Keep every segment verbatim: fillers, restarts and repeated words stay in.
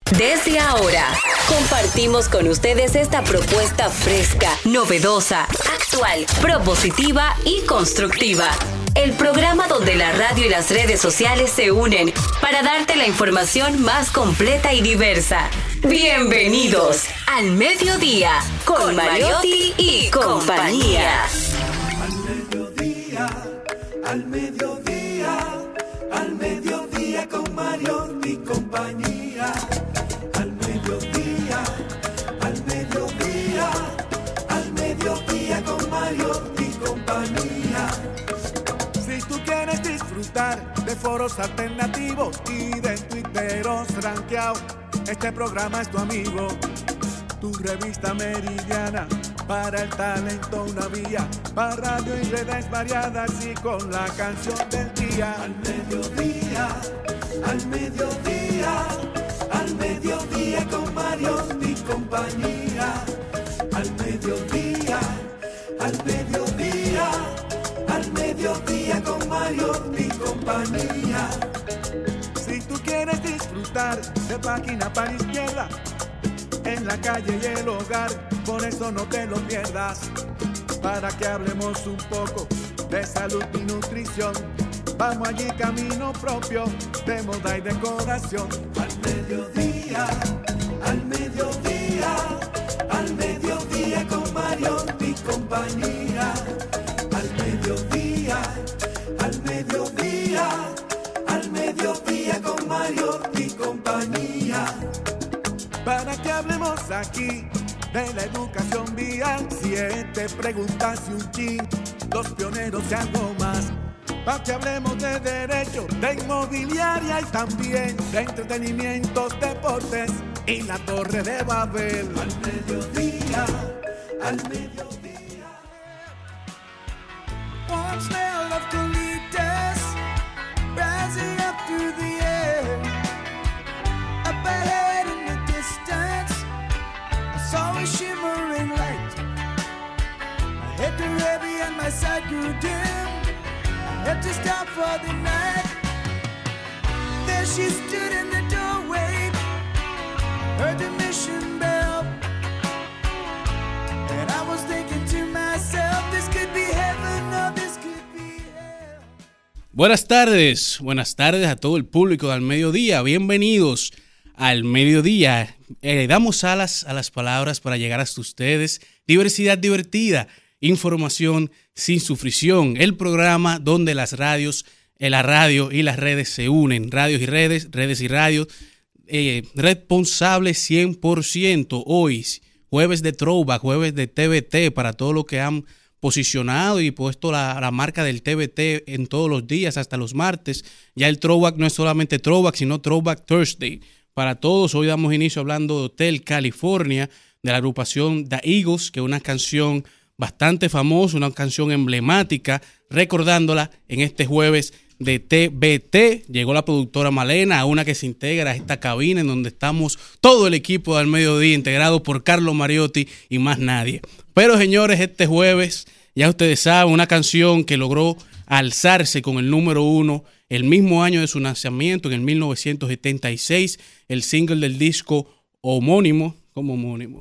Desde ahora, compartimos con ustedes esta propuesta fresca, novedosa, actual, propositiva y constructiva. El programa donde la radio y las redes sociales se unen para darte la información más completa y diversa. Bienvenidos al Mediodía con Mariotti y compañía. Al mediodía, al mediodía, al mediodía con Mariotti y compañía. Al mediodía, al mediodía, al mediodía con Mariotti y compañía. Si tú quieres disfrutar de foros alternativos y de tuiteros rankeados, este programa es tu amigo. Tu revista meridiana, para el talento una vía, para radio y redes variadas y con la canción del día. Al mediodía, al mediodía, al mediodía con Mariotti y compañía. Al mediodía, al mediodía, al mediodía con Mariotti y compañía. Si tú quieres disfrutar de página para izquierda, en la calle y el hogar, por eso no te lo pierdas. Para que hablemos un poco de salud y nutrición, vamos allí camino propio de moda y decoración. Al mediodía, al mediodía, al mediodía con Mariotti y compañía. Al mediodía, al mediodía, al mediodía con Mariotti y compañía. Para que hablemos aquí de la educación vial, siete preguntas y un chin, los pioneros y algo más. Para que hablemos de derecho, de inmobiliaria y también de entretenimientos, deportes y la Torre de Babel. Al mediodía, al mediodía. One smell of colitas rising up through the air. Up ahead in the distance, I saw a shimmering light. My head grew heavy and my sight grew dim. I had to stop for the night. There she stood in the doorway, heard the mission bell, and I was thinking to myself, this could be heaven or this could be hell. Buenas tardes, buenas tardes a todo el público del mediodía, bienvenidos al mediodía. Eh, damos alas a las palabras para llegar hasta ustedes. Diversidad divertida, información sin sufrición. El programa donde las radios, eh, la radio y las redes se unen. Radios y redes, redes y radios. Eh, responsables cien por ciento. Hoy, jueves de Throwback, jueves de T V T, para todo lo que han posicionado y puesto la, la marca del T V T en todos los días, hasta los martes. Ya el Throwback no es solamente Throwback, sino Throwback Thursday. Para todos, hoy damos inicio hablando de Hotel California, de la agrupación The Eagles, que es una canción bastante famosa, una canción emblemática, recordándola en este jueves de T V T. Llegó la productora Malena, una que se integra a esta cabina en donde estamos todo el equipo del mediodía, integrado por Carlos Mariotti y más nadie. Pero señores, este jueves, ya ustedes saben, una canción que logró alzarse con el número uno el mismo año de su lanzamiento, en el mil novecientos setenta y seis, el single del disco homónimo, ¿cómo homónimo?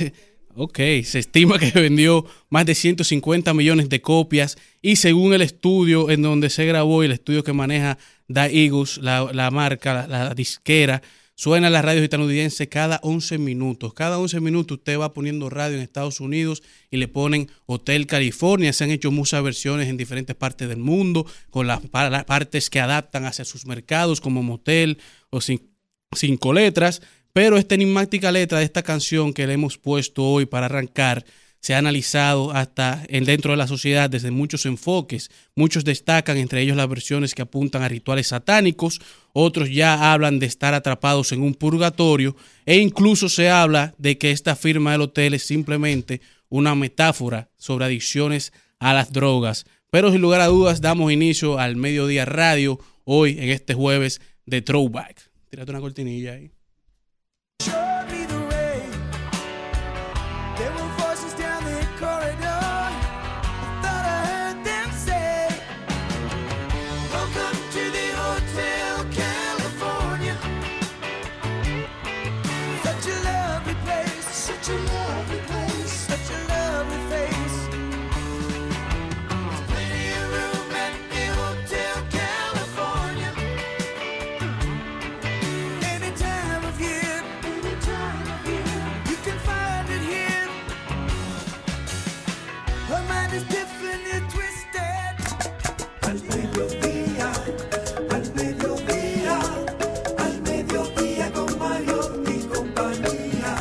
Ok, se estima que vendió más de ciento cincuenta millones de copias y según el estudio en donde se grabó y el estudio que maneja The Eagles, la, la marca, la, la disquera, suena en las radios estadounidenses cada once minutos. Cada once minutos usted va poniendo radio en Estados Unidos y le ponen Hotel California. Se han hecho muchas versiones en diferentes partes del mundo con las partes que adaptan hacia sus mercados como Motel o sin, Cinco Letras. Pero esta enigmática letra de esta canción que le hemos puesto hoy para arrancar se ha analizado hasta en dentro de la sociedad desde muchos enfoques. Muchos destacan, entre ellos las versiones que apuntan a rituales satánicos, otros ya hablan de estar atrapados en un purgatorio e incluso se habla de que esta firma del hotel es simplemente una metáfora sobre adicciones a las drogas. Pero sin lugar a dudas damos inicio al Mediodía Radio hoy en este jueves de Throwback. Tírate una cortinilla ahí. such a lovely place, such a lovely face. There's plenty of room at the Hotel California. Any time of year, any time of year, you can find it here. Her mind is differently twisted. Al mediodía, al mediodía, al mediodía con Mario y compañía.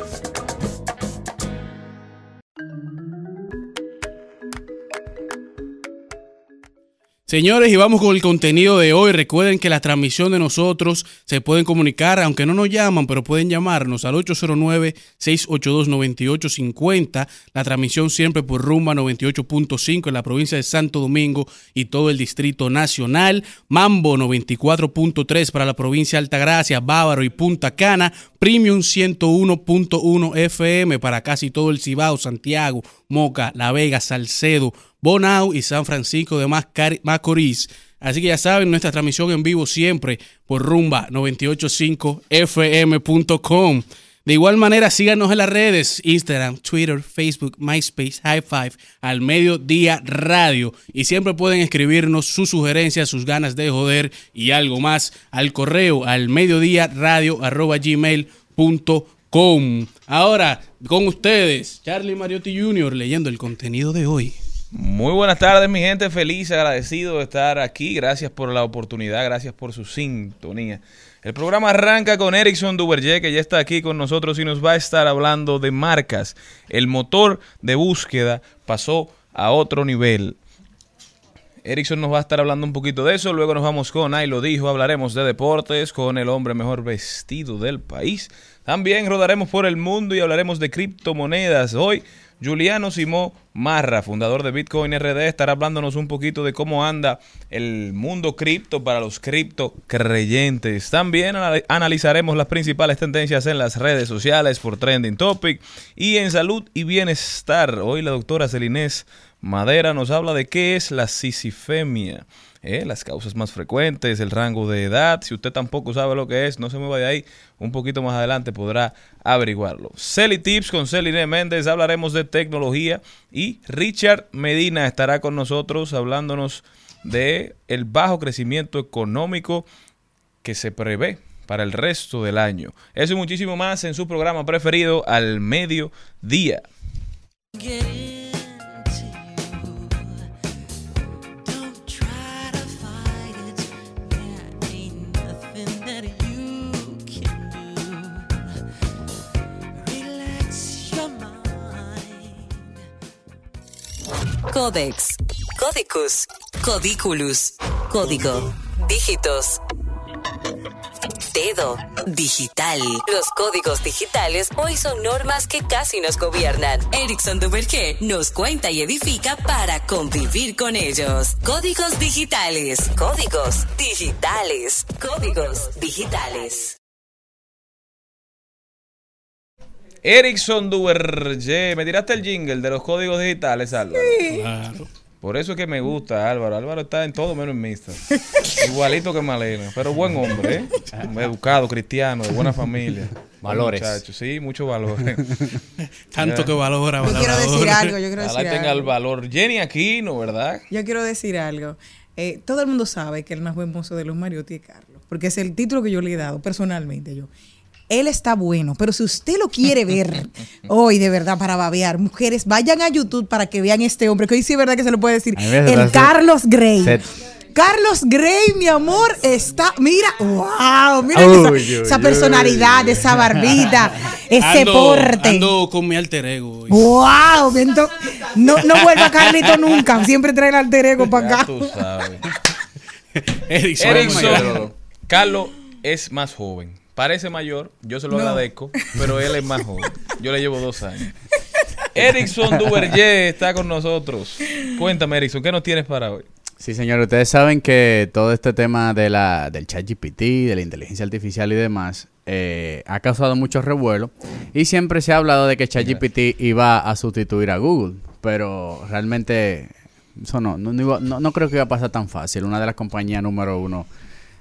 Señores, y vamos con el contenido de hoy. Recuerden que la transmisión de nosotros se pueden comunicar, aunque no nos llaman, pero pueden llamarnos al ocho cero nueve, seis ocho dos, nueve ocho cinco cero. La transmisión siempre por Rumba noventa y ocho punto cinco en la provincia de Santo Domingo y todo el Distrito Nacional. Mambo noventa y cuatro punto tres para la provincia de Altagracia, Bávaro y Punta Cana. Premium ciento uno punto uno F M para casi todo el Cibao, Santiago, Moca, La Vega, Salcedo, Bonao y San Francisco de Macar- Macorís. Así que ya saben, nuestra transmisión en vivo siempre por Rumba noventa y ocho punto cinco F M punto com. De igual manera, síganos en las redes, Instagram, Twitter, Facebook, MySpace, High Five, Al Mediodía Radio. Y siempre pueden escribirnos sus sugerencias, sus ganas de joder y algo más al correo al mediodía radio arroba gmail punto com. Ahora, con ustedes, Charlie Mariotti junior leyendo el contenido de hoy. Muy buenas tardes, mi gente. Feliz, agradecido de estar aquí. Gracias por la oportunidad, gracias por su sintonía. El programa arranca con Erickson Duverger, que ya está aquí con nosotros y nos va a estar hablando de marcas. El motor de búsqueda pasó a otro nivel. Erickson nos va a estar hablando un poquito de eso. Luego nos vamos con Ahí lo dijo. Hablaremos de deportes con el hombre mejor vestido del país. También rodaremos por el mundo y hablaremos de criptomonedas. Hoy, Juliano Simó Marra, fundador de Bitcoin R D, estará hablándonos un poquito de cómo anda el mundo cripto para los cripto creyentes. También analizaremos las principales tendencias en las redes sociales por Trending Topic y en salud y bienestar. Hoy la doctora Celinés Madera nos habla de qué es la sisifemia, ¿eh? Las causas más frecuentes, el rango de edad. Si usted tampoco sabe lo que es, no se mueva de ahí. Un poquito más adelante podrá averiguarlo. Celi Tips con Celine Méndez, hablaremos de tecnología y Richard Medina estará con nosotros hablándonos de el bajo crecimiento económico que se prevé para el resto del año. Eso y muchísimo más en su programa preferido, Al Mediodía. Codex, Codicus, Codiculus, Código, Dígitos, Dedo, Digital. Los códigos digitales hoy son normas que casi nos gobiernan. Erickson Duverger nos cuenta y edifica para convivir con ellos. Códigos digitales, códigos digitales, códigos digitales. Erickson Duverger, me tiraste el jingle de los códigos digitales, Álvaro. Sí. Claro. Por eso es que me gusta Álvaro. Álvaro está en todo menos en mixta. Igualito que Malena. Pero buen hombre, ¿eh? Educado, cristiano, de buena familia. Valores. Muchacho, sí, muchos valores. Tanto que valora, Yo quiero decir algo, yo quiero decir Ojalá tenga algo. el valor. Jenny Aquino, ¿verdad? Yo quiero decir algo. Eh, todo el mundo sabe que el más buen mozo de los Mariotti es Carlos. Porque es el título que yo le he dado personalmente yo. Él está bueno, pero si usted lo quiere ver hoy de verdad para babear, mujeres, vayan a YouTube para que vean este hombre, que hoy sí es verdad que se lo puede decir, el Carlos Gray. Se... Carlos Gray, mi amor, está, mira, wow, mira uy, esa, uy, esa personalidad, uy, esa barbita, ese ando, porte. Ando con mi alter ego hoy. Wow, ento, no, no vuelva Carlito nunca, siempre trae el alter ego para acá. Tú sabes. Erickson, Erickson Carlos es más joven. Parece mayor, yo se lo no. agradezco, pero él es más joven. Yo le llevo dos años. Erickson Duverger está con nosotros. Cuéntame, Erickson, ¿qué nos tienes para hoy? Sí, señor, ustedes saben que todo este tema de la del ChatGPT, de la inteligencia artificial y demás, eh, ha causado mucho revuelo. Y siempre se ha hablado de que ChatGPT iba a sustituir a Google, pero realmente eso no, no, no, no, no creo que iba a pasar tan fácil. Una de las compañías número uno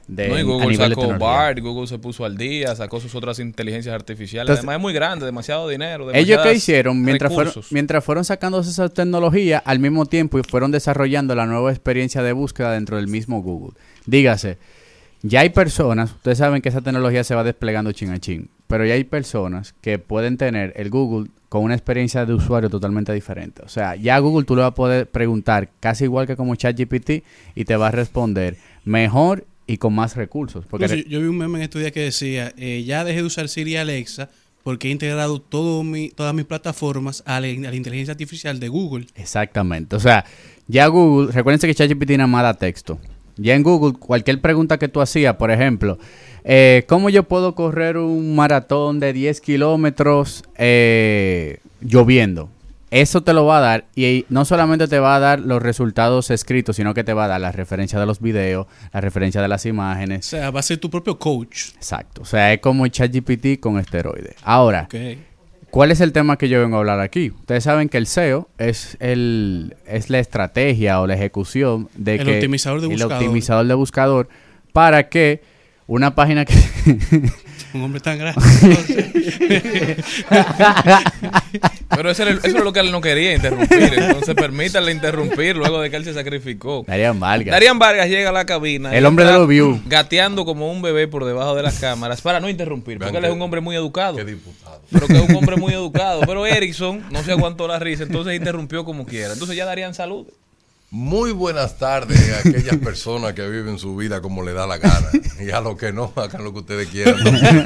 de No, y a Google nivel de sacó tecnología. Bard, Google se puso al día, sacó sus otras inteligencias artificiales. Entonces, Además es muy grande, demasiado dinero. Ellos demasiadas que hicieron, mientras fueron, recursos. mientras fueron sacando esa tecnología, al mismo tiempo y fueron desarrollando la nueva experiencia de búsqueda dentro del mismo Google. Dígase, ya hay personas, ustedes saben que esa tecnología se va desplegando chin a chin, pero ya hay personas que pueden tener el Google con una experiencia de usuario totalmente diferente. O sea, ya a Google tú le vas a poder preguntar casi igual que como ChatGPT y te va a responder mejor y con más recursos. Porque No, sí, yo vi un meme en estos días que decía, eh, ya dejé de usar Siri y Alexa porque he integrado todo mi, todas mis plataformas a la, a la inteligencia artificial de Google. Exactamente. O sea, ya Google, recuérdense que ChatGPT nada más da texto. Ya en Google, cualquier pregunta que tú hacías, por ejemplo, eh, ¿cómo yo puedo correr un maratón de diez kilómetros eh, lloviendo? Eso te lo va a dar y no solamente te va a dar los resultados escritos, sino que te va a dar la referencia de los videos, la referencia de las O imágenes. sea, va a ser tu propio coach. Exacto. O sea, es como ChatGPT con esteroides. Ahora, Okay. ¿cuál es el tema que yo vengo a hablar aquí? Ustedes saben que el S E O es el es la estrategia o la ejecución de El que optimizador de el buscador. optimizador de buscador para que una página que Un hombre tan grande. Pero eso, era, eso era lo que él no quería, interrumpir. Entonces permítanle interrumpir luego de que él se sacrificó. Darían Vargas. Darían Vargas llega a la cabina. El y hombre está de los views. gateando como un bebé por debajo de las cámaras para no interrumpir. Porque Vean él es que- un hombre muy educado. Qué diputado. Pero que es un hombre muy educado. Pero Erickson no se aguantó la risa, entonces interrumpió como quiera. Entonces ya darían salud. Muy buenas tardes a aquellas personas que viven su vida como le da la gana. Y a los que no, hagan lo que ustedes quieran.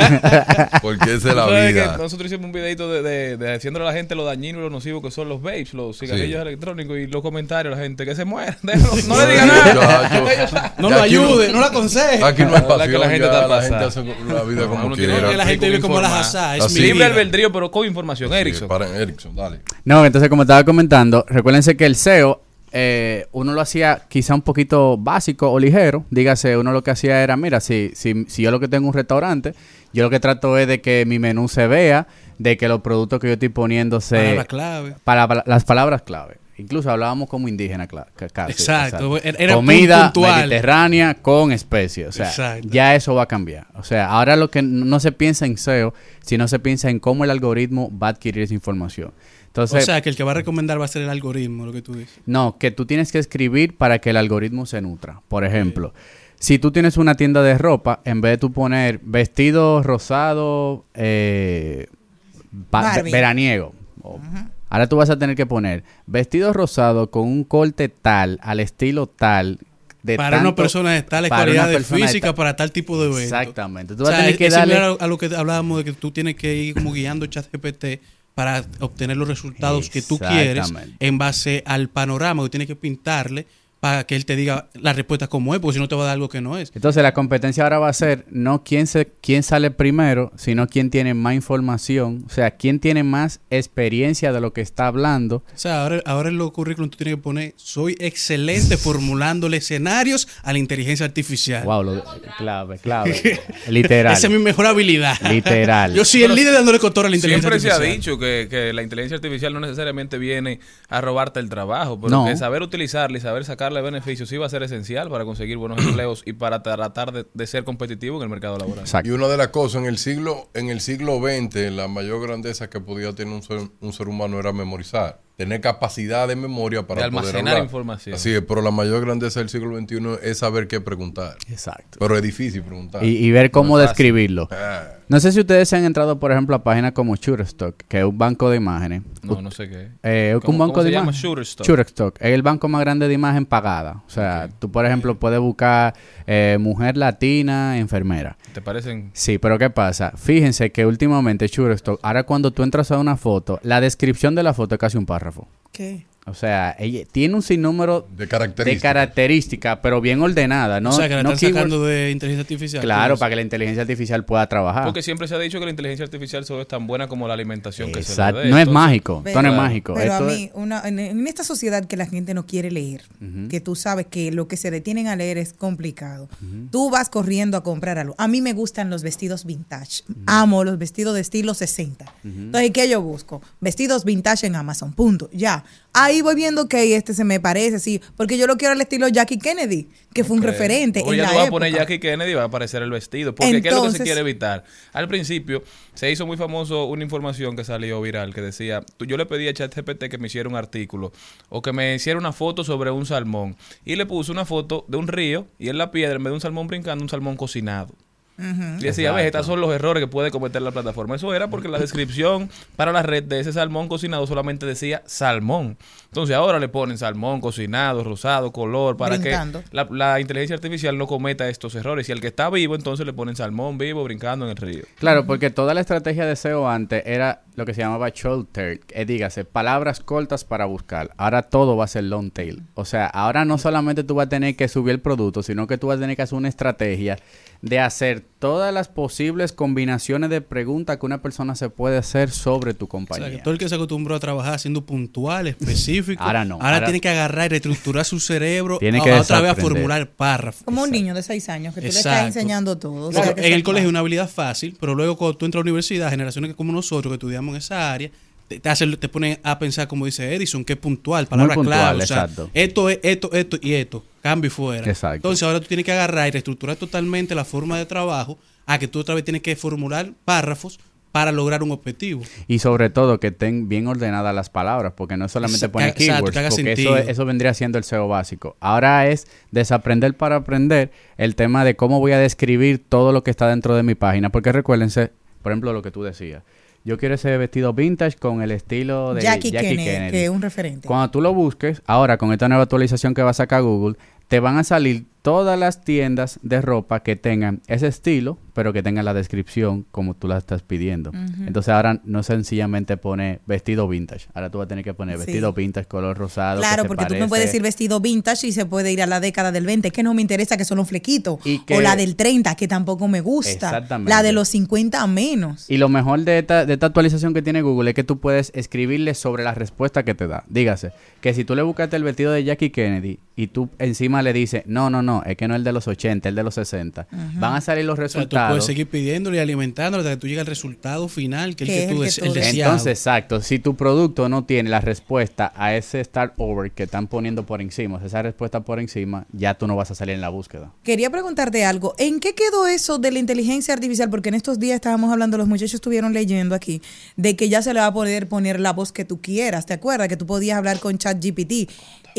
Porque esa es la ¿Tú sabes vida. que nosotros hicimos un videito de, de, de diciéndole a la gente lo dañino y lo nocivo que son los vapes, los cigarrillos Sí. electrónicos y los comentarios, la gente que se muere. Déjalo, no le diga nada. Muchacho. No Ya me aquí ayude, no la aconseje. Aquí no La hay verdad que pasión, la gente ya está la gente pasada. hace la vida No, como uno tiene quiera. que la gente vive como las asas. Es Así. mi Libre vida. albedrío, pero con información. Sí, Erickson. para Erickson, dale. No, entonces como estaba comentando, recuérdense que el S E O eh, uno lo hacía quizá un poquito básico o ligero. Dígase, uno lo que hacía era, mira, si, si, si yo lo que tengo un restaurante, yo lo que trato es de que mi menú se vea, de que los productos que yo estoy poniendo se... Palabra clave. Para, para las palabras clave. Incluso hablábamos como indígena, cla- ca- casi. Exacto. Era- era Comida puntual. mediterránea con especies. O sea, Exacto. ya eso va a cambiar. O sea, ahora lo que no se piensa en S E O, sino se piensa en cómo el algoritmo va a adquirir esa información. Entonces, O sea, que el que va a recomendar va a ser el algoritmo, lo que tú dices. no, que tú tienes que escribir para que el algoritmo se nutra. Por ejemplo, si tú tienes una tienda de ropa, en vez de tú poner vestido rosado, eh, pa- Barbie. veraniego, o- ahora tú vas a tener que poner vestido rosado con un corte tal, al estilo tal. De Para tanto- una persona de tales para una cualidades persona de físicas, ta- para tal tipo de evento. Exactamente. Tú O vas sea, a tener es, que es darle... similar a, a lo que hablábamos de que tú tienes que ir como guiando ChatGPT para obtener los resultados que tú quieres Exactamente. en base al panorama que tienes que pintarle para que él te diga la respuesta como es, porque si no te va a dar algo que no es. Entonces la competencia ahora va a ser no quién, se, quién sale primero, sino quién tiene más información, o sea, quién tiene más experiencia de lo que está hablando. O sea, ahora, ahora en los currículum tú tienes que poner, soy excelente formulándole escenarios a la inteligencia artificial. Wow, lo de- clave, clave. Literal. Esa es mi mejor habilidad. Literal. Yo soy el líder dándole cotor a la inteligencia Siempre se ha artificial. dicho que, que la inteligencia artificial no necesariamente viene a robarte el trabajo, pero No. que saber utilizarla y saber sacarle beneficios sí va a ser esencial para conseguir buenos empleos y para tratar de, de ser competitivo en el mercado laboral. Exacto. Y una de las cosas, en el siglo en el siglo veinte, la mayor grandeza que podía tener un ser, un ser humano era memorizar. Tener capacidad de memoria para De poder almacenar hablar. información. Así es, pero la mayor grandeza del siglo veintiuno es saber qué preguntar. Exacto. Pero es difícil preguntar. Y, y ver cómo No es fácil. describirlo. Ah, No sé si ustedes se han entrado, por ejemplo, a páginas como Shutterstock, que es un banco de imágenes. No, no sé qué. Eh, es un ¿Cómo- banco cómo de se llama? imágenes. Shutterstock. Shutterstock. Es el banco más grande de imagen pagada. O sea, tú, por ejemplo, puedes buscar eh, mujer latina, enfermera. ¿Te parecen? Sí, pero ¿qué pasa? Fíjense que últimamente Shutterstock, ahora cuando tú entras a una foto, la descripción de la foto es casi un párrafo. ¿Qué? O sea, ella tiene un sinnúmero de de características. características, pero bien ordenada, ¿no? O sea, que la no están keywords- sacando de inteligencia artificial. Claro, Todo para eso. que la inteligencia artificial pueda trabajar. Porque siempre se ha dicho que la inteligencia artificial solo es tan buena como la alimentación que se le Exacto. dé. No es Entonces, mágico, Pero- esto no es Claro. mágico. Pero esto a es- mí, una, en, en esta sociedad que la gente no quiere leer, que tú sabes que lo que se detienen a leer es complicado, tú vas corriendo a comprar algo. A mí me gustan los vestidos vintage. Amo los vestidos de estilo sesenta. Entonces, ¿qué yo busco? Vestidos vintage en Amazon, punto. Ya. Ahí ahí voy viendo que este se me parece, sí, porque yo lo quiero al estilo Jackie Kennedy, que fue un Ok. referente O en ya la tú vas a época. poner Jackie Kennedy y va a aparecer el vestido. Porque ¿qué es lo que se Entonces- quiere evitar? Al principio se hizo muy famoso una información que salió viral que decía, tú- yo le pedí a ChatGPT que me hiciera un artículo o que me hiciera una foto sobre un salmón. Y le puse una foto de un río y en la piedra, en vez de un salmón brincando, un salmón cocinado. Y decía, ves, estos son los errores que puede cometer la plataforma. Eso era porque la descripción para la red de ese salmón cocinado solamente decía salmón. Entonces ahora le ponen salmón cocinado, rosado, color, para Brincando. que la, la inteligencia artificial no cometa estos errores. Y el que está vivo, entonces le ponen salmón vivo brincando en el río. Claro, porque toda la estrategia de S E O antes era lo que se llamaba short tail, eh, dígase, palabras cortas para buscar. Ahora todo va a ser long tail. O sea, ahora no solamente tú vas a tener que subir el producto, sino que tú vas a tener que hacer una estrategia de hacer todas las posibles combinaciones de preguntas que una persona se puede hacer sobre tu O compañía. sea, que todo el que se acostumbró a trabajar siendo puntual, específico, Ahora no, ahora, ahora- tiene que agarrar y reestructurar su cerebro Tiene a- que a otra vez a desaprender. formular párrafos. Como un niño de seis años, que tú le Exacto. estás enseñando todo. o sea, Claro, que en se- el colegio es una habilidad fácil, pero luego cuando tú entras a la universidad, generaciones como nosotros que estudiamos en esa área, te, te, hacen- te ponen a pensar, como dice Edison, que es puntual, palabra puntual, clave. O sea, exacto. esto es esto, esto y esto. Cambio y fuera. Exacto. Entonces ahora tú tienes que agarrar y reestructurar totalmente la forma de trabajo a que tú otra vez tienes que formular párrafos para lograr un objetivo. Y sobre todo que estén bien ordenadas las palabras, porque no es solamente Exacto, poner que- exacto, keywords, que haga porque eso, sentido. eso vendría siendo el S E O básico. Ahora es desaprender para aprender el tema de cómo voy a describir todo lo que está dentro de mi página, porque recuérdense, por ejemplo, lo que tú decías. Yo quiero ese vestido vintage con el estilo de Jackie, Jackie, Kennedy, Kennedy. que es un referente. Cuando tú lo busques, ahora con esta nueva actualización que va a sacar Google, te van a salir todas las tiendas de ropa que tengan ese estilo, pero que tengan la descripción como tú la estás pidiendo. Entonces ahora no sencillamente pone vestido vintage. Ahora tú vas a tener que poner Sí. vestido vintage, color rosado. Claro, que se porque tú me parece- puedes decir vestido vintage y se puede ir a la década del veinte, que no me interesa, que son los flequitos. Y que- O la del treinta, que tampoco me gusta. Exactamente. La de los cincuenta menos. Y lo mejor de esta, de esta actualización que tiene Google es que tú puedes escribirle sobre la respuesta que te da. Dígase, que si tú le buscaste el vestido de Jackie Kennedy y tú encima le dices, no, no, no, es que no es el de los ochenta, es el de los sesenta, van a salir los O sea, tú resultados. puedes seguir pidiéndole y alimentándole hasta que tú llegues al resultado final, que es Que el que tú es des- el que el tú deseado. Entonces, exacto, si tu producto no tiene la respuesta a ese start over que están poniendo por encima, o sea, esa respuesta por encima, ya tú no vas a salir en la búsqueda. Quería preguntarte algo. ¿En qué quedó eso de la inteligencia artificial? Porque en estos días estábamos hablando, los muchachos estuvieron leyendo aquí, de que ya se le va a poder poner la voz que tú quieras. ¿Te acuerdas? Que tú podías hablar con ChatGPT.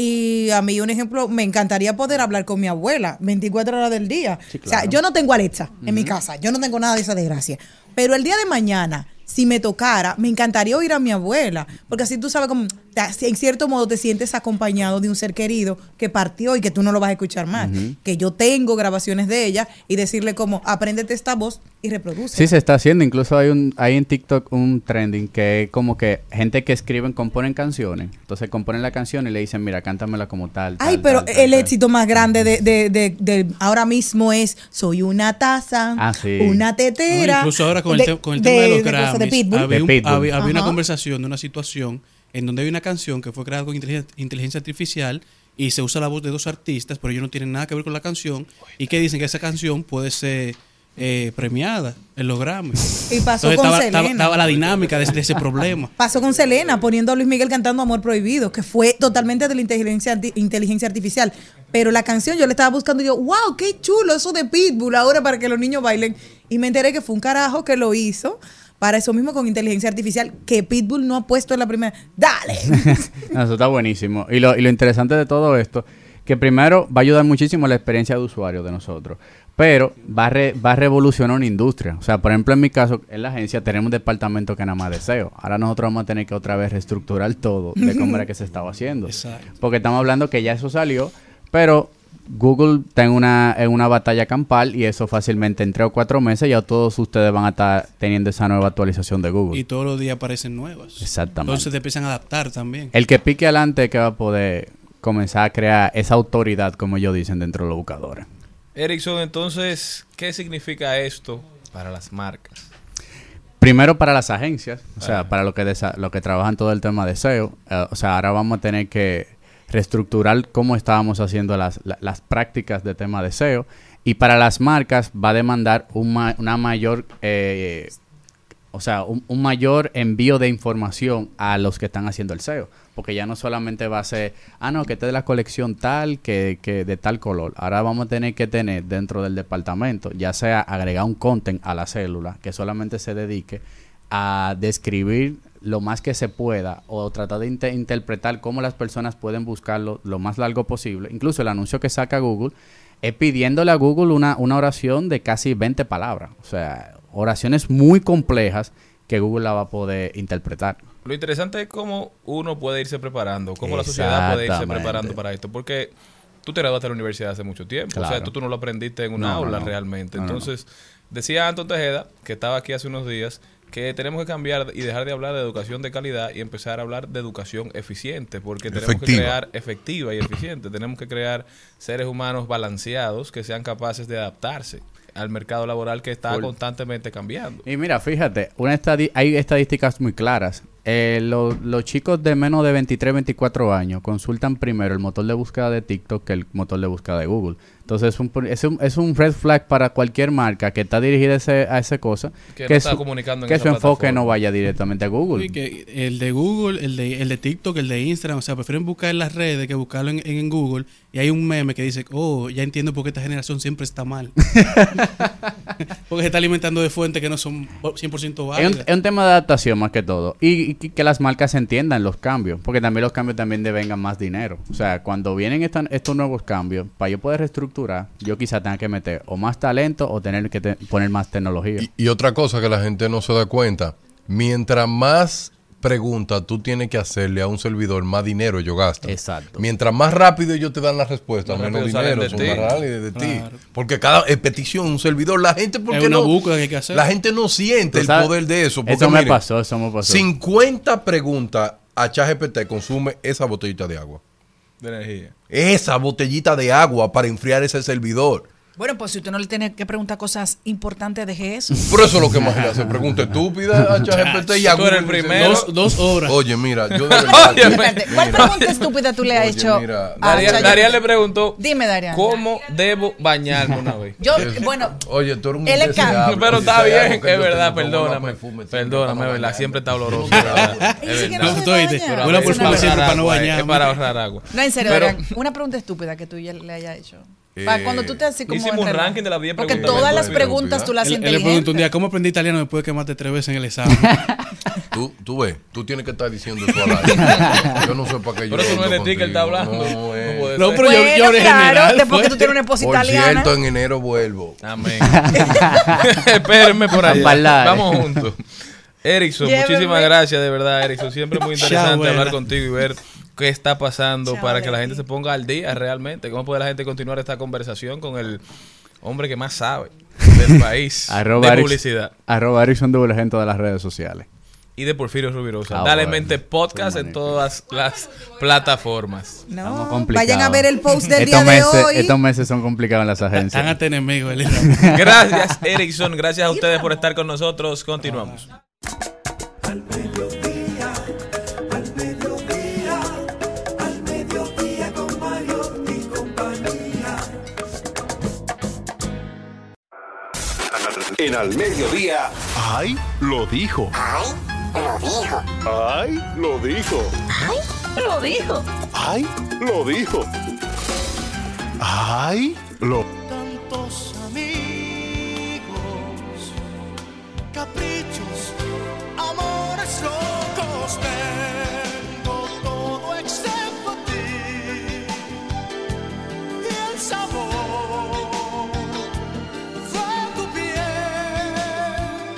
Y a mí, un ejemplo, me encantaría poder hablar con mi abuela veinticuatro horas del día. O sea, yo no tengo Alexa en mi casa. Yo no tengo nada de esa desgracia. Pero el día de mañana, si me tocara, me encantaría oír a mi abuela, porque así tú sabes como, te- en cierto modo te sientes acompañado de un ser querido que partió y que tú no lo vas a escuchar más. Que yo tengo grabaciones de ella y decirle como, apréndete esta voz y reproduce. Sí, se está haciendo. Incluso hay un hay en TikTok un trending que es como que gente que escriben, componen canciones. Entonces componen la canción y le dicen, mira, cántamela como tal. Ay, tal, pero tal, tal, el tal. éxito más grande de, de, de, de ahora mismo es soy una taza, Ah, sí. una tetera. No, incluso ahora con el, de- te- con el tema de, los de cosas Grammys, de Pitbull. había, De un- Pitbull. había- había una Ajá. conversación de una situación en donde hay una canción que fue creada con inteligencia, inteligencia artificial y se usa la voz de dos artistas, pero ellos no tienen nada que ver con la canción y que dicen que esa canción puede ser eh, premiada en los Grammys. Y pasó Entonces con estaba, Selena. estaba- estaba la dinámica de, de ese problema. Pasó con Selena poniendo a Luis Miguel cantando Amor Prohibido, que fue totalmente de la inteligencia, arti- inteligencia artificial. Pero la canción yo le estaba buscando y digo, wow, qué chulo eso de Pitbull ahora para que los niños bailen. Y me enteré que fue un carajo que lo hizo para eso mismo con inteligencia artificial, que Pitbull no ha puesto en la primera. ¡Dale! No, eso está buenísimo. Y lo, y lo interesante de todo esto, que primero va a ayudar muchísimo la experiencia de usuario de nosotros, pero va a, re- va a revolucionar una industria. O sea, por ejemplo, en mi caso, en la agencia tenemos un departamento que nada más deseo. Ahora nosotros vamos a tener que otra vez reestructurar todo de cómo era que se estaba haciendo. Exacto. Porque estamos hablando que ya eso salió, pero Google está en una, en una batalla campal y eso fácilmente en tres o cuatro meses ya todos ustedes van a estar teniendo esa nueva actualización de Google. Y todos los días aparecen nuevas. Exactamente. Entonces te empiezan a adaptar también. El que pique adelante es que va a poder comenzar a crear esa autoridad, como ellos dicen, dentro de los buscadores. Erickson, entonces, ¿qué significa esto para las marcas? Primero para las agencias, o sea, Ajá. para los que, desa- lo que trabajan todo el tema de S E O. eh, o sea, ahora vamos a tener que reestructurar cómo estábamos haciendo las, la- las prácticas de tema de S E O. Y para las marcas va a demandar un ma- una mayor eh, o sea, un, un mayor envío de información a los que están haciendo el S E O. Porque ya no solamente va a ser, ah, no, que esta es la colección tal, que, que de tal color. Ahora vamos a tener que tener dentro del departamento, ya sea agregar un content a la célula que solamente se dedique a describir lo más que se pueda o tratar de inter- interpretar cómo las personas pueden buscarlo lo más largo posible. Incluso el anuncio que saca Google es pidiéndole a Google una, una oración de casi veinte palabras. O sea, oraciones muy complejas que Google la va a poder interpretar. Lo interesante es cómo uno puede irse preparando, cómo la sociedad puede irse preparando para esto, porque tú te graduaste de la universidad hace mucho tiempo, claro. O sea, esto tú no lo aprendiste en una no, aula no, no. realmente. No, Entonces, no, no. decía Anton Tejeda, que estaba aquí hace unos días, que tenemos que cambiar y dejar de hablar de educación de calidad y empezar a hablar de educación eficiente, porque tenemos efectiva. que crear efectiva y eficiente, tenemos que crear seres humanos balanceados que sean capaces de adaptarse al mercado laboral que está cool. constantemente cambiando. Y mira, fíjate, una estadi- hay estadísticas muy claras. Eh, lo, los chicos de menos de veintitrés, veinticuatro años consultan primero el motor de búsqueda de TikTok que el motor de búsqueda de Google. Entonces es un, es un, es un red flag para cualquier marca que está dirigida a, ese, a esa cosa, que, que, no está su, comunicando en que esa su enfoque plataforma. no vaya directamente a Google. Sí, que el de Google, el de, el de TikTok, el de Instagram, o sea, prefieren buscar en las redes que buscarlo en, en Google. Y hay un meme que dice, oh, ya entiendo por qué esta generación siempre está mal. Porque se está alimentando de fuentes que no son cien por ciento válidas. Es un, es un tema de adaptación más que todo. Y, y que las marcas entiendan los cambios. Porque también los cambios también devengan más dinero. O sea, cuando vienen esta, estos nuevos cambios, para yo poder reestructurar, yo quizá tenga que meter o más talento o tener que te, poner más tecnología. Y, y otra cosa que la gente no se da cuenta, mientras más preguntas tú tienes que hacerle a un servidor, más dinero ellos gastan. Exacto. Mientras más rápido ellos te dan la respuesta, Más menos rápido dinero salen son de más ti. reales de Claro. ti. Porque cada eh, petición, un servidor, la gente, porque Es una no, búsqueda que hay que hacer. la gente no siente el ¿Sabes? poder de eso. Porque, Eso me mire, pasó, eso me pasó. cincuenta preguntas a ChatGPT consume esa botellita de agua. De energía. Esa botellita de agua para enfriar ese servidor. Bueno, pues si usted no le tiene que preguntar cosas importantes, deje eso. Por eso es lo que más le hace. Pregunta estúpida a ChatGPT y a Tú eres Google el dice, primero. Dos, dos horas. Oye, mira, yo de verdad. Oye, Espérate, ¿cuál pregunta estúpida tú le has Oye, hecho? mira, a Darían, ChatGPT? Darían le preguntó, Dime, Darían. ¿cómo debo bañarme una vez? Yo, bueno, Oye, tú eres un Él es indeseable. Pero Si está hay bien, algo es que yo verdad, tengo, como perdóname. los perfumes, siempre Perdóname, estamos ¿verdad? bañando. Siempre está oloroso. Mucha ¿verdad? agua. Ahí Es sí que verdad. no se Tú oíste, baña. una Pero por a veces favor, es siempre para para no ahorrar agua, bañarme. Es para ahorrar agua. no, en serio, Pero- Darían, una pregunta estúpida que tú ya le hayas hecho. Eh, Para cuando tú te así como hicimos un enredado. ranking de las diez Porque preguntas. todas las Estúpida. preguntas tú las Él, haces él le preguntó un día, inteligentes. ¿cómo aprendí italiano después de quemarte tres veces en el examen? Tú, tú ves, tú tienes que estar diciendo eso al aire. Yo no sé para qué yo Pero eso no es de ando ti que él está contigo. hablando. No, eh. No puede No, ser. pero yo, Bueno, yo hablé claro, general, después que fue. tú tienes una esposa Por italiana. cierto, en enero vuelvo. Amén. Espérenme por allá. Bailar. Vamos juntos. Erickson, Llévenme. muchísimas gracias, de verdad, Erickson. Siempre es muy interesante Chao, hablar buena. contigo y ver qué está pasando Chao, para que la Leti. gente se ponga al día realmente. ¿Cómo puede la gente continuar esta conversación con el hombre que más sabe del país Arroba de Erickson- publicidad? Arroba Erickson Double G en todas las redes sociales. Y de Porfirio Rubirosa. Ah, Dale bueno. Mente Podcast en todas las plataformas. Estamos No, complicados. vayan a ver el post del estos día meses, de hoy. Estos meses son complicados en las Están agencias. hasta enemigos. él. Gracias, Erickson. Gracias a ustedes por estar con nosotros. Continuamos. Al mediodía, al mediodía, al mediodía con Mario y compañía. En Al Mediodía. ¡Ay! Lo dijo. ¡Ay! Lo dijo. ¡Ay! Lo dijo. Lo dijo. ¡Ay! Lo dijo. ¡Ay! Lo. Tantos amigos, caprichos, amores locos, tengo todo excepto a ti y el sabor de tu piel,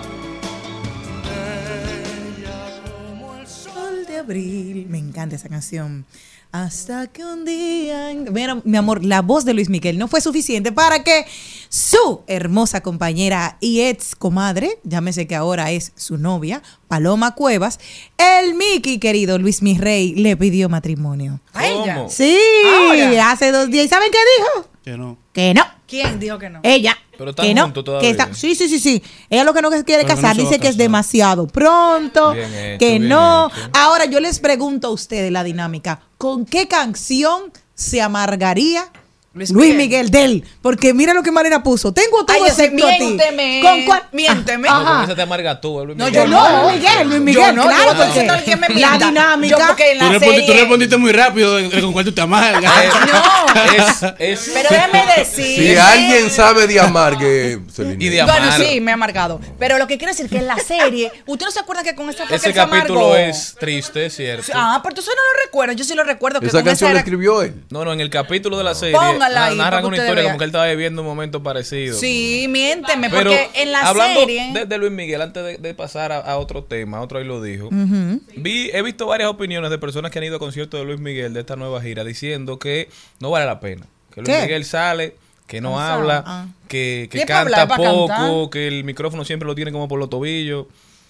bella como el sol. Sol de abril. Me encanta esa canción. Hasta que un día... Mira, mi amor, la voz de Luis Miguel no fue suficiente para que su hermosa compañera y ex comadre, llámese que ahora es su novia, Paloma Cuevas, el Mickey querido Luis Mirrey, le pidió matrimonio. ¿A ella? ¿Cómo? Sí, Ahora. hace dos días. ¿Y saben qué dijo? Que no. Que no. ¿Quién dijo que no? Ella. Pero están que no, juntos todavía. que está, sí, sí, sí, sí. Ella lo que no quiere Pero que no casar, se va dice a que es casar. demasiado pronto, Bien hecho, que bien no. hecho. Ahora yo les pregunto a ustedes la dinámica. ¿Con qué canción se amargaría Luis Miguel. Miguel, del. Porque mira lo que Marina puso. Tengo todo Ay, ese, excepto a ti. miénteme. ¿Con cuál? Miénteme. Ajá. No, con esa te amarga tú, Luis No, Miguel. yo No, no. Luis Miguel, Luis Yo Miguel, no, claro, yo no porque estoy diciendo que me la mienta. dinámica. Yo porque en Tú, la respondi- tú serie... respondiste muy rápido de, de con cuál tú te amargas. No. Es, es, Pero déjame decir... Si alguien sabe de amargue, Celine. Y de Bueno, amar. sí, me ha marcado. Pero lo que quiero decir que en la serie, ¿usted no se acuerda que con esa fue que Ese él se capítulo amargó? es triste, es cierto. Ah, pero tú eso no lo recuerdas. Yo sí lo recuerdo. Que Esa con canción esa la era... escribió él. No, no, en el capítulo de la serie Póngala ahí, narran para que una ustedes historia vean. como que él estaba viviendo un momento parecido. Sí, miénteme, Pero porque en la hablando serie... de, de Luis Miguel, antes de, de pasar a, a otro tema, otro ahí lo dijo, vi, he visto varias opiniones de personas que han ido a conciertos de Luis Miguel de esta nueva gira diciendo que no vale la pena. Que Luis ¿Qué? Miguel sale, que no Cansado. habla, Ah. que, que ¿Y es para canta hablar, para poco, cantar? que el micrófono siempre lo tiene como por los tobillos.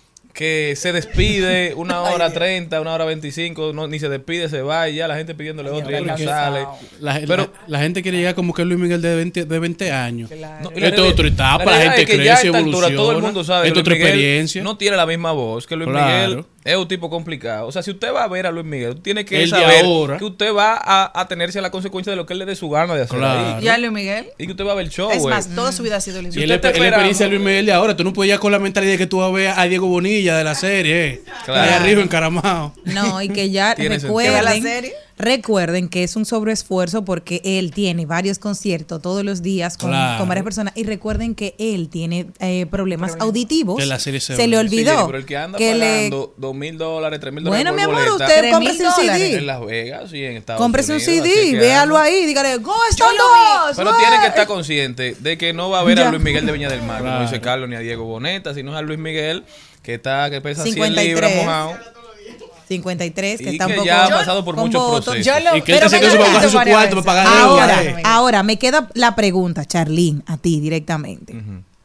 Que se despide una hora treinta, una hora veinticinco, no, ni se despide, se va y ya la gente pidiéndole otro y él no sale. La, Pero la, la gente quiere llegar como que Luis Miguel de veinte, de veinte años. No, y la Esto es realidad- otra etapa, la, realidad gente es que crece, ya a esta altura evoluciona. todo el mundo sabe Esto que es otra Luis Miguel experiencia. no tiene la misma voz, que Luis Claro. Miguel es un tipo complicado. O sea, si usted va a ver a Luis Miguel, tiene que El de saber ahora. que usted va a, a tenerse a la consecuencia de lo que él le dé su gana de hacer Claro. ahí. ¿Ya Luis Miguel? Y que usted va a ver el show, Es güey. más, toda su vida ha sido Luis Y Miguel. es la, usted está es la experiencia de esperando- Luis Miguel de ahora. Tú no puedes ir con la mentalidad de que tú vas a ver a Diego Bonilla de la serie. Eh. Claro. Ahí arriba encaramado. No, y que ya Tiene sentido. ¿Que vea la recuerden, serie? recuerden que es un sobreesfuerzo porque él tiene varios conciertos todos los días con, Claro. con varias personas y recuerden que él tiene eh, problemas auditivos. Que la serie se se le olvida. Sí, olvidó. Jenny, pero el que anda que le- pagando dos mil dólares, tres mil dólares Bueno, por mi amor, boleta, usted ¿Tres cómprese mil un dólares? C en D. Las Vegas y en Estados Cómprese un Unidos. C así D, que véalo anda. ahí, dígale, ¿cómo están Yo lo dos? Pero tiene que estar consciente de que no va a ver Ya. a Luis Miguel de Viña del Mar, Claro. como dice Carlos, ni a Diego Boneta, sino a Luis Miguel, que está que pesa cincuenta y cien tres. libras mojado. cincuenta y tres, que Y está un que poco ya ha pasado por con muchos votos. procesos. Yo lo, Y que él pero está me haciendo lo su he papá visto su varias cuarto veces. para pagar Ahora, deuda. ahora me queda la pregunta, Charlene, a ti directamente.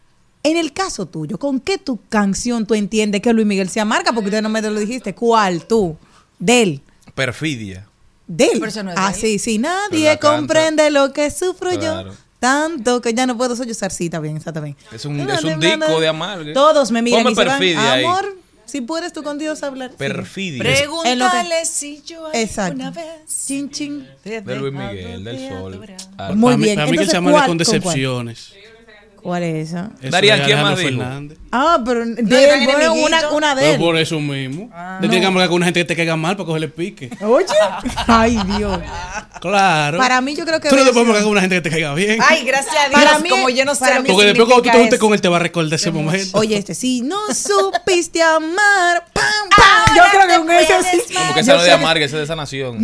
En el caso tuyo, ¿con qué tu canción tú entiendes que Luis Miguel se amarga? Porque usted no me lo dijiste. ¿Cuál tú? Del. Perfidia. Del. Pero eso no es ah, de él. sí, sí. Él Nadie la canta. comprende lo que sufro Claro. yo. Tanto que ya no puedo sollozar. Sí, está bien, está bien. Es un- es un disco de amargue. Todos me miran Ponme y se van, Perfidia ahí. amor, si puedes tú con Dios hablar. Sí. Perfidia. Pregúntale si yo Exacto. alguna vez Chin, chin. te De Luis dejado Miguel, del de Sol. adorar. Ah, Muy para mí, bien. para mí que él Entonces, se amarga ¿cuál? con ¿Con cuál? decepciones. ¿Cuál es esa? Eso Darían, de ¿quién más Alejandro dijo? Fernández. Ah, pero de, gran bueno, enemiguito. una, una de Pero él. por eso mismo. Le tiene que amargar con una gente que te caiga mal para cogerle pique. Oye, ay Dios. Claro. Para mí yo creo que Tú no te hubiera puedes sido- amargar con una gente que te caiga bien. Ay, gracias a Dios. Para mí- como yo no sé para lo mí- que Porque después cuando tú te significa juntes eso. con él te va a recordar ese momento. Oye, este, si no supiste amar, pam, pam. Yo creo que con eso sí. Como que Yo esa no de sé- amarga, esa es de sanación.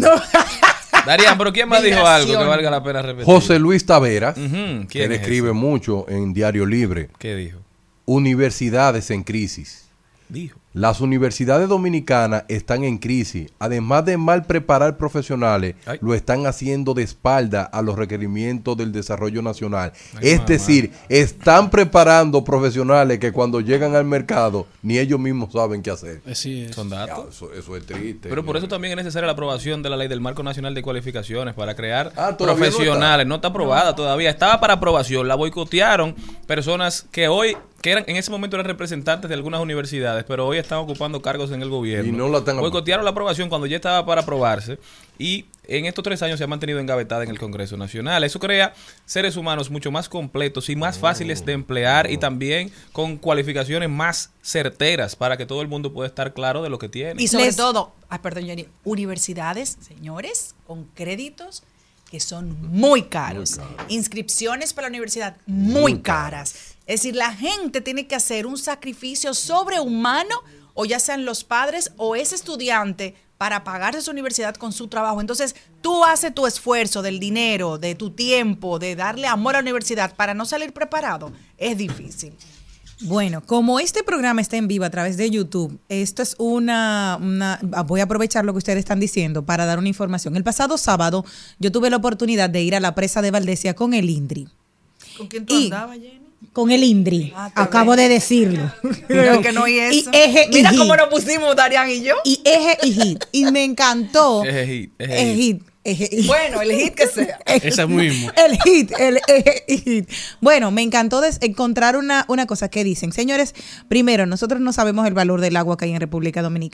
Darían, pero ¿quién más dijo algo que valga la pena repetir? José Luis Taveras, Ujú, que ¿quién él es escribe ese? mucho en Diario Libre. ¿Qué dijo? Universidades en crisis. Dijo. Las universidades dominicanas están en crisis. Además de mal preparar profesionales, Ay. lo están haciendo de espalda a los requerimientos del desarrollo nacional. Ay, es mamá. decir, están preparando profesionales que cuando llegan al mercado ni ellos mismos saben qué hacer. Así es. Son Ya, datos. eso, eso es triste. Pero por eso también es necesaria la aprobación de la ley del Marco Nacional de Cualificaciones para crear Ah, todavía no profesionales. No está aprobada todavía. Estaba para aprobación. La boicotearon personas que hoy, que eran en ese momento eran representantes de algunas universidades, pero hoy están ocupando cargos en el gobierno. Y no la están- Boicotearon la aprobación cuando ya estaba para aprobarse y en estos tres años se ha mantenido engavetada en el Congreso Nacional. Eso crea seres humanos mucho más completos y más fáciles de emplear y también con cualificaciones más certeras para que todo el mundo pueda estar claro de lo que tiene. Y sobre Les- todo, ah, perdón, Jenny, universidades, señores, con créditos que son muy caros. Inscripciones para la universidad muy caras. Es decir, la gente tiene que hacer un sacrificio sobrehumano, o ya sean los padres o ese estudiante, para pagarse su universidad con su trabajo. Entonces, tú haces tu esfuerzo del dinero, de tu tiempo, de darle amor a la universidad para no salir preparado. Es difícil. Bueno, como este programa está en vivo a través de YouTube, esto es una, una... Voy a aprovechar lo que ustedes están diciendo para dar una información. El pasado sábado yo tuve la oportunidad de ir a la presa de Valdesia con el INDRI. ¿Con quién tú Y- andabas, Jenny? Con el INDRI. Ah, te Acabo ven. de decirlo. Creo que no oí eso. Y eje y Mira hit. cómo nos pusimos, Darian y yo. Y eje y hit. Y me encantó. Eje hit, eje Eje hit. hit. Eje hit. Bueno, el hit que sea. Esa mismo. El hit, el eje y hit. Bueno, me encantó des- encontrar una, una cosa que dicen. Señores, primero, nosotros no sabemos el valor del agua que hay en República Dominicana.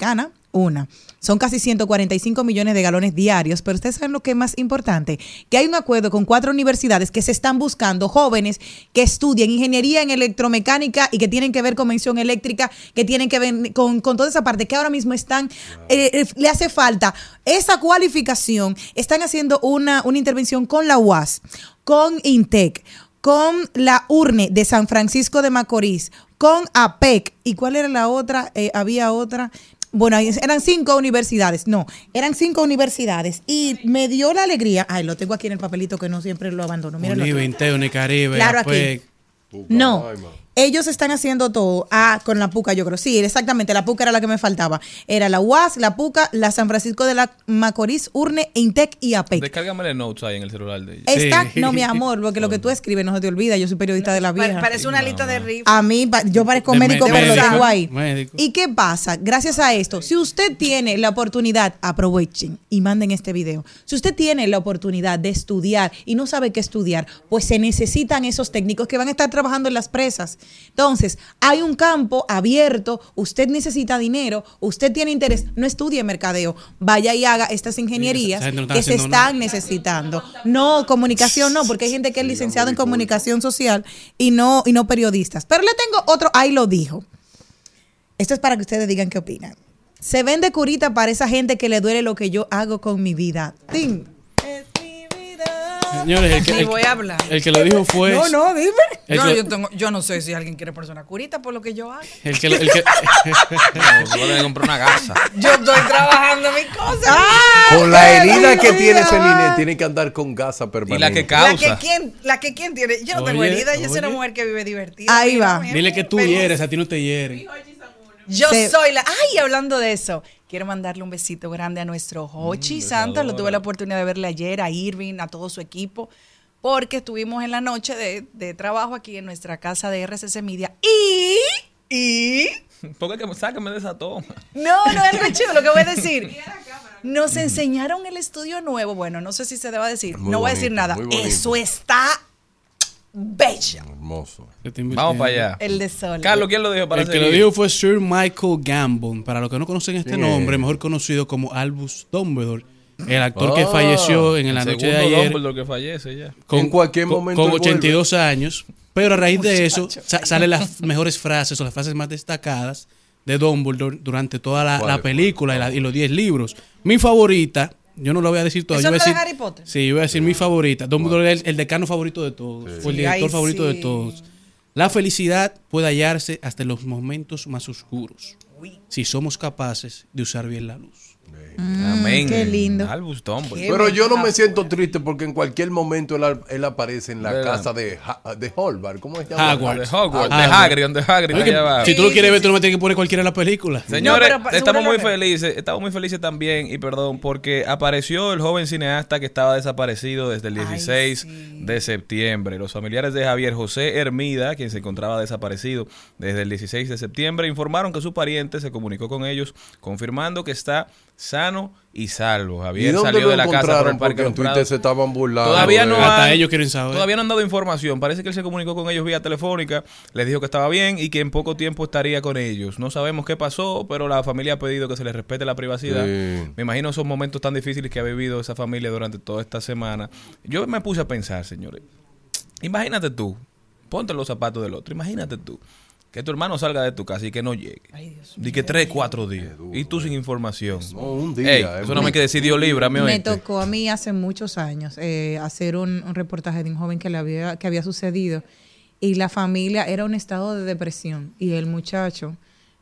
Una, son casi ciento cuarenta y cinco millones de galones diarios, pero ustedes saben lo que es más importante, que hay un acuerdo con cuatro universidades que se están buscando jóvenes que estudien ingeniería en electromecánica y que tienen que ver con mención eléctrica, que tienen que ver con, con toda esa parte, que ahora mismo están, eh, eh, le hace falta esa cualificación. Están haciendo una, una intervención con la U A S, con INTEC, con la URNE de San Francisco de Macorís, con A P E C. ¿Y cuál era la otra? Eh, había otra... Bueno, eran cinco universidades, no, eran cinco universidades y me dio la alegría, ay, lo tengo aquí en el papelito que no siempre lo abandono, mírenlo. Unive, Unicaribe, claro, aquí. No, ellos están haciendo todo. Ah, con la PUCA, yo creo. Sí, exactamente. La PUCA era la que me faltaba. Era la U A S, la PUCA, la San Francisco de la Macorís, URNE, INTEC y A P E C. Descárgame el notes ahí en el celular de ella. Está, Sí. no, mi amor, porque lo que tú escribes no se te olvida. Yo soy periodista de la vida. Pa- Parece una lista de riff. A mí, pa- yo parezco De médico, me- pero lo médico, tengo ahí. médico. ¿Y qué pasa? Gracias a esto, si usted tiene la oportunidad, aprovechen y manden este video. Si usted tiene la oportunidad de estudiar y no sabe qué estudiar, pues se necesitan esos técnicos que van a estar trabajando en las presas. Entonces, hay un campo abierto, usted necesita dinero, usted tiene interés, no estudie mercadeo, vaya y haga estas ingenierías esa gente no está que se haciendo nada. están necesitando. No, comunicación no, porque hay gente que es licenciado en comunicación social y no, y no periodistas. Pero le tengo otro, ahí lo dijo. Esto es para que ustedes digan qué opinan. Se vende curita para esa gente que le duele lo que yo hago con mi vida. ¡Tin! Es mi vida. Señores, el que, Ni el- voy a hablar. el que lo dijo fue... No, no, dime. El No, que, yo, tengo, yo no sé si alguien quiere persona curita por lo que yo hago. el que, el que- No, tú vas a comprar una gasa. Yo estoy trabajando mi cosa. Con la herida que tiene ese niño, tiene que andar con gasa Y permanente. la que La que causa. quién, la que quién tiene. Yo no tengo Oye, herida, yo soy una oye. mujer que vive divertida. Ahí Mira, va. mira, dile que tú feliz. hieres, a ti no te hieren. Yo Se- soy la. Ay, hablando de eso, quiero mandarle un besito grande a nuestro Hochi Santos. Lo tuve la oportunidad de verle ayer, a Irving, a todo su equipo, porque estuvimos en la noche de, de trabajo aquí en nuestra casa de R C C Media. Y. Y. ¿Por qué que sácame de esa toma? No, no es algo chido lo que voy a decir. Nos enseñaron el estudio nuevo. Bueno, no sé si se deba decir. Muy no voy a bonito, decir nada. muy bonito. Eso está bello. Hermoso. Vamos para allá. El de Sol. Carlos, ¿quién lo dijo para El que seguir? lo dijo fue Sir Michael Gambon. Para los que no conocen este ¿Quién nombre, es? mejor conocido como Albus Dumbledore, el actor que Ah, falleció en la El noche de segundo ayer Dumbledore que fallece ya. con, En cualquier con- momento con él ochenta y dos años. Pero a raíz de eso sa- salen las mejores frases o las frases más destacadas de Dumbledore durante toda la, ¿Cuál la es? película y, la- y los diez libros. Mi favorita, yo no lo voy a decir todavía. ¿Eso Yo voy no a de decir, Harry Potter? Sí, yo voy a decir mi favorita. Dumbledore es el, el decano favorito de todos, o el Sí. director Ay, favorito de sí. todos. La felicidad puede hallarse hasta en los momentos más oscuros, si somos capaces de usar bien la luz. Amén. qué lindo. Albus Dumbledore. Pero yo no me siento triste porque en cualquier momento él, él aparece en la ¿Verdad? casa de, Ha- de Holbar. ¿Cómo se llama? Hogwarts. De Hogwarts, de Hogwarts. Hagrid, donde Hagrid Oye, que allá abajo. si tú lo Sí, quieres sí, ver, tú no me tienes que poner cualquiera de la película. Señores, No, pero pa- estamos muy seguro lo felices, estamos muy felices también, y perdón, porque apareció el joven cineasta que estaba desaparecido desde el Ay, dieciséis sí. de septiembre. Los familiares de Javier José Hermida, quien se encontraba desaparecido desde el dieciséis de septiembre, informaron que su pariente se comunicó con ellos, confirmando que está sano y salvo. ¿Y Javier dónde salió lo de la casa por encontraron? el Parque Porque de en los Twitter Prados. se estaban burlando. Todavía no de- Hasta han- ellos quieren saber. Todavía no han dado información. Parece que él se comunicó con ellos vía telefónica, les dijo que estaba bien y que en poco tiempo estaría con ellos. No sabemos qué pasó, pero la familia ha pedido que se les respete la privacidad. Sí. Me imagino esos momentos tan difíciles que ha vivido esa familia durante toda esta semana. Yo me puse a pensar, señores. Imagínate tú, ponte los zapatos del otro. Imagínate tú que tu hermano salga de tu casa y que no llegue. Di que tres, cuatro días. Y tú sin información. No, un día. Ey, es eso no muy- me que decir Dios libre, Me oíste. tocó a mí hace muchos años eh, hacer un, un reportaje de un joven que le había que había sucedido y la familia era un estado de depresión y el muchacho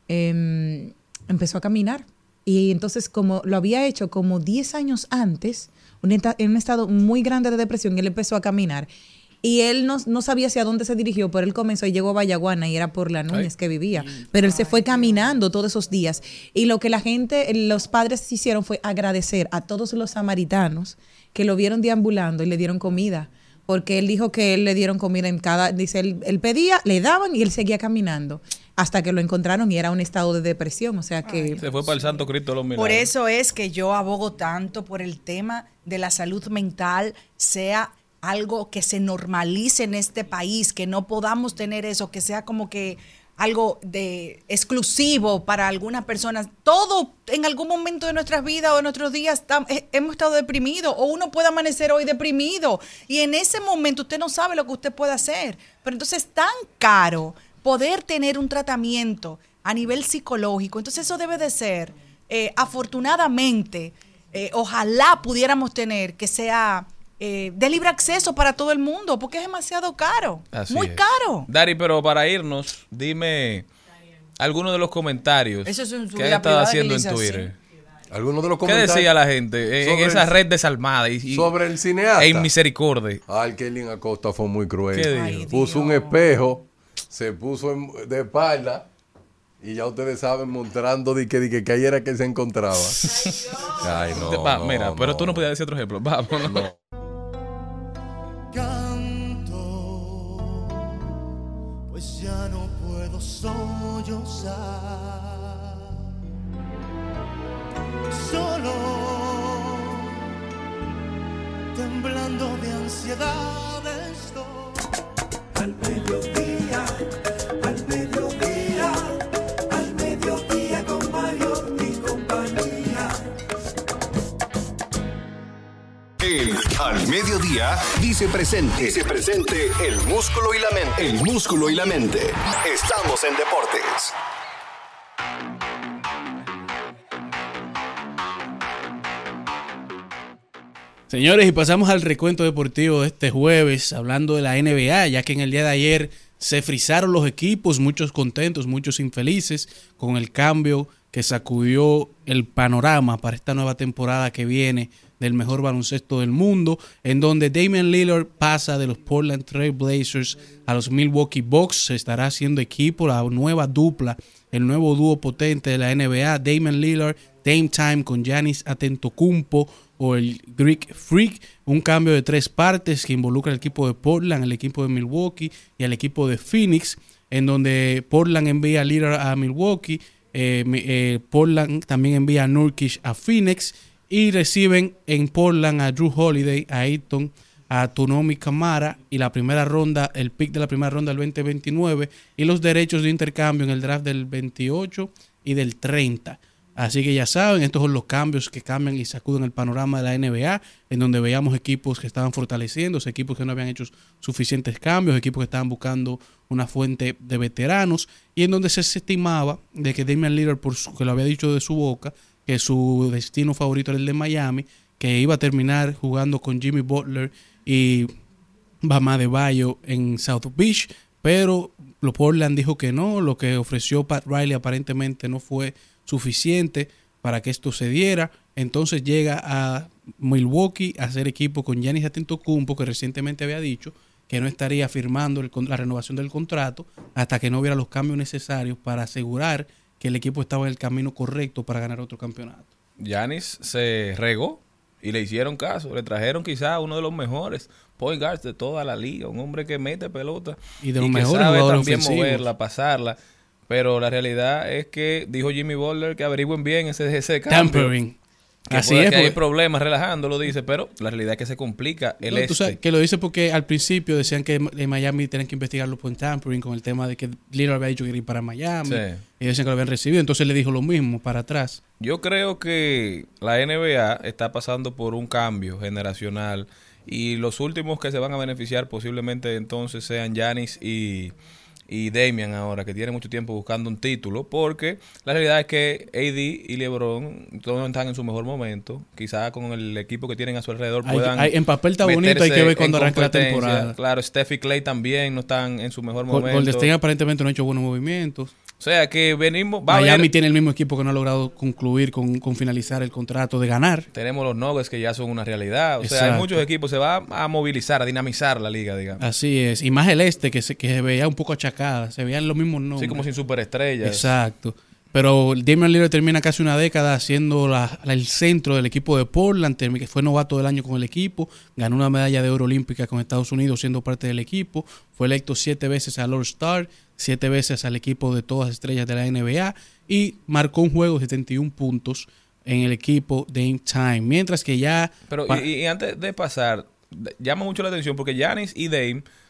eh, empezó a caminar y entonces como lo había hecho como diez años antes, un eta- en un estado muy grande de depresión, él empezó a caminar y él no, no sabía hacia dónde se dirigió, pero él comenzó y llegó a Vallaguana y era por la Núñez que vivía. Pero él se fue caminando todos esos días. Y lo que la gente, los padres hicieron fue agradecer a todos los samaritanos que lo vieron deambulando y le dieron comida. Porque él dijo que él le dieron comida en cada, dice, él, él pedía, le daban y él seguía caminando. Hasta que lo encontraron y era un estado de depresión. O sea que... Se fue para el Santo Cristo de los Milagros. Por eso es que yo abogo tanto por el tema de la salud mental, sea algo que se normalice en este país, que no podamos tener eso, que sea como que algo de exclusivo para algunas personas. Todo en algún momento de nuestras vidas o de nuestros días tam, eh, hemos estado deprimidos, o uno puede amanecer hoy deprimido y en ese momento usted no sabe lo que usted puede hacer. Pero entonces es tan caro poder tener un tratamiento a nivel psicológico. Entonces eso debe de ser, eh, afortunadamente, eh, ojalá pudiéramos tener que sea eh, de libre acceso para todo el mundo, porque es demasiado caro, Así muy es. caro. Dari, pero para irnos, dime algunos de los comentarios Eso es en su que has vida estado privada haciendo que en dice Twitter. Algunos de los ¿Qué comentarios. decía la gente en, en sobre esa el- red desalmada y, y- Sobre el cineasta. e inmisericordia? Ay, Kelly Acosta fue muy cruel. ¿Qué dijo? Ay, Puso un Dios. espejo, se puso en- de espalda y ya ustedes saben, mostrando de que, de que, que ahí era que se encontraba. Ay, no. Va, no, mira, pero no. tú no podías decir otro ejemplo. Vámonos. No. Canto, pues ya no puedo sollozar. Solo, temblando de ansiedad estoy. Al mediodía, al mediodía, al mediodía con Mario y compañía. El Al Mediodía dice presente. Dice presente el músculo y la mente. El músculo y la mente. Estamos en deportes. Señores, y pasamos al recuento deportivo de este jueves, hablando de la N B A, ya que en el día de ayer se frizaron los equipos, muchos contentos, muchos infelices, con el cambio que sacudió el panorama para esta nueva temporada que viene del mejor baloncesto del mundo, en donde Damian Lillard pasa de los Portland Trail Blazers a los Milwaukee Bucks. Se estará haciendo equipo, la nueva dupla, el nuevo dúo potente de la N B A, Damian Lillard, Dame Time con Giannis Antetokounmpo, o el Greek Freak, un cambio de tres partes que involucra al equipo de Portland, al equipo de Milwaukee y al equipo de Phoenix, en donde Portland envía a Lillard a Milwaukee, eh, eh, Portland también envía a Nurkic a Phoenix, y reciben en Portland a Drew Holiday, a Ayton, a Tonomi Camara, y la primera ronda, el pick de la primera ronda del veinte veintinueve, y los derechos de intercambio en el draft del veintiocho y del treinta. Así que ya saben, estos son los cambios que cambian y sacuden el panorama de la N B A, en donde veíamos equipos que estaban fortaleciéndose, equipos que no habían hecho suficientes cambios, equipos que estaban buscando una fuente de veteranos, y en donde se estimaba de que Damian Lillard, por su, que lo había dicho de su boca, que su destino favorito era el de Miami, que iba a terminar jugando con Jimmy Butler y Bam Adebayo en South Beach, pero lo Portland dijo que no, lo que ofreció Pat Riley aparentemente no fue suficiente para que esto se diera. Entonces llega a Milwaukee a hacer equipo con Giannis Antetokounmpo, que recientemente había dicho que no estaría firmando el, la renovación del contrato hasta que no hubiera los cambios necesarios para asegurar que el equipo estaba en el camino correcto para ganar otro campeonato. Giannis se regó y le hicieron caso. Le trajeron quizás uno de los mejores point guards de toda la liga, un hombre que mete pelota Y de los que mejores sabe jugadores también ofensivos. moverla, pasarla. Pero la realidad es que dijo Jimmy Butler que averigüen bien ese, ese cambio. Tampering. Que Así puede es. que hay porque- problemas relajándolo, dice, pero la realidad es que se complica el No, este. tú sabes que lo dice porque al principio decían que en Miami tenían que investigarlo por tampering con el tema de que Lillard había dicho que iba a ir para Miami. Sí. Y decían que lo habían recibido. Entonces le dijo lo mismo para atrás. Yo creo que la N B A está pasando por un cambio generacional y los últimos que se van a beneficiar posiblemente entonces sean Giannis y, y Damian ahora, que tienen mucho tiempo buscando un título, porque la realidad es que A D y LeBron todos están en su mejor momento. Quizás con el equipo que tienen a su alrededor Hay- puedan hay- en papel está bonito, hay que meterse ver cuando en arranque la competencia. temporada. Claro, Steph y Clay también no están en su mejor Gol- momento. Golden State aparentemente no ha hecho buenos movimientos. O sea que venimos... Va a Miami haber- tiene el mismo equipo que no ha logrado concluir con, con finalizar el contrato de ganar. Tenemos los Nuggets que ya son una realidad. O sea, hay Exacto. muchos equipos. Se va a movilizar, a dinamizar la liga, digamos. Así es. Y más el este, que se, que se veía un poco achacada. Se veían los mismos nombres. Así como sin superestrellas. Exacto. Pero Damian Lillard termina casi una década siendo la- la- el centro del equipo de Portland, termi- que fue novato del año con el equipo, ganó una medalla de oro olímpica con Estados Unidos siendo parte del equipo, fue electo siete veces al All-Star, siete veces al equipo de todas las estrellas de la N B A y marcó un juego de setenta y un puntos en el equipo Dame Time. Mientras que ya... Pero pa- y, y antes de pasar, llama mucho la atención porque Giannis y Dame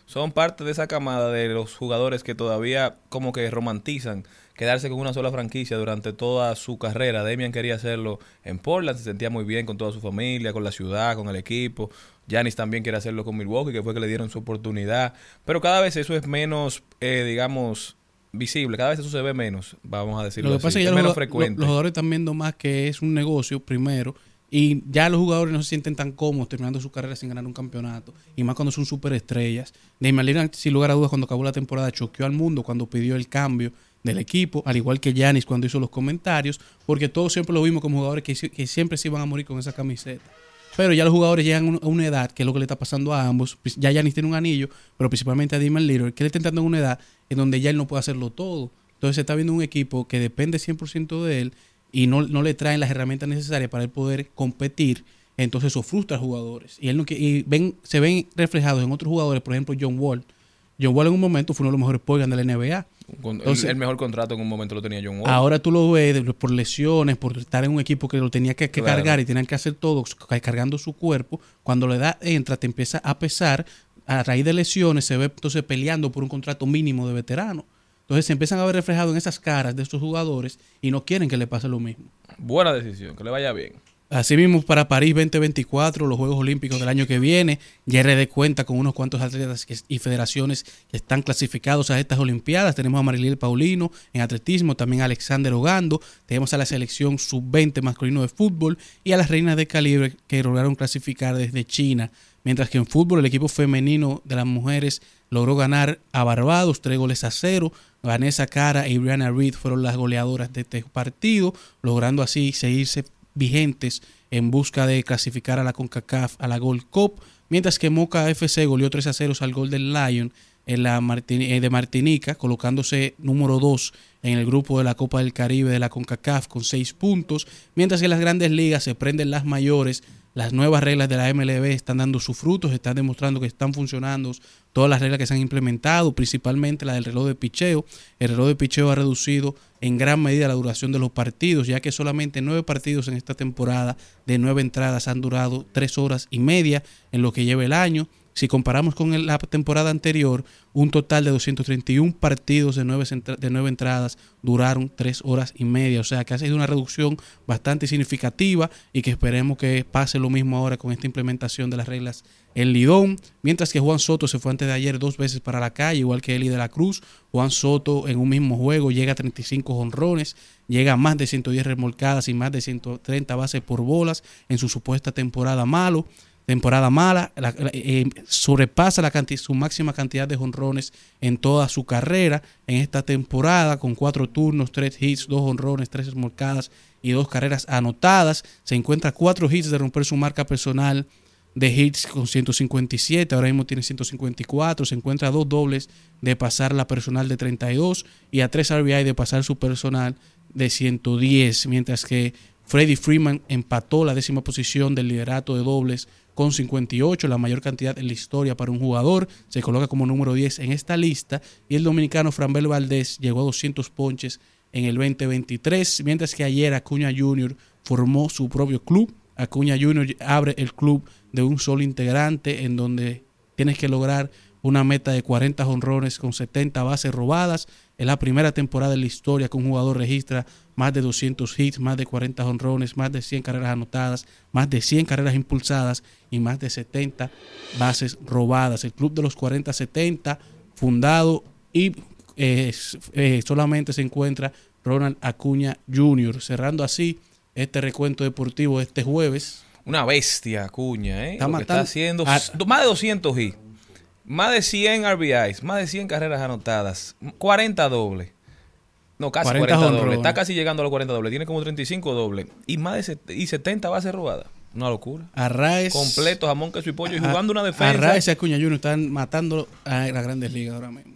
son parte de esa camada de los jugadores que todavía como que romantizan quedarse con una sola franquicia durante toda su carrera. Damian quería hacerlo en Portland, se sentía muy bien con toda su familia, con la ciudad, con el equipo. Giannis también quiere hacerlo con Milwaukee, que fue que le dieron su oportunidad. Pero cada vez eso es menos, eh, digamos, visible. Cada vez eso se ve menos, vamos a decirlo Lo que así. pasa es que ya es los, menos jugad- frecuente. los jugadores están viendo más que es un negocio primero. Y ya los jugadores no se sienten tan cómodos terminando su carrera sin ganar un campeonato. Y más cuando son superestrellas. Damian Lillard, sin lugar a dudas, cuando acabó la temporada, choqueó al mundo cuando pidió el cambio del equipo, al igual que Giannis cuando hizo los comentarios, porque todos siempre lo vimos como jugadores que, que siempre se iban a morir con esa camiseta. Pero ya los jugadores llegan a una edad, que es lo que le está pasando a ambos. Ya Giannis tiene un anillo, pero principalmente a Damian Lillard, que él está entrando en una edad en donde ya él no puede hacerlo todo. Entonces se está viendo un equipo que depende cien por ciento de él y no, no le traen las herramientas necesarias para él poder competir. Entonces eso frustra a jugadores. Y, él no, y ven, se ven reflejados en otros jugadores, por ejemplo John Wall. John Wall en un momento fue uno de los mejores point guard de la N B A. Entonces, el, el mejor contrato en un momento lo tenía John Wall. Ahora tú lo ves por lesiones, por estar en un equipo que lo tenía que, que Claro. cargar y tenían que hacer todo cargando su cuerpo. Cuando la edad entra, te empieza a pesar. A raíz de lesiones se ve entonces peleando por un contrato mínimo de veterano. Entonces se empiezan a ver reflejados en esas caras de estos jugadores y no quieren que le pase lo mismo. Buena decisión, que le vaya bien. Asimismo, para París veinte veinticuatro, los Juegos Olímpicos del año que viene, ya R D cuenta con unos cuantos atletas que- y federaciones que están clasificados a estas Olimpiadas. Tenemos a Mariliel Paulino en atletismo, también a Alexander Ogando, tenemos a la selección sub veinte masculino de fútbol y a las reinas de calibre que lograron clasificar desde China. Mientras que en fútbol el equipo femenino de las mujeres logró ganar a Barbados tres goles a cero. Vanessa Cara y Brianna Reed fueron las goleadoras de este partido, logrando así seguirse vigentes en busca de clasificar a la CONCACAF a la Gold Cup, mientras que Moca F C goleó tres a cero al Golden Lion en la Martin- eh, de Martinica, colocándose número dos en el grupo de la Copa del Caribe de la CONCACAF con seis puntos, mientras que en las grandes ligas se prenden las mayores. Las nuevas reglas de la M L B están dando sus frutos, están demostrando que están funcionando todas las reglas que se han implementado, principalmente la del reloj de picheo. El reloj de picheo ha reducido en gran medida la duración de los partidos, ya que solamente nueve partidos en esta temporada de nueve entradas han durado tres horas y media en lo que lleva el año. Si comparamos con el- la temporada anterior, un total de doscientos treinta y uno partidos de nueve, entra- de nueve entradas duraron tres horas y media. O sea que ha sido una reducción bastante significativa y que esperemos que pase lo mismo ahora con esta implementación de las reglas en Lidón. Mientras que Juan Soto se fue antes de ayer dos veces para la calle, igual que Eli de la Cruz. Juan Soto en un mismo juego llega a treinta y cinco jonrones, llega a más de ciento diez remolcadas y más de ciento treinta bases por bolas en su supuesta temporada malo. Temporada mala, la- la- eh, sobrepasa la canti- su máxima cantidad de jonrones en toda su carrera en esta temporada, con cuatro turnos, tres hits, dos jonrones, tres remolcadas y dos carreras anotadas. Se encuentra cuatro hits de romper su marca personal de hits con ciento cincuenta y siete, ahora mismo tiene ciento cincuenta y cuatro, se encuentra a dos dobles de pasar la personal de treinta y dos y a tres R B I de pasar su personal de ciento diez, mientras que Freddie Freeman empató la décima posición del liderato de dobles con cincuenta y ocho, la mayor cantidad en la historia para un jugador. Se coloca como número diez en esta lista. Y el dominicano Framber Valdez llegó a doscientos ponches en el veinte veintitrés, mientras que ayer Acuña junior formó su propio club. Acuña junior abre el club de un solo integrante, en donde tienes que lograr una meta de cuarenta jonrones con setenta bases robadas. Es la primera temporada en la historia que un jugador registra más de doscientos hits, más de cuarenta jonrones, más de cien carreras anotadas, más de cien carreras impulsadas y más de setenta bases robadas. El club de los cuarenta setenta, fundado y eh, eh, solamente se encuentra Ronald Acuña junior Cerrando así este recuento deportivo de este jueves. Una bestia, Acuña, ¿eh? Está Lo que está matando- haciendo a- más de doscientos hits, más de cien R B Is, más de cien carreras anotadas, cuarenta dobles. No, casi cuarenta cuarenta dobles. jonrones. Está casi llegando a los cuarenta dobles. Tiene como treinta y cinco dobles y más de set- y setenta bases robadas. Una locura. Arraez, Completo, jamón, queso y pollo y a- jugando una defensa. Arraez y Acuña junior están matando a las grandes ligas ahora mismo.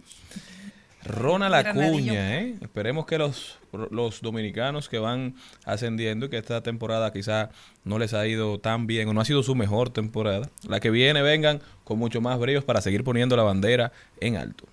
Ronald Granadillo. Acuña, ¿eh? Esperemos que los, los dominicanos que van ascendiendo y que esta temporada quizá no les ha ido tan bien o no ha sido su mejor temporada, la que viene vengan con mucho más bríos para seguir poniendo la bandera en alto.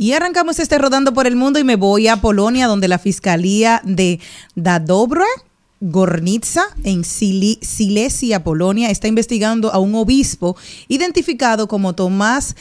Y arrancamos este rodando por el mundo y me voy a Polonia, donde la Fiscalía de Dobrogę Górnicza, en Sili- Silesia, Polonia, está investigando a un obispo identificado como Tomás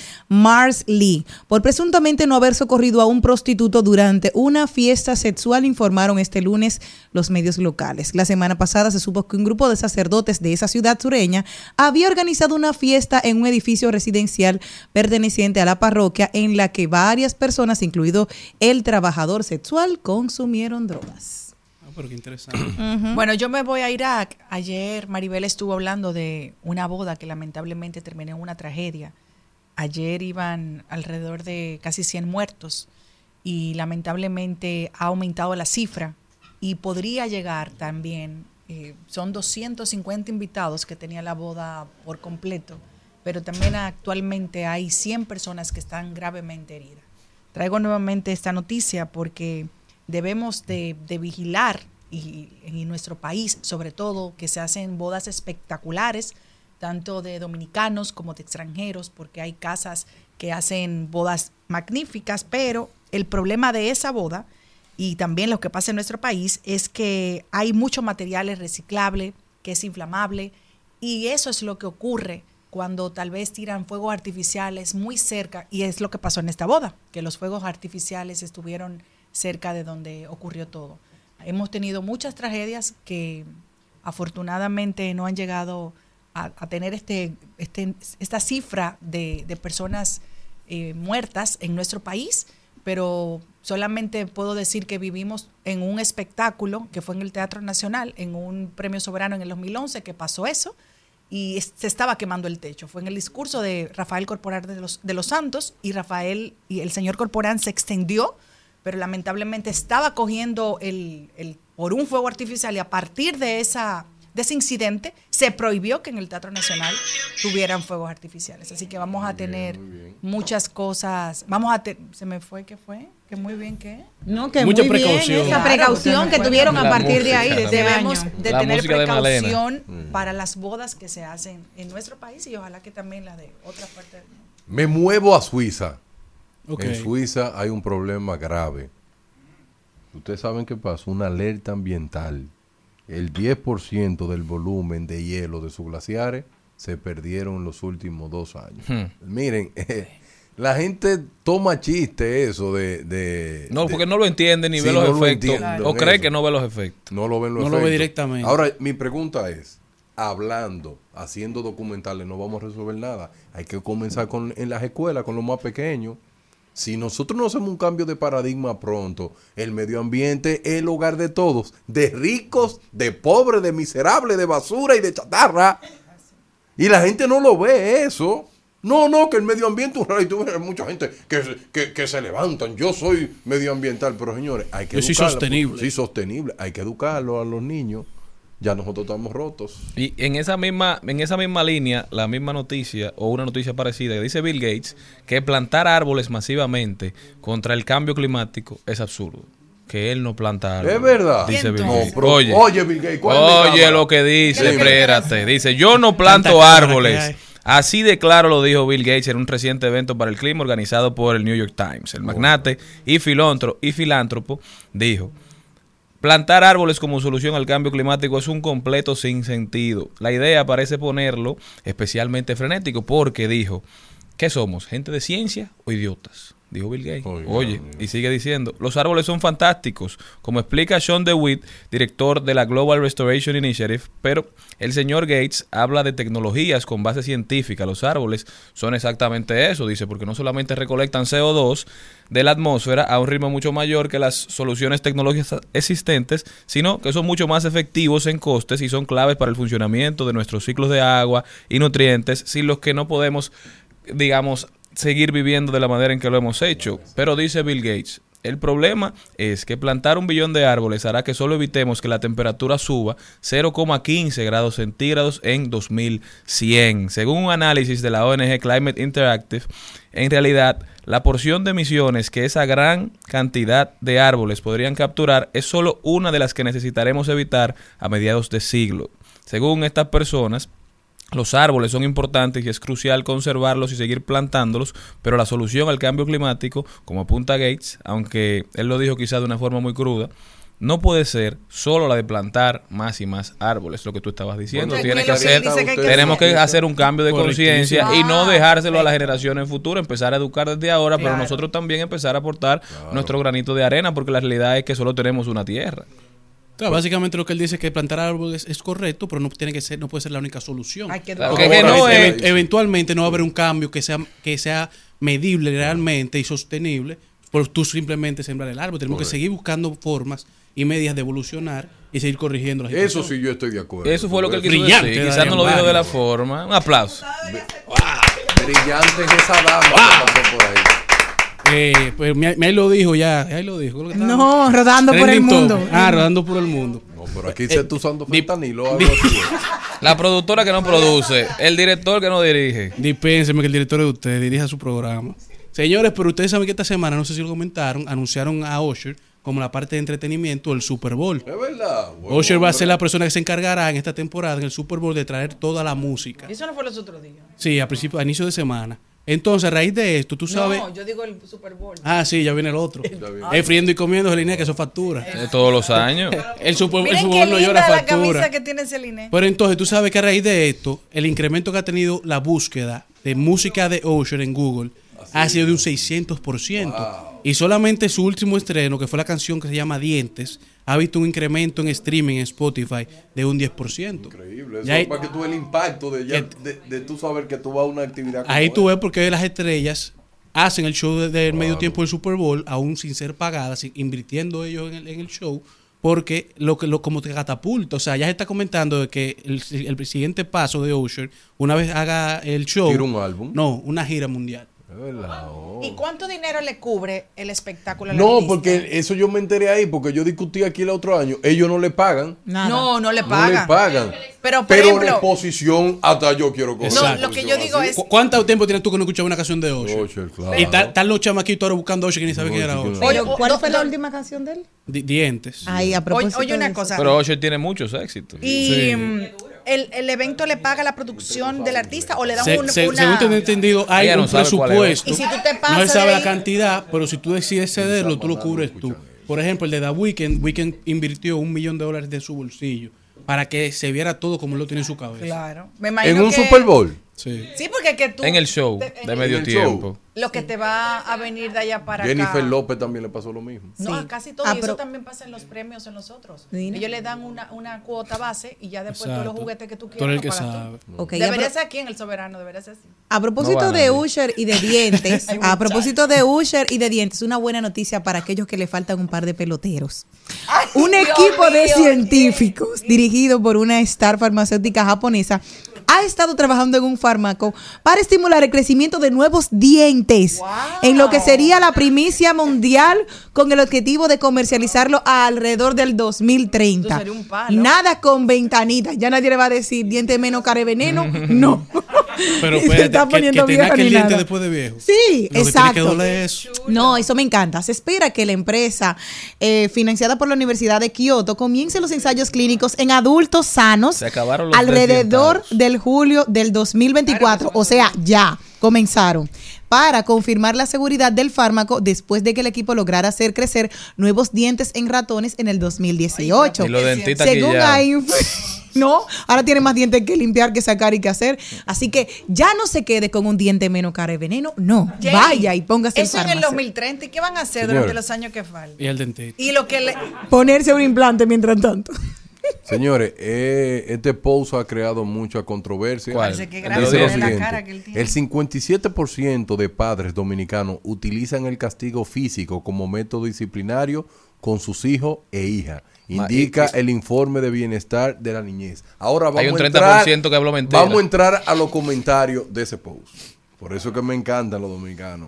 Marsli por presuntamente no haber socorrido a un prostituto durante una fiesta sexual, informaron este lunes los medios locales. La semana pasada se supo que un grupo de sacerdotes de esa ciudad sureña había organizado una fiesta en un edificio residencial perteneciente a la parroquia en la que varias personas, incluido el trabajador sexual, consumieron drogas. Pero qué interesante. Uh-huh. Bueno, yo me voy a Irak. Ayer Maribel estuvo hablando de una boda que lamentablemente terminó en una tragedia. Ayer iban alrededor de casi cien muertos y lamentablemente ha aumentado la cifra y podría llegar también, eh, son doscientos cincuenta invitados que tenía la boda por completo, pero también actualmente hay cien personas que están gravemente heridas. Traigo nuevamente esta noticia porque debemos de, de vigilar y en nuestro país, sobre todo, que se hacen bodas espectaculares, tanto de dominicanos como de extranjeros, porque hay casas que hacen bodas magníficas, pero el problema de esa boda y también lo que pasa en nuestro país es que hay mucho material reciclable, que es inflamable, y eso es lo que ocurre cuando tal vez tiran fuegos artificiales muy cerca, y es lo que pasó en esta boda, que los fuegos artificiales estuvieron cerca de donde ocurrió todo. Hemos tenido muchas tragedias que afortunadamente no han llegado a, a tener este, este, esta cifra de, de personas eh, muertas en nuestro país, pero solamente puedo decir que vivimos en un espectáculo que fue en el Teatro Nacional, en un premio soberano en el dos mil once que pasó eso, y se estaba quemando el techo. Fue en el discurso de Rafael Corporán de los, de los Santos, y Rafael y el señor Corporán se extendió, pero lamentablemente estaba cogiendo el, el por un fuego artificial, y a partir de esa de ese incidente se prohibió que en el Teatro Nacional tuvieran fuegos artificiales. Así que vamos a tener muchas cosas. Vamos a te, se me fue ¿qué fue? Que muy bien ¿qué? No, que mucha muy precaución. bien esa precaución que tuvieron a partir música, de ahí, de ese Debemos año. de La tener música de precaución Malena. para las bodas que se hacen en nuestro país y ojalá que también las de otras partes del mundo. Me muevo a Suiza. Ok. En Suiza hay un problema grave. Ustedes saben qué pasa, una alerta ambiental. El diez por ciento del volumen de hielo de sus glaciares se perdieron en los últimos dos años. Hmm. Miren, eh, la gente toma chiste eso de... de No, de- porque no lo entiende ni Sí, ve los no lo efectos. entienden O cree eso. que no ve los efectos. No lo ven los No lo ve efectos. directamente. Ahora, mi pregunta es, hablando, haciendo documentales, no vamos a resolver nada. Hay que comenzar con en las escuelas, con los más pequeños. Si nosotros no hacemos un cambio de paradigma pronto, el medio ambiente es el hogar de todos, de ricos, de pobres, de miserables, de basura y de chatarra. Y la gente no lo ve eso. No, no, que el medio ambiente, y tú ves mucha gente que, que, que se levantan. Yo soy medioambiental, pero señores, hay que Yo soy educarlo. sostenible. Sí, sostenible. Hay que educarlo a los niños. Ya nosotros estamos rotos. Y en esa misma en esa misma línea, la misma noticia o una noticia parecida, dice Bill Gates que plantar árboles masivamente contra el cambio climático es absurdo. Que él no planta árboles. Es verdad. Dice Bill No, Gates. pero- oye, oye, Bill Gates, ¿cuál es mi oye cámara? lo que dice, Dime. espérate. Dice, yo no planto Tanta cámara que árboles. hay. Así de claro lo dijo Bill Gates en un reciente evento para el clima organizado por el New York Times. El magnate y filántropo, y filántropo dijo: plantar árboles como solución al cambio climático es un completo sinsentido. La idea parece ponerlo especialmente frenético porque dijo, ¿qué somos? ¿Gente de ciencia o idiotas? Dijo Bill Gates. Oiga, Oye, amigo. y sigue diciendo, los árboles son fantásticos, como explica Sean DeWitt, director de la Global Restoration Initiative, pero el señor Gates habla de tecnologías con base científica. Los árboles son exactamente eso, dice, porque no solamente recolectan C O dos de la atmósfera a un ritmo mucho mayor que las soluciones tecnológicas existentes, sino que son mucho más efectivos en costes y son claves para el funcionamiento de nuestros ciclos de agua y nutrientes, sin los que no podemos, digamos, seguir viviendo de la manera en que lo hemos hecho. Pero dice Bill Gates, el problema es que plantar un billón de árboles hará que solo evitemos que la temperatura suba cero coma quince grados centígrados en dos mil cien. Según un análisis de la O N G Climate Interactive, en realidad la porción de emisiones que esa gran cantidad de árboles podrían capturar es solo una de las que necesitaremos evitar a mediados de siglo. Según estas personas, Los árboles son importantes y es crucial conservarlos y seguir plantándolos, pero la solución al cambio climático, como apunta Gates, aunque él lo dijo quizá de una forma muy cruda, no puede ser solo la de plantar más y más árboles, lo que tú estabas diciendo. Bueno, Tiene es que que hacer, lo que él dice que hay que tenemos hacer. que hacer un cambio de conciencia y no Ah, dejárselo a las perfecto. generaciones futuras, empezar a educar desde ahora, pero Claro. nosotros también empezar a aportar nuestro granito de arena, porque la realidad es que solo tenemos una tierra. Claro, básicamente lo que él dice es que plantar árboles es correcto, pero no tiene que ser, no puede ser la única solución. Hay que Claro, Porque que no even- es- eventualmente no va a haber un cambio que sea que sea medible realmente y sostenible por tú simplemente sembrar el árbol. Tenemos Correcto. que seguir buscando formas y medidas de evolucionar y seguir corrigiendo las Eso sí, yo estoy de acuerdo. Eso fue lo que él quiso Brillante, decir. Quizás Darían no lo dijo de la Barrio. forma. Un aplauso. Brillante es esa dama que pasó por ahí. Eh, pues mi- mi- ahí lo dijo ya, ahí lo dijo. Creo que estaba- No, rodando por el Trending mundo. topic. Ah, rodando por el mundo. No, pero aquí se está usando di- fentanilo o algo así. La productora que no produce, el director que no dirige. Dispénseme que el director de ustedes dirija su programa. Señores, pero ustedes saben que esta semana, no sé si lo comentaron, anunciaron a Usher como la parte de entretenimiento del Super Bowl. Es verdad. Bueno, Usher va a ser hombre. la persona que se encargará en esta temporada, en el Super Bowl, de traer toda la música. Eso no fue los otros días. Sí, a principio, a inicio de semana. Entonces, a raíz de esto, tú sabes... No, yo digo el Super Bowl. Ah, sí, ya viene el otro. viene. Es friendo y comiendo, Celine, que eso factura. De todos los años. El Super, el Miren Super qué Bowl no llora linda la factura. camisa que tiene Celine. Pero entonces, tú sabes que a raíz de esto, el incremento que ha tenido la búsqueda de música de Usher en Google ha sido de un seiscientos por ciento. Y solamente su último estreno, que fue la canción que se llama Dientes, ha visto un incremento en streaming en Spotify de un diez por ciento. Increíble. Eso Ya hay- es para que tú veas el impacto de, ya- Que- de, de tú saber que tú vas a una actividad como Ahí tú esa. ves porque las estrellas hacen el show de- del medio tiempo del Super Bowl, aún sin ser pagadas, sin- invirtiendo ellos en el, en el show, porque lo que lo como te catapulta. O sea, ya se está comentando de que el, el siguiente paso de Usher, una vez haga el show, ¿Tira un álbum? no, una gira mundial. Es verdad. oh. ¿Y cuánto dinero le cubre el espectáculo al No, artista? porque eso yo me enteré ahí, porque yo discutí aquí el otro año. Ellos no le pagan. Nada. No, no le No pagan. le pagan. Pero, por Pero ejemplo, la exposición, hasta yo quiero coger. No, una lo que yo exposición digo así. es- ¿Cu- ¿Cuánto tiempo tienes tú que no escuchabas una canción de Usher? Usher, claro. Y ta- están los chamaquitos ahora buscando a Usher que ni sabe No, quién era sí que Usher. no. Pero, Oye, ¿cuál no, fue la no. última canción de él? Di- Dientes. Ay, a oye, propósito oye una de cosa. Pero Usher tiene muchos éxitos. y Sí. mm, el, el evento le paga la producción del artista o le dan Se- un, se- una... según tengo entendido, hay Ella no un sabe cuál es. presupuesto. Y si tú te no pasas se sabe de la ahí- cantidad, pero si tú decides cederlo, tú lo cubres tú. Por ejemplo, el de The Weeknd, Weeknd invirtió un millón de dólares de su bolsillo para que se viera todo como él lo tiene en su cabeza. Claro. Me imagino En un que- Super Bowl. Sí. Sí, porque que tú... En el show te- de medio el show. tiempo. Lo que te va a venir de allá para Jennifer acá. López también le pasó lo mismo. No, Sí. casi todo. Ah, y pero- eso también pasa en los premios en los otros. Mira. Ellos le dan una, una cuota base y ya después todos los Exacto. juguetes que tú Tú quieras eres lo el que pagas sabe. tú. Ok, ya Debería pro- ser aquí en El Soberano, debería ser así. A propósito No va de nadie. Usher y de dientes, a propósito de Usher y de dientes, una buena noticia para aquellos que le faltan un par de peloteros. Un Dios equipo de mío, científicos dirigido por una star farmacéutica japonesa ha estado trabajando en un fármaco para estimular el crecimiento de nuevos dientes, Wow. en lo que sería la primicia mundial con el objetivo de comercializarlo alrededor del dos mil treinta. Esto sería un palo. Nada con ventanitas, ya nadie le va a decir diente menos care veneno, no. Pero Y se espérate, está que, poniendo que te naque viejo el ni diente nada. después de viejo. Sí, Lo que tiene que exacto. doler es- No, eso me encanta. Se espera que la empresa eh, financiada por la Universidad de Kioto comience los ensayos clínicos en adultos sanos Se acabaron los alrededor desdientados. del julio del dos mil veinticuatro. O sea, ya comenzaron. Para confirmar la seguridad del fármaco después de que el equipo lograra hacer crecer nuevos dientes en ratones en el dos mil dieciocho. Y los dentistas Según quillados. hay no, ahora tiene más dientes que limpiar, que sacar y que hacer. Así que ya no se quede con un diente menos cara de veneno. No, Jay, vaya y póngase eso el en el farmacia. dos mil treinta. ¿Y qué van a hacer Señor. durante los años que faltan? Y el dentista. Y lo que le... Ponerse un implante mientras tanto. Señores, eh, este post ha creado mucha controversia. ¿Cuál? Parece que Dice grande lo de la siguiente, cara que él tiene. el cincuenta y siete por ciento de padres dominicanos utilizan el castigo físico como método disciplinario con sus hijos e hijas. Ma- Indica y- el informe de bienestar de la niñez. Ahora vamos Hay un a treinta entrar, por ciento que habló mentira. vamos a entrar a los comentarios de ese post. Por eso es que me encantan los dominicanos.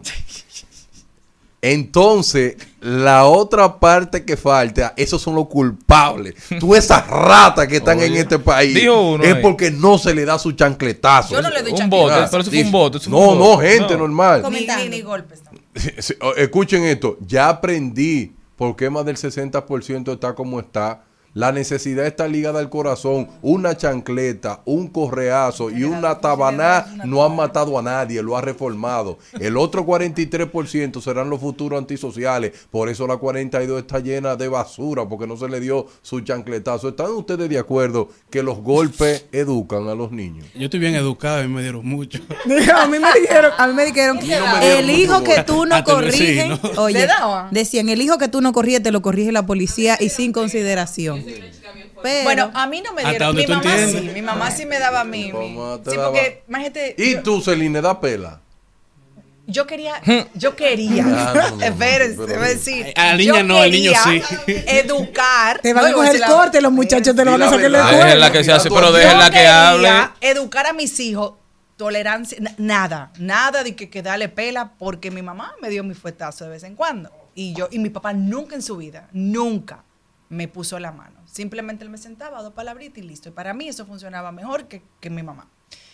Entonces, la otra parte que falta, esos son los culpables. Tú esas ratas que están Oye, en este país dijo uno es ahí. porque no se le da su chancletazo. Yo no le doy Un chancletazo. voto, pero eso fue un voto. eso fue No, un no, voto. gente No. normal. Ni, Comentando. ni, ni golpes. Sí, Escuchen esto, ya aprendí por qué más del sesenta por ciento está como está, La necesidad está ligada al corazón. Una chancleta, un correazo y una tabaná no han matado a nadie, lo ha reformado. El otro cuarenta y tres por ciento serán los futuros antisociales. Por eso la cuarenta y dos está llena de basura, porque no se le dio su chancletazo. ¿Están ustedes de acuerdo que los golpes educan a los niños? Yo estoy bien educado y me dieron mucho. a mí me dijeron, a mí me dijeron, no me dieron el hijo mucho que golpe. tú no Hasta el corriges, vecino. oye, ¿Le daban? decían, el hijo que tú no corriges te lo corrige la policía y sin consideración. Pero, Bueno, a mí no me Hasta dieron. donde Mi tú mamá sí, entiendes. mi mamá sí me daba a mí. Tu mi- mamá te Sí, daba. porque, imagínate. ¿Y yo- tú, Celine, da pela? Yo quería, yo quería, Ah, no, no, no, espérense, pero- te voy a decir. A la niña yo no, al niño quería sí. Educar. te van no, a yo voy coger decir el la- corte, los muchachos te lo Sí, van a la sacar de la verdad. escuela. Déjenla que se hace, pero Yo déjenla que quería hable. educar a mis hijos, tolerancia, na- nada, nada de que, que darle pela, porque mi mamá me dio mi fuetazo de vez en cuando. Y yo, y mi papá nunca en su vida, nunca me puso la mano. Simplemente él me sentaba, dos palabritas y listo. Y para mí eso funcionaba mejor que, que mi mamá.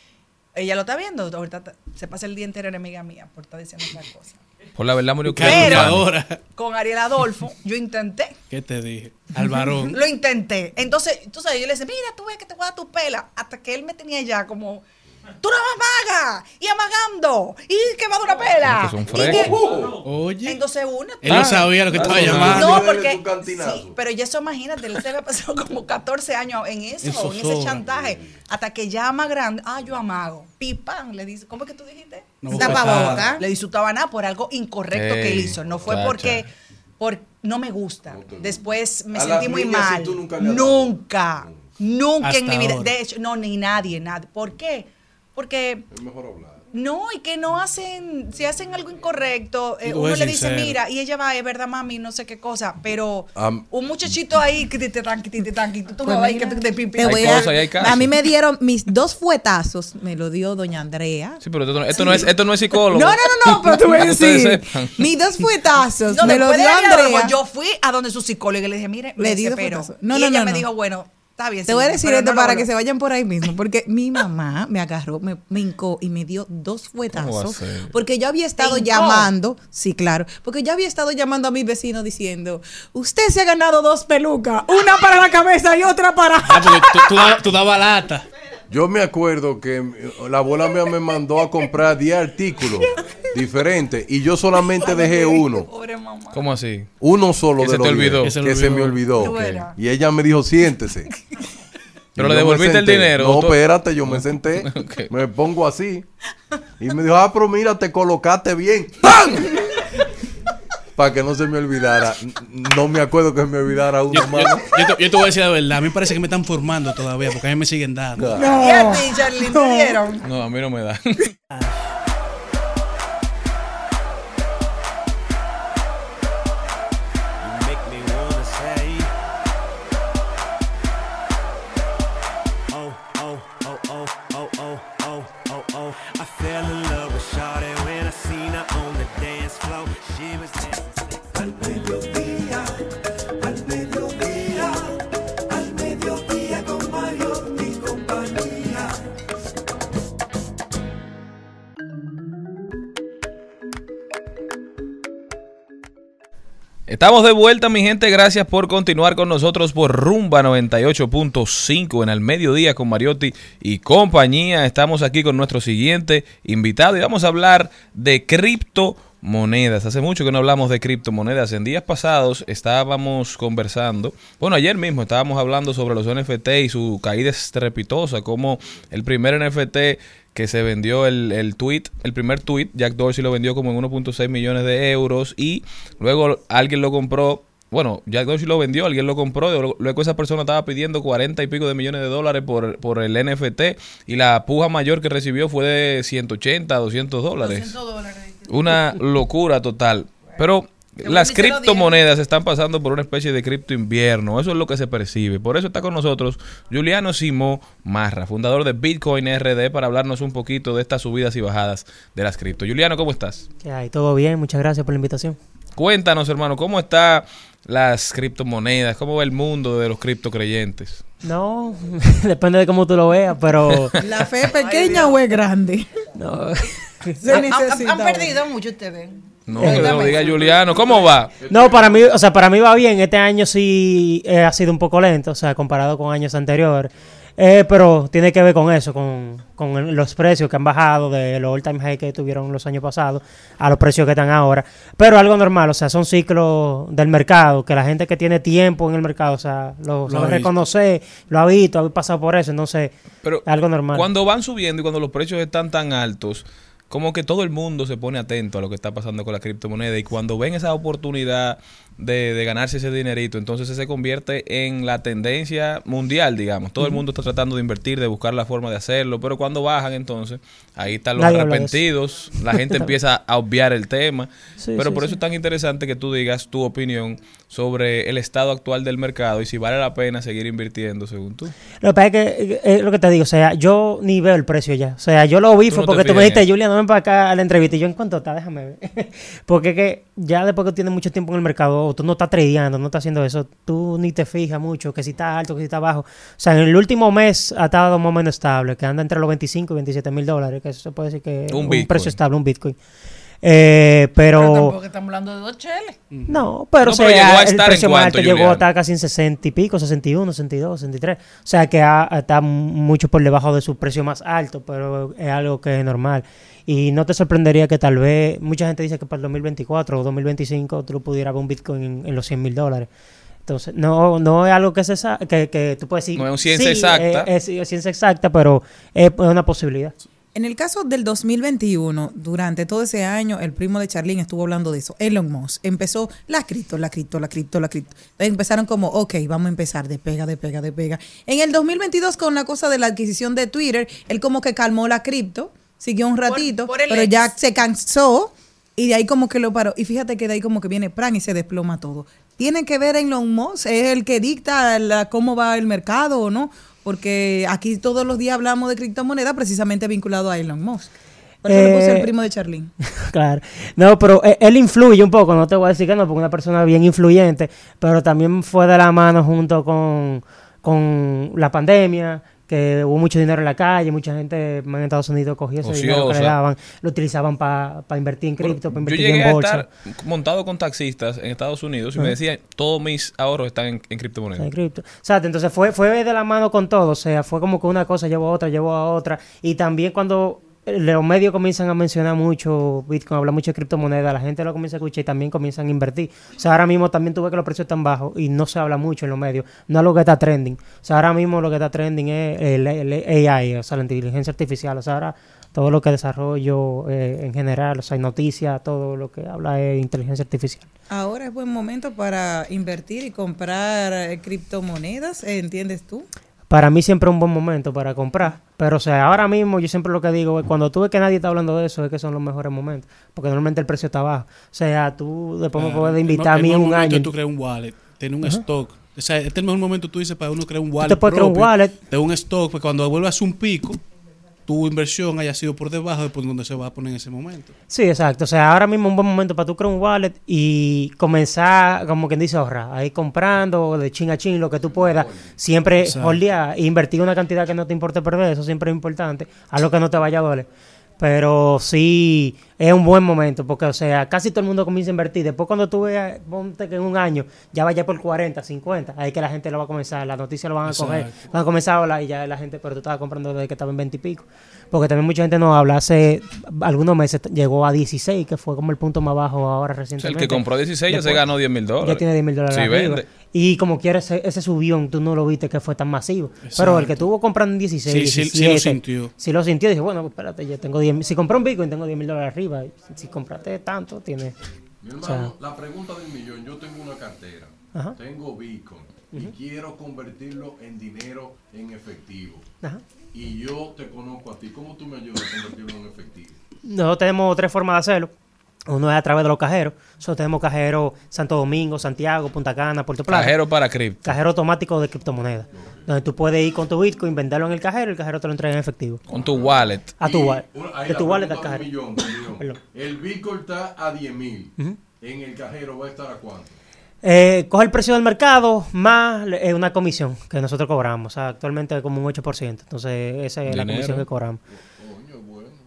Ella lo está viendo, ahorita ta- se pasa el día entero enemiga mía por estar diciendo esas cosas. Por la verdad murió Pero- Calculadora. Con Ariel Adolfo, yo intenté. ¿Qué te dije? Al varón. Lo intenté. Entonces, tú sabes, yo le decía, mira, tú ves que te voy a dar tu pela. Hasta que él me tenía ya como, tú no me amagas. Y amagando. Y que va a dar una pela. Es que son Y frescos. que- Oye. Entonces uno. Él no sabía lo que estaba Ah, llamando. No, Dile porque. tu cantinazo. Sí, pero ya eso, imagínate, él se había pasado como catorce años en eso, Eso en ese sobra. chantaje. Hasta que ya más grande, ah, yo amago. Pipán, le dice, ¿cómo es que tú dijiste? No, Tapaboca. Le disfrutaba nada por algo incorrecto que él Ey, hizo. No fue chacha. porque por, no me gusta. Después me A sentí las muy niñas sí mal. tú nunca le has dado. Nunca. Nunca en Hasta mi vida. ahora. De hecho, no, ni nadie, nadie. ¿Por qué? Porque Es mejor hablar. no, y que no hacen, si hacen algo incorrecto, eh, Yo uno voy le dice, sincero. mira, y ella va, es verdad, mami, no sé qué cosa, pero Am- un muchachito ahí que te tanqui, te te tanqui, tú Pues ahí que mira, te te pipi. te Hay voy a- cosas y hay casos. a mí me dieron mis dos fuetazos, me lo dio doña Andrea. Sí, pero esto, no- esto no es, esto no es psicólogo. No, no, no, no, pero te voy a Que ustedes decir. sepan. Mis dos fuetazos No, me lo después de dio la diálogo, Andrea. yo fui a donde su psicóloga y le dije, mire, Le me di dos desespero. fuetazos. No, y no, ella no, me no. dijo, bueno, está bien. Te voy a señora, decir pero esto no, para no, que no. se vayan por ahí mismo, porque mi mamá me agarró, me, me hincó y me dio dos ¿Cómo va a fuetazos, ser? porque yo había estado hincó? llamando, sí, claro, porque yo había estado llamando a mis vecinos diciendo, usted se ha ganado dos pelucas, una para la cabeza y otra para... Ah, porque tú, tú, dabas- tú dabas lata. Yo me acuerdo que la abuela mía me mandó a comprar diez artículos diferentes y yo solamente dejé uno. Pobre mamá. ¿Cómo así? Uno solo Que de se te los olvidó. diez, Que se que le se me olvidó. olvidó. Tú verás. Y ella me dijo, siéntese. Pero Y le yo me devolviste el senté. dinero. No, Tú- espérate, yo me senté, Ok. me pongo así. Y me dijo, ah, pero mira, te colocaste bien. ¡Pam! Para que no se me olvidara. No me acuerdo que me olvidara uno Yo, más. yo- yo te, yo te voy a decir la verdad. A mí parece que me están formando todavía porque a mí me siguen dando. ¿Y a ti, Charly, te dieron? No, a mí no me da. Make me wanna say, oh, oh, oh, oh, oh, oh, oh, oh, oh. I fell in love with Shawty when I seen her on the dance floor. She was dancing. Al mediodía, al mediodía, al mediodía con Mario y compañía. Estamos de vuelta, mi gente. Gracias por continuar con nosotros por Rumba noventa y ocho punto cinco en el mediodía con Mariotti y compañía. Estamos aquí con nuestro siguiente invitado y vamos a hablar de criptomonedas. Hace mucho que no hablamos de criptomonedas. En días pasados estábamos conversando, bueno, ayer mismo estábamos hablando sobre los N F T y su caída estrepitosa, como el primer N F T que se vendió el, el tweet, el primer tweet, Jack Dorsey lo vendió como en uno punto seis millones de euros y luego alguien lo compró, bueno, Jack Dorsey lo vendió, alguien lo compró, luego, luego esa persona estaba pidiendo cuarenta y pico de millones de dólares por, por el N F T y la puja mayor que recibió fue de ciento ochenta, doscientos dólares. doscientos dólares. Una locura total. Pero las Ni se lo criptomonedas están pasando por una especie de cripto invierno. Eso es lo que se percibe. Por eso está con nosotros Juliano Simó Marra, fundador de Bitcoin R D, para hablarnos un poquito de estas subidas y bajadas de las cripto. Juliano, ¿cómo estás? ¿Qué hay? ¿Todo bien? Muchas gracias por la invitación. Cuéntanos, hermano, ¿cómo están las criptomonedas? ¿Cómo va el mundo de los criptocreyentes? No, depende de cómo tú lo veas, pero... ¿La fe es pequeña o es grande? No. Se Han, han- necesita han perdido mucho ustedes. No, que lo diga Juliano. ¿Cómo va? No, para mí, o sea, para mí va bien. Este año sí eh, ha sido un poco lento, o sea, comparado con años anteriores. Eh, pero tiene que ver con eso, con, con los precios que han bajado de los all-time high que tuvieron los años pasados a los precios que están ahora. Pero algo normal, o sea, son ciclos del mercado, que la gente que tiene tiempo en el mercado, o sea, lo, Lo sabe ha reconocer, lo ha visto, ha pasado por eso, entonces Pero es algo normal. cuando van subiendo y cuando los precios están tan altos, como que todo el mundo se pone atento a lo que está pasando con la criptomoneda y cuando ven esa oportunidad de, de ganarse ese dinerito, entonces se convierte en la tendencia mundial, digamos. Todo uh-huh. el mundo está tratando de invertir, de buscar la forma de hacerlo, pero cuando bajan, entonces, ahí están los Nadie arrepentidos, la gente empieza a obviar el tema, Sí, pero sí, por sí. eso es tan interesante que tú digas tu opinión sobre el estado actual del mercado y si vale la pena seguir invirtiendo, según tú. Lo que pasa es que, eh, es lo que te digo, o sea, yo ni veo el precio ya. O sea, yo lo vi Tú fue no te porque tú fijas me en dijiste, eso. Julián, ven para acá a la entrevista. Y yo, ¿en cuánto está? Déjame ver. Porque es que ya después que tienes mucho tiempo en el mercado, tú no estás tradeando, no estás haciendo eso. Tú ni te fijas mucho, que si está alto, que si está bajo. O sea, en el último mes ha estado más o menos estable, que anda entre los veinticinco y veintisiete mil dólares, que eso se puede decir que es Un un, Bitcoin. precio estable, un Bitcoin. Eh, pero... Pero tampoco estamos hablando de dos cheles. No, pero, No, o pero sea, llegó a el estar precio en más cuánto, alto llegó Julián. a estar casi en sesenta y pico, sesenta y uno, sesenta y dos, sesenta y tres. O sea, que ha- está mucho por debajo de su precio más alto, pero es algo que es normal. Y no te sorprendería que tal vez, mucha gente dice que para el dos mil veinticuatro o dos mil veinticinco tú pudieras ver un Bitcoin en, en los cien mil dólares. Entonces, no, no es algo que, se sa- que, que tú puedes decir. No es una ciencia sí, exacta. Es, es ciencia exacta, pero es una posibilidad. En el caso del dos mil veintiuno, durante todo ese año, el primo de Charlene estuvo hablando de eso. Elon Musk empezó la cripto, la cripto, la cripto, la cripto. Entonces empezaron como, ok, vamos a empezar, despega, despega, despega. En el dos mil veintidós, con la cosa de la adquisición de Twitter, él como que calmó la cripto, siguió un ratito, por el pero ex. ya se cansó y de ahí como que lo paró. Y fíjate que de ahí como que viene Pran y se desploma todo. ¿Tiene que ver Elon Musk? ¿Es el que dicta la, cómo va el mercado o no? Porque aquí todos los días hablamos de criptomonedas precisamente vinculado a Elon Musk. Por eso le puse Eh, el primo de Charlene. Claro. No, pero eh, él influye un poco, no te voy a decir que no, porque es una persona bien influyente, pero también fue de la mano junto con, con la pandemia, que hubo mucho dinero en la calle, mucha gente en Estados Unidos cogía ese dinero que Ociosa. le daban, lo utilizaban para invertir en cripto, para Yo invertir llegué en a bolsa. estar montado con taxistas en Estados Unidos y Ajá. me decían, todos mis ahorros están en, en criptomonedas. En cripto. Exacto, entonces fue, fue de la mano con todo, o sea, fue como que una cosa llevó a otra, llevó a otra, y también cuando eh, los medios comienzan a mencionar mucho Bitcoin, habla mucho de criptomonedas, la gente lo comienza a escuchar y también comienzan a invertir. O sea, ahora mismo también tuve que los precios están bajos y no se habla mucho en los medios, no es lo que está trending. O sea, ahora mismo lo que está trending es el, el A I, o sea, la inteligencia artificial, o sea, ahora todo lo que desarrollo eh, en general, o sea, noticias, todo lo que habla es inteligencia artificial. Ahora es buen momento para invertir y comprar eh, criptomonedas, ¿eh? ¿Entiendes tú? Para mí siempre es un buen momento para comprar. Pero, o sea, ahora mismo yo siempre lo que digo es cuando tú ves que nadie está hablando de eso, es que son los mejores momentos. Porque normalmente el precio está bajo. O sea, tú después me Claro. puedes El invitar mo- a el mí en mejor un momento año. es tú crear un wallet, tener un Ajá. stock. O sea, este es el mejor momento, tú dices, para uno crear un wallet te puedes crear un propio, wallet. de un stock, pues cuando vuelvas un pico, tu inversión haya sido por debajo de por donde se va a poner en ese momento. Sí, exacto. O sea, ahora mismo es un buen momento para tú crear un wallet y comenzar, como quien dice, ahorrar. Ahí comprando de chin a chin lo que tú puedas. Siempre Exacto. holdear e invertir una cantidad que no te importe perder. Eso siempre es importante. A lo que no te vaya a doler. Pero sí, es un buen momento, porque, o sea, casi todo el mundo comienza a invertir. Después, cuando tú veas, ponte que en un año ya vaya por cuarenta, cincuenta, ahí que la gente lo va a comenzar, las noticias lo van a coger, Exacto. van a comenzar a hablar y ya la gente, pero tú estabas comprando desde que estaba en veinte y pico. Porque también mucha gente no habla. Hace algunos meses llegó a dieciséis, que fue como el punto más bajo ahora O sea, recientemente. el que compró dieciséis ya se Después- ganó diez mil dólares. Ya tiene diez mil dólares Sí, arriba. vende. Y como quiera, ese, ese subión, tú no lo viste que fue tan masivo. Pero Exacto. el que tuvo comprando en dieciséis, Sí, sí, sí lo diecisiete, sintió. sí lo sintió, dije, bueno, pues espérate, ya tengo diez mil. Si compré un Bitcoin, tengo diez mil dólares arriba. Y Si, si compraste tanto, tiene. Mi hermano, O sea- la pregunta del millón, yo tengo una cartera, Ajá. tengo Bitcoin y quiero convertirlo en dinero en efectivo. Ajá. Y yo te conozco a ti, ¿cómo tú me ayudas a convertirlo en efectivo? Nosotros tenemos tres formas de hacerlo. Uno es a través de los cajeros. Nosotros tenemos cajeros Santo Domingo, Santiago, Punta Cana, Puerto Plata. Cajero para cripto. Cajero automático de criptomonedas. Donde tú puedes ir con tu Bitcoin, venderlo en el cajero y el cajero te lo entrega en efectivo. Con tu wallet. A tu Y wallet. una- ahí De la tu wallet al pregunta del cajero. millón, del millón. Perdón. El Bitcoin está a diez mil. Ujú. En el cajero va a estar a cuánto. Eh, coge el precio del mercado más eh, una comisión que nosotros cobramos. O sea, actualmente es como un ocho por ciento. Entonces, esa es la Dinero. comisión que cobramos. Coño, bueno.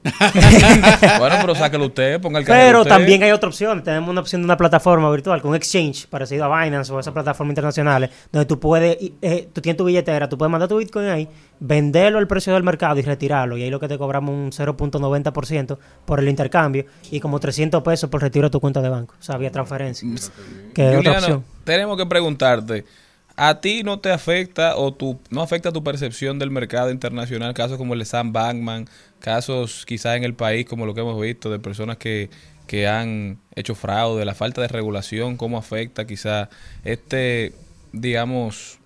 Bueno, pero sáquelo usted, ponga el Pero usted. también hay otra opción. Tenemos una opción de una plataforma virtual con un exchange parecido a Binance o esas plataformas internacionales, donde tú puedes, eh, tú tienes tu billetera, tú puedes mandar tu Bitcoin ahí, venderlo al precio del mercado y retirarlo. Y ahí lo que te cobramos un cero punto noventa por ciento por el intercambio y como trescientos pesos por retiro a tu cuenta de banco. O sea, vía transferencia. Que es otra Juliano, opción. tenemos que preguntarte, ¿a ti no te afecta o tu, no afecta tu percepción del mercado internacional? Casos como el de Sam Bankman, casos quizás en el país como lo que hemos visto de personas que, que han hecho fraude, la falta de regulación, ¿cómo afecta quizás este, digamos,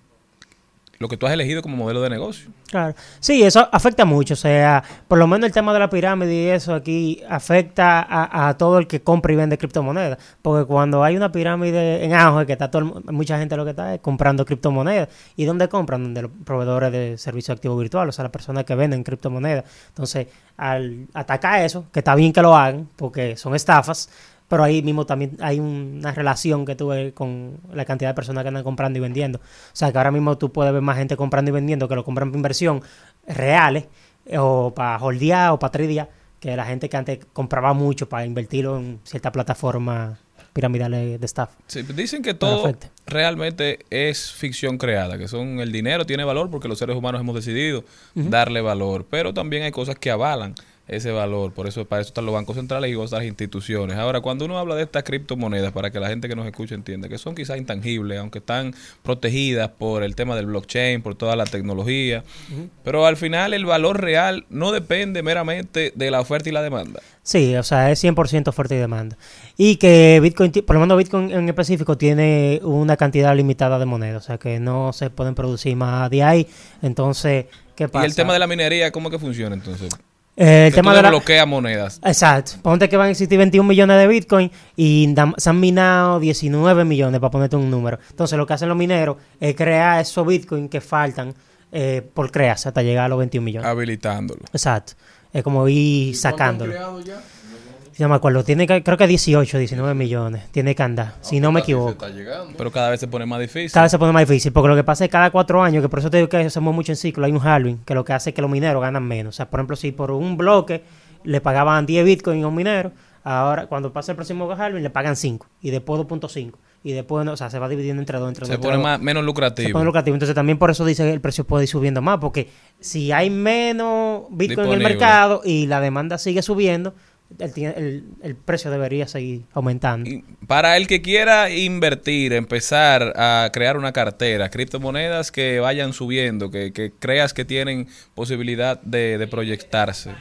lo que tú has elegido como modelo de negocio? Claro. Sí, eso afecta mucho. O sea, por lo menos el tema de la pirámide y eso aquí afecta a, a todo el que compra y vende criptomonedas. Porque cuando hay una pirámide en auge, que está todo el, mucha gente lo que está es comprando criptomonedas. ¿Y dónde compran? Donde los proveedores de servicios activos virtuales, o sea, las personas que venden criptomonedas. Entonces, al atacar eso, que está bien que lo hagan, porque son estafas, pero ahí mismo también hay una relación que tuve con la cantidad de personas que andan comprando y vendiendo. O sea, que ahora mismo tú puedes ver más gente comprando y vendiendo que lo compran para inversión reales o para holdear o para tradear, que la gente que antes compraba mucho para invertirlo en cierta plataforma piramidales de estafa. Sí, dicen que todo realmente es ficción creada, que son el dinero tiene valor porque los seres humanos hemos decidido uh-huh. darle valor, pero también hay cosas que avalan ese valor, por eso para eso están los bancos centrales y otras instituciones. Ahora, cuando uno habla de estas criptomonedas, para que la gente que nos escucha entienda que son quizás intangibles, aunque están protegidas por el tema del blockchain, por toda la tecnología, uh-huh. pero al final el valor real no depende meramente de la oferta y la demanda. Sí, o sea, es cien por ciento oferta y demanda. Y que Bitcoin, por lo menos Bitcoin en específico, tiene una cantidad limitada de monedas, o sea, que no se pueden producir más de ahí. Entonces, ¿qué pasa? ¿Y el tema de la minería, cómo que funciona entonces? Eh, el que tema tú de la... bloquea monedas. Exacto. Ponte que van a existir veintiún millones de Bitcoin y da, se han minado diecinueve millones, para ponerte un número. Entonces, lo que hacen los mineros es crear esos Bitcoin que faltan eh, por crearse hasta llegar a los veintiún millones. Habilitándolo. Exacto. Es como ir sacándolo. ¿Cuánto han creado ya? No me acuerdo, tiene que, creo que dieciocho, diecinueve millones, tiene que andar, si no me equivoco. Pero cada vez se pone más difícil. Cada vez se pone más difícil, porque lo que pasa es que cada cuatro años, que por eso te digo que hacemos mucho en ciclo, hay un halving, que lo que hace es que los mineros ganan menos. O sea, por ejemplo, si por un bloque le pagaban diez bitcoins a un minero, ahora cuando pasa el próximo halving le pagan cinco, y después dos punto cinco, y después, o sea, se va dividiendo entre dos, entre dos. Se pone más, menos lucrativo. Se pone lucrativo, entonces también por eso dice que el precio puede ir subiendo más, porque si hay menos bitcoin Disponible. en el mercado y la demanda sigue subiendo, El, el, el precio debería seguir aumentando. Y para el que quiera invertir, empezar a crear una cartera, criptomonedas que vayan subiendo, que, que creas que tienen posibilidad de, de proyectarse.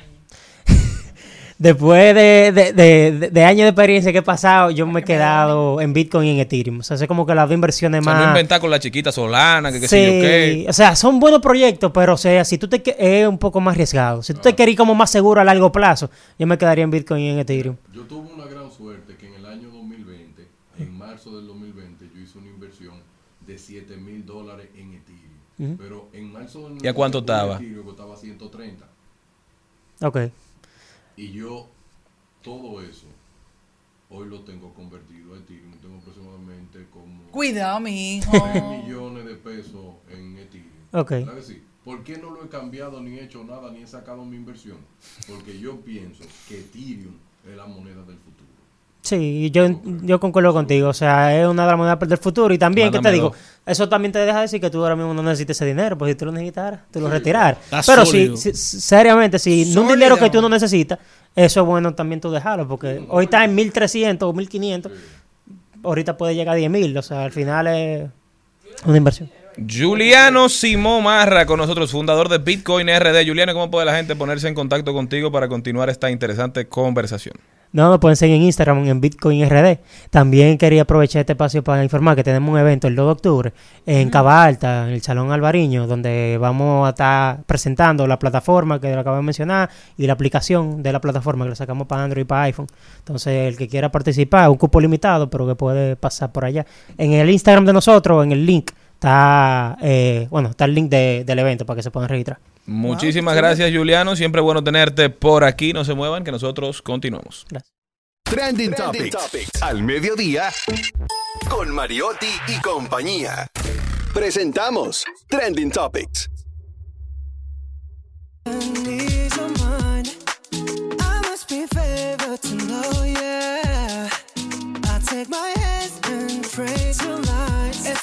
Después de, de, de, de años de experiencia que he pasado, yo me he quedado en Bitcoin y en Ethereum. O sea, es como que las dos inversiones o sea, más... no inventar con la chiquita Solana, que qué sí, sé yo qué. O sea, son buenos proyectos, pero o sea, si tú te es un poco más arriesgado. Si tú te querés como más seguro a largo plazo, yo me quedaría en Bitcoin y en Ethereum. Yo tuve una gran suerte que en el año dos mil veinte, en marzo del dos mil veinte, yo hice una inversión de siete mil dólares en Ethereum. Uh-huh. Pero en marzo del ¿Y a cuánto estaba? Ethereum costaba ciento treinta. Ok. Y yo, todo eso, hoy lo tengo convertido a Ethereum. Tengo aproximadamente como... Cuidado, mi hijo. tres millones de pesos en Ethereum. Ok. ¿Verdad que sí? ¿Por qué no lo he cambiado, ni he hecho nada, ni he sacado mi inversión? Porque yo pienso que Ethereum es la moneda del futuro. Sí, yo, yo concuerdo contigo. O sea, es una de las monedas del futuro. Y también, ¿qué te digo? Eso también te deja decir que tú ahora mismo no necesitas ese dinero. Porque si tú lo necesitaras, tú lo retiraras. Pero si, si, seriamente, si no un dinero que tú no necesitas, eso es bueno también tú dejarlo. Porque hoy está en mil trescientos o mil quinientos. Ahorita puede llegar a diez mil. O sea, al final es una inversión. Juliano Simón Marra con nosotros, fundador de Bitcoin R D. Juliano, ¿cómo puede la gente ponerse en contacto contigo para continuar esta interesante conversación? No, me pueden seguir en Instagram en Bitcoin R D. También quería aprovechar este espacio para informar que tenemos un evento el dos de octubre en Cava Alta, en el Salón Alvariño, donde vamos a estar presentando la plataforma que acabo de mencionar y la aplicación de la plataforma que la sacamos para Android y para iPhone. Entonces, el que quiera participar, un cupo limitado, pero que puede pasar por allá. En el Instagram de nosotros, en el link, está eh, bueno, está el link de, del evento para que se puedan registrar. Muchísimas wow, gracias, Juliano. Siempre bueno tenerte por aquí. No se muevan, que nosotros continuamos. Gracias. Trending, Trending Topics. Topics al mediodía con Mariotti y compañía. Presentamos Trending Topics.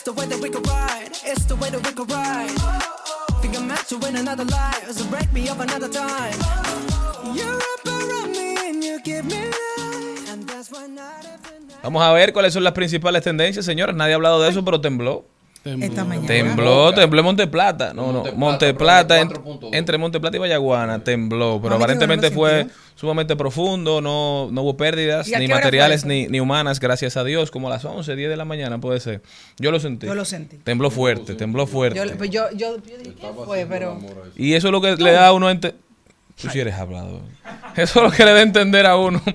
the way that we could ride. It's the way that we could ride. Think I'm meant to win another life, so break me up another time. You wrap around me and you give me life, and that's why night after night. Vamos a ver cuáles son las principales tendencias, señores. Nadie ha hablado de eso, pero tembló. Esta mañana. Tembló, tembló en Monteplata. No, no, Monteplata, en- cuatro punto dos. entre Monteplata y Vallaguana, tembló. Pero Mami, aparentemente que no lo fue sintió. sumamente profundo, no, no hubo pérdidas, ¿Y a ni qué hora materiales, fue eso? ni, ni humanas, gracias a Dios, como a las once, diez de la mañana puede ser. Yo lo sentí. Yo lo sentí. Tembló fuerte, tembló fuerte. Yo, pues yo, yo, yo dije, ¿qué fue? Pero Y eso es lo que le da a uno a ente- Tú sí eres hablador. Eso es lo que le da a entender a uno.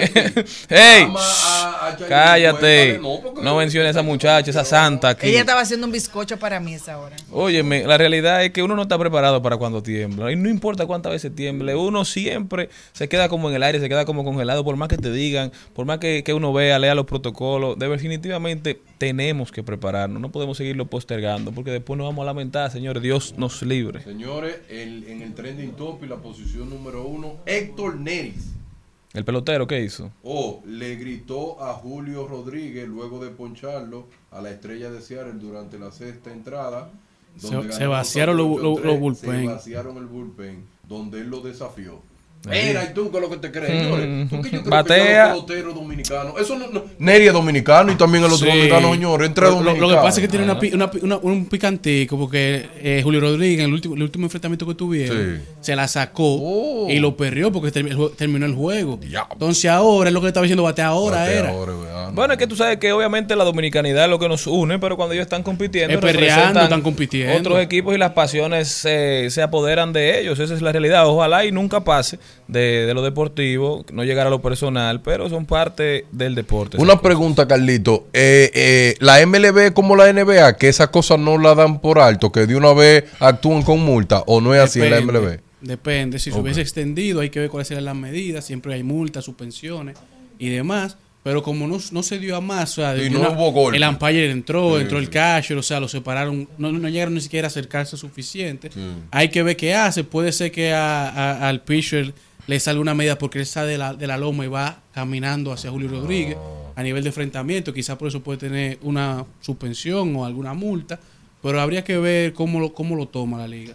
¡Ey! Llama a- a Chayanne, Cállate. no, porque- No menciones a esa muchacha, esa santa aquí. ella estaba haciendo un bizcocho para mí esa hora. Óyeme, la realidad es que uno no está preparado para cuando tiembla. Y no importa cuántas veces tiemble, uno siempre se queda como en el aire, se queda como congelado, por más que te digan, por más que, que uno vea, lea los protocolos. De- definitivamente tenemos que prepararnos, no podemos seguirlo postergando, porque después nos vamos a lamentar, señores, Dios nos libre. Señores, el- en el trending topic, la posición número uno, Héctor Neris. ¿El pelotero qué hizo? Oh, le gritó a Julio Rodríguez luego de poncharlo a la estrella de Seattle durante la sexta entrada. Se- donde se ganó vaciaron dos a los- ocho los- tres, los bullpen. Se vaciaron el bullpen, donde él lo desafió. Mira, ¿y tú qué es lo que te crees, señores? ¿Tú qué yo creo Batea. que los peloteros dominicanos? Eso no, no. Neri es dominicano y también el otro Sí. dominicano, señor. Entre Lo- lo, dominicanos. lo que pasa es que tiene una, pi- una pi- una- un picantico porque eh, Julio Rodríguez en el último, el último enfrentamiento que tuvieron Sí. se la sacó Oh. y lo perrió porque termi- el jue- terminó el juego. Diablo. Entonces ahora es lo que le estaba diciendo bate ahora Batea era. ahora, güey. Ah, no. Bueno, es que tú sabes que obviamente la dominicanidad es lo que nos une, pero cuando ellos están compitiendo, Es perreando, representan están compitiendo. otros equipos y las pasiones se, se apoderan de ellos. Esa es la realidad. Ojalá y nunca pase de, de lo deportivo, no llegar a lo personal, pero son parte del deporte. Una pregunta, Carlito. Eh, eh, la M L B como la N B A, que esas cosas no la dan por alto, que de una vez actúan con multa, o no es así en la M L B. Depende. Si se Ok. hubiese extendido, hay que ver cuáles serían las medidas. Siempre hay multas, suspensiones y demás. Pero como no, no se dio a más, o sea, Y de no una- hubo golpe. el umpire entró, Sí, entró sí. el catcher, o sea, lo separaron, no, no llegaron ni siquiera a acercarse suficiente. Sí. Hay que ver qué hace. Puede ser que a- a- al pitcher le salga una medida porque él sale de la, de la loma y va caminando hacia Julio Rodríguez a nivel de enfrentamiento. Quizás por eso puede tener una suspensión o alguna multa. Pero habría que ver cómo lo, cómo lo toma la liga.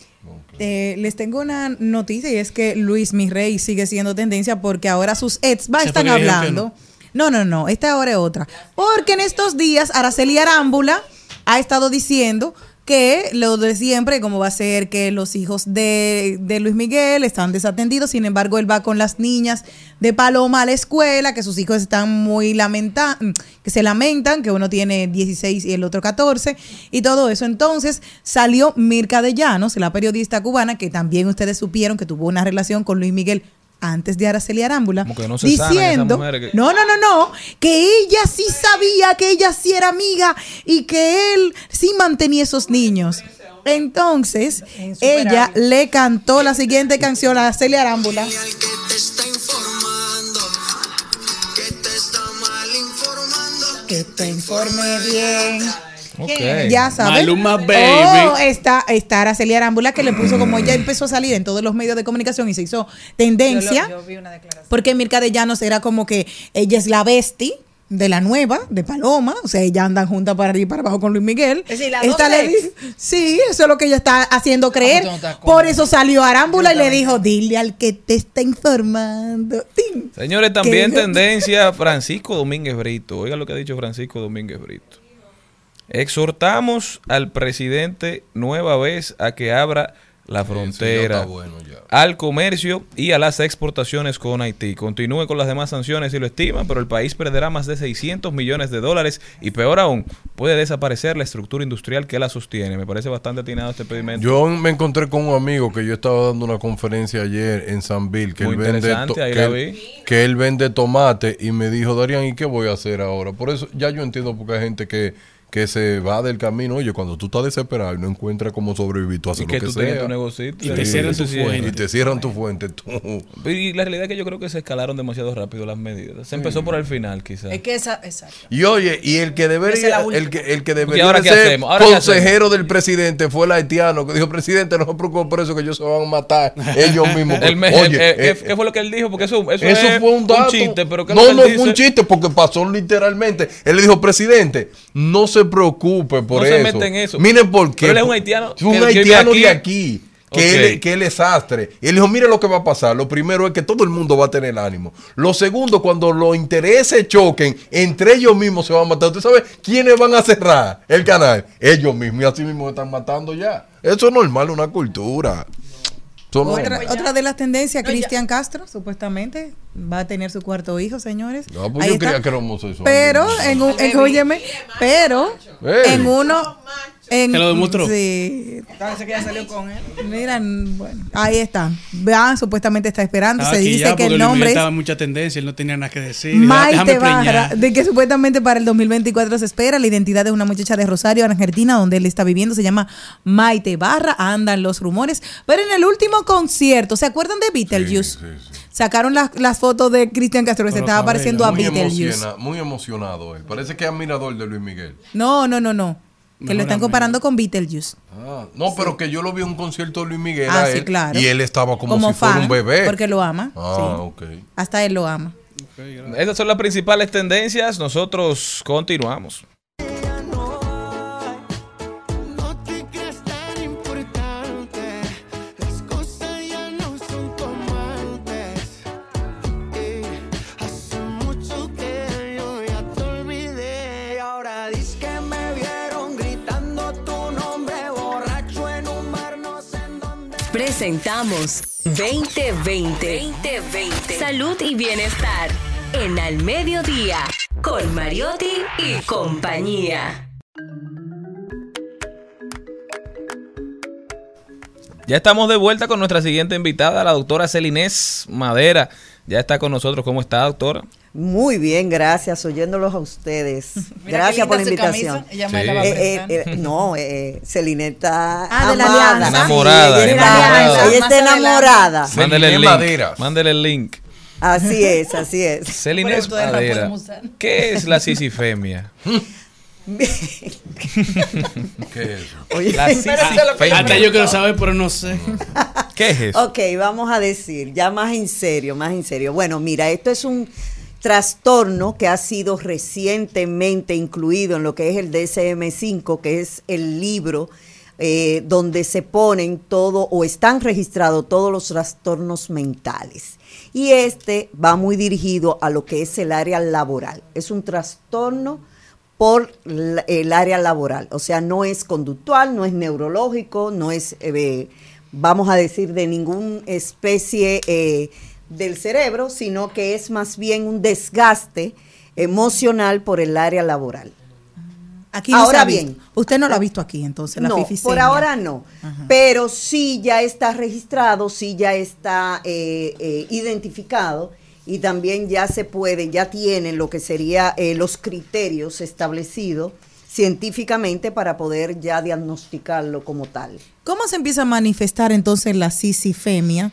Eh, les tengo una noticia y es que Luis Mirrey sigue siendo tendencia porque ahora sus ex va Se están fue que dijeron que hablando. No, no, no, esta ahora es otra. Porque en estos días Araceli Arámbula ha estado diciendo que lo de siempre, como va a ser que los hijos de, de Luis Miguel están desatendidos, sin embargo él va con las niñas de Paloma a la escuela, que sus hijos están muy lamentan, que se lamentan, que uno tiene dieciséis y el otro catorce, y todo eso. Entonces salió Mirka de Llanos, la periodista cubana, que también ustedes supieron que tuvo una relación con Luis Miguel antes de Araceli Arámbula, Como que no se sanan esas diciendo, mujeres que- no, no, no, no, que ella sí sabía, que ella sí era amiga y que él sí mantenía esos niños. Entonces, Insuperable. ella le cantó la siguiente canción a Araceli Arámbula. Al que te está informando, que te está mal informando. Que te informe bien. Ok. Ya sabes. Maluma, baby. Oh, está, está Araceli Arámbula, que le puso, como ella empezó a salir en todos los medios de comunicación y se hizo tendencia. Yo, lo- yo vi una declaración. Porque Mirka de Llanos era como que ella es la bestie de la nueva, de Paloma, o sea, ella andan juntas para arriba y para abajo con Luis Miguel. Es decir, las Esta dos le ex. dice- sí, eso es lo que ella está haciendo creer. tú no estás Por con- eso salió Arámbula y Yo le también. dijo, dile al que te está informando. ¡Tin! Señores, también Que- tendencia Francisco Domínguez Brito. Oiga lo que ha dicho Francisco Domínguez Brito. Exhortamos al presidente nueva vez a que abra la Eso ya frontera está bueno ya. al comercio y a las exportaciones con Haití. Continúe con las demás sanciones si lo estima, pero el país perderá más de seiscientos millones de dólares y peor aún, puede desaparecer la estructura industrial que la sostiene. Me parece bastante atinado este pedimento. Yo me encontré con un amigo que yo estaba dando una conferencia ayer en San Bill, que, Muy él vende, interesante, to- ahí que, la él, vi. que él vende tomate y me dijo, Darían, ¿y qué voy a hacer ahora? Por eso ya yo entiendo porque hay gente que, que se va del camino. Oye, cuando tú estás desesperado y no encuentras cómo sobrevivir, tú haces Y lo que que tú tienes sea. tu negocito. Y te Sí, cierran eso tu sí es. fuente. Y te cierran tu fuente. Tú. Y la realidad es que yo creo que se escalaron demasiado rápido las medidas. Se empezó por el final, quizás. Es que esa, exacto. Y oye, y el que Esa es debería, la última. el que, el que ¿Y debería ahora de qué ser hacemos? ¿Ahora qué consejero del presidente fue el haitiano, que dijo, presidente, no se preocupe por eso, que ellos se van a matar ellos mismos. El me- Oye, eh, ¿qué, eh, qué fue lo que él dijo? Porque eso, eso, Eso es fue un dato. chiste, pero ¿qué es no, lo que no él fue un dice? chiste porque pasó literalmente. Él le dijo, presidente, no se preocupe por No se eso. mete en eso. Miren por qué. Pero él es un haitiano Es un que- que vive haitiano aquí. de aquí. Que, Ok. él, que él es sastre. Y él dijo, mire lo que va a pasar. Lo primero es que todo el mundo va a tener ánimo. Lo segundo, cuando los intereses choquen, entre ellos mismos se van a matar. ¿Usted sabe quiénes van a cerrar el canal? Ellos mismos. Y así mismo se están matando ya. Eso es normal, una cultura. Eso no- Otra, otra de las tendencias, No, ya. Cristian Castro, supuestamente, va a tener su cuarto hijo, señores. No, pues Ahí yo está. creía que era homosexual. Pero, en un, en, óyeme, pero, Ey. en uno... En, ¿Te lo demostró? Sí. Parece que ya salió con él. Miran, bueno, ahí está. Vean, supuestamente está esperando. Estaba Se aquí dice ya que porque el Luis nombre Miguel es estaba en mucha tendencia, él no tenía nada que decir. Maite Déjame Barra, preñar. de que supuestamente para el dos mil veinticuatro se espera. La identidad de una muchacha de Rosario, Argentina, donde él está viviendo, se llama Maite Barra. Andan los rumores. Pero en el último concierto, ¿se acuerdan de Beetlejuice? Sí, sí, sí. Sacaron las, las fotos de Cristian Castro que se Con estaba los pareciendo a Muy, Beetlejuice. emociona- muy emocionado él. Parece que es admirador de Luis Miguel. No, no, no, no. Que Mejor lo están amigo. comparando con Beetlejuice. Ah, no, pero que yo lo vi en un concierto de Luis Miguel Ah, a sí, él, claro. y él estaba como, Como si fuera fan, un bebé. porque lo ama, Ah, sí. ok. Hasta él lo ama. Estas son las principales tendencias. Nosotros continuamos. No te creas tan importante, las cosas ya no son como antes. Eh, hace mucho que yo ya te olvidé. Y ahora dices que me vieron gritando tu nombre, borracho en un bar, no sé en dónde. Presentamos veinte veinte. veinte veinte. Salud y bienestar en Al Mediodía con Mariotti y compañía. Ya estamos de vuelta con nuestra siguiente invitada, la doctora Celinés Madera. Ya está con nosotros. ¿Cómo está, doctora? Muy bien, gracias, oyéndolos a ustedes. Mira Gracias qué por la linda su invitación. camisa. Ella Sí. me la va a Eh, eh, prestar. eh, no, eh, Celine está Ah, de la amada. alianza. Enamorada, Sí, ella enamorada. está, ella Más está adelante. enamorada. Celine Mándele el link. Maderas. Mándele el link. Así es, así es. Celinés Pero todavía no la Madera. podemos usar. ¿Qué es la sisifemia? ¿Qué es eso? Oye, La sisifemia. Hasta yo quiero saber, pero no sé. ¿Qué es eso? ok, vamos a decir, ya más en serio, más en serio. Bueno, mira, esto es un trastorno que ha sido recientemente incluido en lo que es el D S M cinco, que es el libro eh, donde se ponen todo o están registrados todos los trastornos mentales. Y este va muy dirigido a lo que es el área laboral. Es un trastorno por la- el área laboral, o sea, no es conductual, no es neurológico, no es, eh, vamos a decir, de ninguna especie eh, del cerebro, sino que es más bien un desgaste emocional por el área laboral. Aquí no Ahora se ha visto. bien. Usted no lo ha visto aquí, entonces, la No, fifisemia. por ahora no, pero sí ya está registrado, sí ya está eh, eh, identificado y también ya se puede, ya tienen lo que sería eh, los criterios establecidos científicamente para poder ya diagnosticarlo como tal. ¿Cómo se empieza a manifestar entonces la sisifemia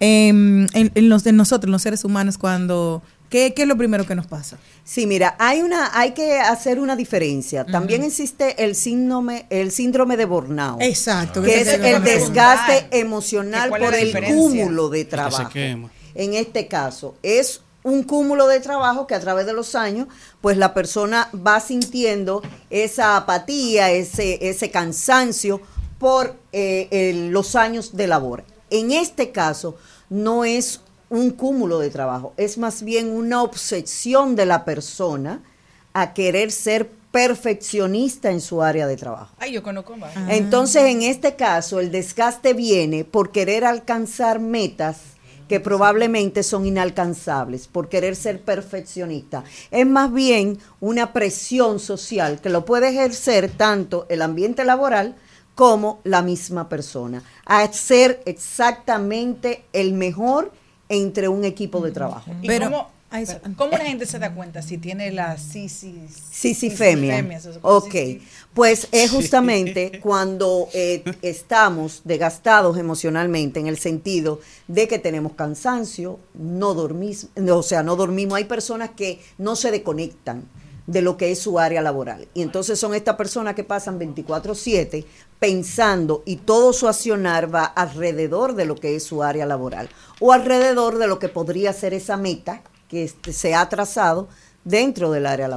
en, en, en los de nosotros, los seres humanos, cuando... ¿Qué, qué es lo primero que nos pasa? Sí, mira, hay una, hay que hacer una diferencia. También existe el síndrome, el síndrome de burnout. Exacto. Que es ese que el nos pregunta. desgaste emocional ¿Cuál es por la el diferencia? cúmulo de se trabajo. quema. En este caso, es un cúmulo de trabajo que a través de los años, pues la persona va sintiendo esa apatía, ese, ese cansancio por eh, el- los años de labor. En este caso, no es un cúmulo de trabajo, es más bien una obsesión de la persona a querer ser perfeccionista en su área de trabajo. Ay, yo conozco más. Entonces, en este caso, el desgaste viene por querer alcanzar metas que probablemente son inalcanzables, por querer ser perfeccionista. Es más bien una presión social que lo puede ejercer tanto el ambiente laboral como la misma persona, a ser exactamente el mejor entre un equipo de trabajo. ¿Y Pero- cómo, Ay, pero, ¿cómo la gente se da cuenta si tiene la sisis, Sisifemia. eso se puede Ok, decir? pues es justamente cuando eh, estamos desgastados emocionalmente, en el sentido de que tenemos cansancio, no dormimos, o sea, no dormimos. Hay personas que no se desconectan de lo que es su área laboral. Y entonces son estas personas que pasan veinticuatro siete pensando y todo su accionar va alrededor de lo que es su área laboral o alrededor de lo que podría ser esa meta que este, se ha trazado dentro del área laboral.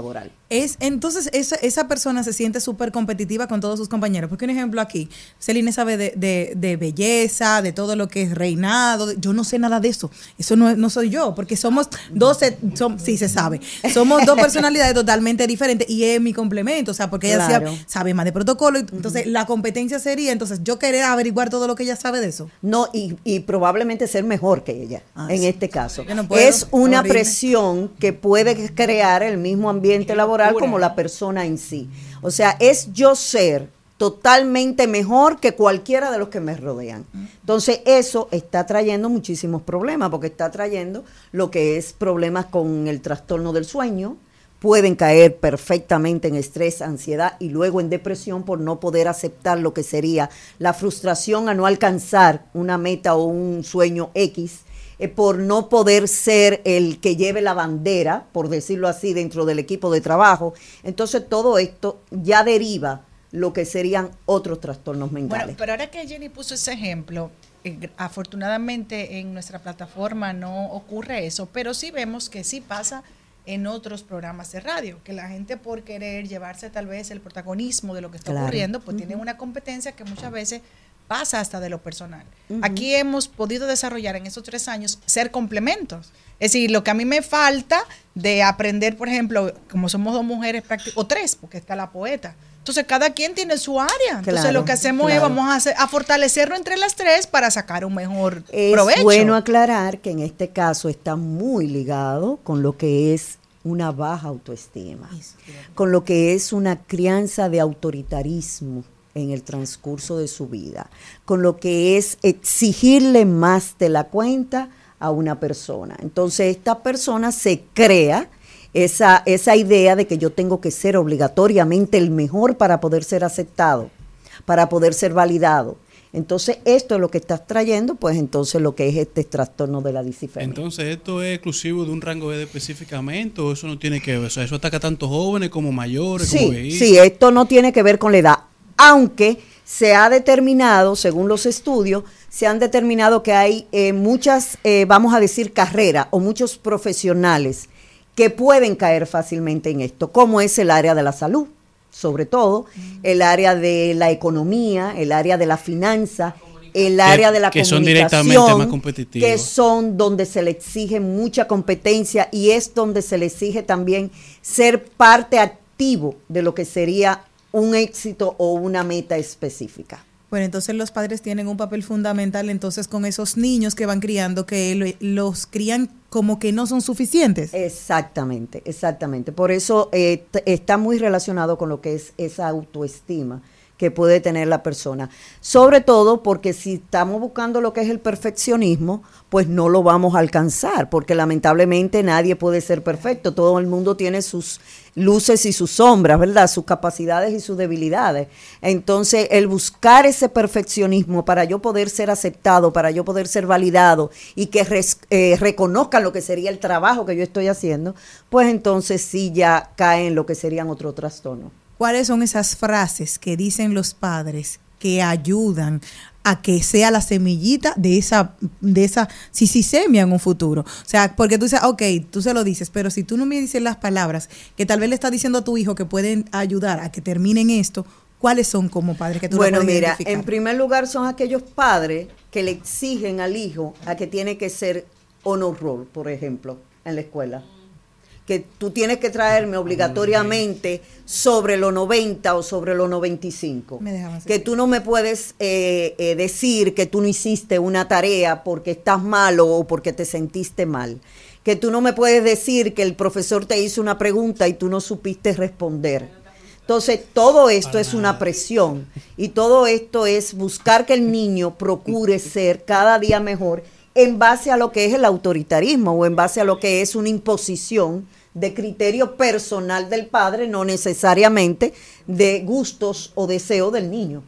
Es, entonces esa, esa persona se siente súper competitiva con todos sus compañeros. Porque un ejemplo aquí, Celine sabe de, de, de belleza, de todo lo que es reinado. de- yo no sé nada de eso. Eso no, no soy yo, porque somos dos, son, sí se sabe. Somos dos personalidades totalmente diferentes y es mi complemento. O sea, porque ella Claro. sabe, sabe más de protocolo. Entonces la competencia sería, entonces yo querer averiguar todo lo que ella sabe de eso. No, y, y probablemente ser mejor que ella, Ah, en sí. este caso. Yo no puedo, es una horrible. presión que puede crear el mismo ambiente laboral como la persona en sí. O sea, es yo ser totalmente mejor que cualquiera de los que me rodean. Entonces, eso está trayendo muchísimos problemas, porque está trayendo lo que es problemas con el trastorno del sueño. Pueden caer perfectamente en estrés, ansiedad y luego en depresión por no poder aceptar lo que sería la frustración a no alcanzar una meta o un sueño X, eh, por no poder ser el que lleve la bandera, por decirlo así, dentro del equipo de trabajo. Entonces todo esto ya deriva lo que serían otros trastornos mentales. Bueno, pero ahora que Jenny puso ese ejemplo, eh, afortunadamente en nuestra plataforma no ocurre eso, pero sí vemos que sí pasa en otros programas de radio, que la gente por querer llevarse tal vez el protagonismo de lo que está Claro. ocurriendo, pues Ujú. tienen una competencia que muchas veces pasa hasta de lo personal. Ujú. Aquí hemos podido desarrollar en estos tres años ser complementos. Es decir, lo que a mí me falta de aprender, por ejemplo, como somos dos mujeres, prácti- o tres, porque está la poeta. Entonces, cada quien tiene su área. Entonces, Claro, lo que hacemos es claro. vamos a, hacer, a fortalecerlo entre las tres para sacar un mejor Es provecho. bueno aclarar que en este caso está muy ligado con lo que es una baja autoestima, con lo que es una crianza de autoritarismo en el transcurso de su vida, con lo que es exigirle más de la cuenta a una persona. Entonces esta persona se crea esa, esa idea de que yo tengo que ser obligatoriamente el mejor para poder ser aceptado, para poder ser validado. Entonces, esto es lo que estás trayendo, pues entonces lo que es este trastorno de la disciferia. Entonces, ¿esto es exclusivo de un rango de edad específicamente o eso no tiene que ver? O sea, ¿eso ataca tanto jóvenes como mayores, como Sí, viejitos? sí, esto no tiene que ver con la edad, aunque se ha determinado, según los estudios, se han determinado que hay eh, muchas, eh, vamos a decir, carreras o muchos profesionales que pueden caer fácilmente en esto, como es el área de la salud, sobre todo, el área de la economía, el área de la finanza, el área de la que son comunicación, directamente más competitivos. que son donde se le exige mucha competencia y es donde se le exige también ser parte activo de lo que sería un éxito o una meta específica. Bueno, entonces los padres tienen un papel fundamental entonces con esos niños que van criando, que lo- los crían como que no son suficientes. Exactamente, exactamente. Por eso eh, t- está muy relacionado con lo que es esa autoestima que puede tener la persona. Sobre todo porque si estamos buscando lo que es el perfeccionismo, pues no lo vamos a alcanzar, porque lamentablemente nadie puede ser perfecto. Todo el mundo tiene sus luces y sus sombras, ¿verdad? Sus capacidades y sus debilidades. Entonces, el buscar ese perfeccionismo para yo poder ser aceptado, para yo poder ser validado y que res- eh, reconozcan lo que sería el trabajo que yo estoy haciendo, pues entonces sí ya cae en lo que serían otro trastorno. ¿Cuáles son esas frases que dicen los padres que ayudan a que sea la semillita de esa, de esa sisisemia en un futuro? O sea, porque tú dices, ok, tú se lo dices, pero si tú no me dices las palabras que tal vez le estás diciendo a tu hijo que pueden ayudar a que terminen esto, ¿cuáles son como padres que tú lo Bueno, puedes mira, identificar? en primer lugar son aquellos padres que le exigen al hijo a que tiene que ser honor roll, por ejemplo, en la escuela. Que tú tienes que traerme obligatoriamente sobre los noventa o sobre los noventa y cinco. Me dejaban hacer. Que tú no me puedes eh, eh, decir que tú no hiciste una tarea porque estás malo o porque te sentiste mal. Que tú no me puedes decir que el profesor te hizo una pregunta y tú no supiste responder. Entonces, todo esto es una presión y todo esto es buscar que el niño procure ser cada día mejor en base a lo que es el autoritarismo o en base a lo que es una imposición de criterio personal del padre, no necesariamente de gustos o deseos del niño.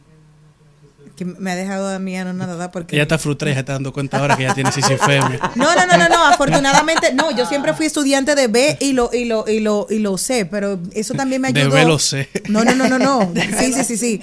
Que me ha dejado a mí anonadada porque... Ella está frustrada y se está dando cuenta ahora que ya tiene sisifemia. No, no, no, no, no, afortunadamente, no, yo siempre fui estudiante de B y lo, y lo, y lo, y lo sé, pero eso también me De ayudó. B lo sé. No, no, no, no, no, sí, sí, sí, sí,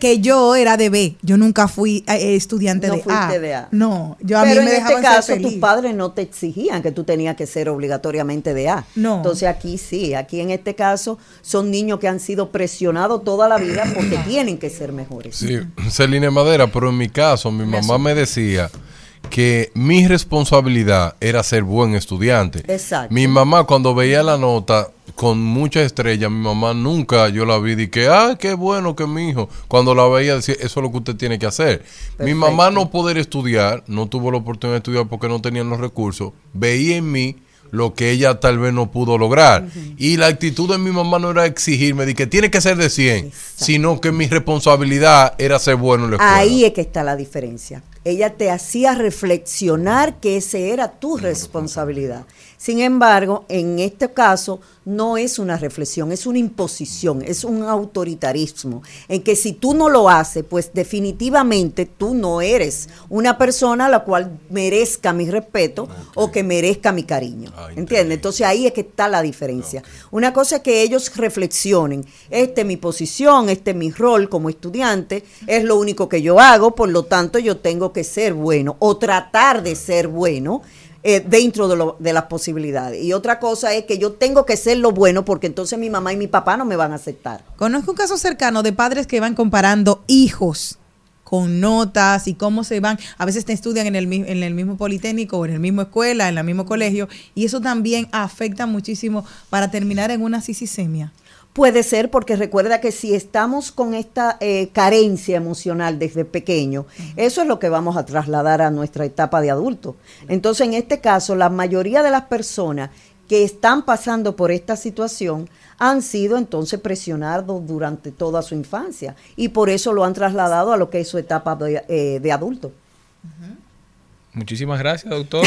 que yo era de B. Yo nunca fui eh, estudiante No de, fuiste A. de A. No, yo a Pero mí me en este dejaban caso, ser tus feliz. padres no te exigían que tú tenías que ser obligatoriamente de A. No. Entonces aquí sí, aquí en este caso son niños que han sido presionados toda la vida porque tienen que ser mejores. Sí, Celine Madera, pero en mi caso, mi mamá me decía que mi responsabilidad era ser buen estudiante. Exacto. Mi mamá cuando veía la nota con muchas estrellas, mi mamá nunca yo la vi y que, ay, qué bueno que mi hijo. Cuando la veía decía, eso es lo que usted tiene que hacer. Perfecto. Mi mamá no poder estudiar, no tuvo la oportunidad de estudiar porque no tenían los recursos, veía en mí lo que ella tal vez no pudo lograr. Uh-huh. Y la actitud de mi mamá no era exigirme de que tiene que ser de cien, exacto, sino que mi responsabilidad era ser bueno en la escuela. Ahí es que está la diferencia. Ella te hacía reflexionar que ese era tu responsabilidad. Sin embargo, en este caso no es una reflexión, es una imposición, es un autoritarismo, en que si tú no lo haces, pues definitivamente tú no eres una persona a la cual merezca mi respeto, okay, o que merezca mi cariño. Ah, ¿entiendes? Entonces ahí es que está la diferencia. Okay. Una cosa es que ellos reflexionen, esta es mi posición, este es mi rol como estudiante, es lo único que yo hago, por lo tanto yo tengo que ser bueno o tratar de ser bueno eh, dentro de, lo, de las posibilidades. Y otra cosa es que yo tengo que ser lo bueno porque entonces mi mamá y mi papá no me van a aceptar. Conozco un caso cercano de padres que van comparando hijos con notas y cómo se van, a veces te estudian en el, en el mismo politécnico o en el mismo escuela, en el mismo colegio, y eso también afecta muchísimo para terminar en una sisisemia. Puede ser, porque recuerda que si estamos con esta eh, carencia emocional desde pequeño, uh-huh, eso es lo que vamos a trasladar a nuestra etapa de adulto. Entonces, en este caso, la mayoría de las personas que están pasando por esta situación han sido entonces presionados durante toda su infancia y por eso lo han trasladado a lo que es su etapa de, eh, de adulto. Uh-huh. Muchísimas gracias, doctor.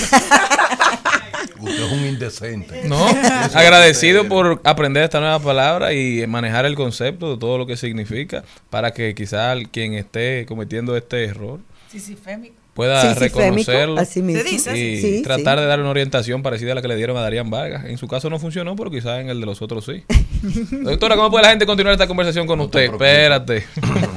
Usted es un indecente. No, agradecido por aprender esta nueva palabra y manejar el concepto de todo lo que significa para que quizás quien esté cometiendo este error pueda sí, reconocerlo así mismo, y sí, tratar sí. de dar una orientación parecida a la que le dieron a Darían Vargas. En su caso no funcionó, pero quizás en el de los otros sí. Doctora, ¿cómo puede la gente continuar esta conversación con no usted? Espérate.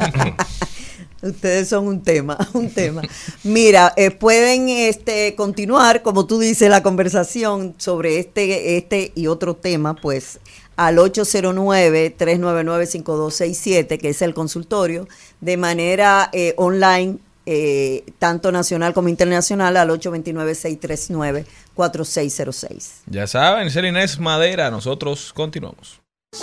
Ustedes son un tema, un tema. Mira, eh, pueden este, continuar, como tú dices, la conversación sobre este, este y otro tema, pues al ocho cero nueve, tres nueve nueve, cinco dos seis siete, que es el consultorio, de manera eh, online, eh, tanto nacional como internacional, al ocho dos nueve, seis tres nueve, cuatro seis cero seis. Ya saben, Celine Madera, nosotros continuamos.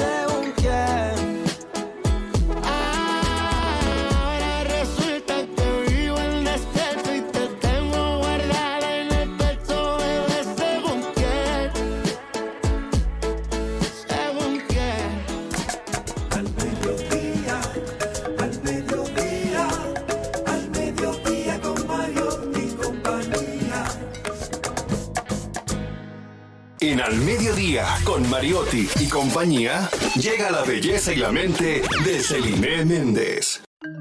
En Al Mediodía, con Mariotti y compañía, llega la belleza y la mente de Celine Méndez.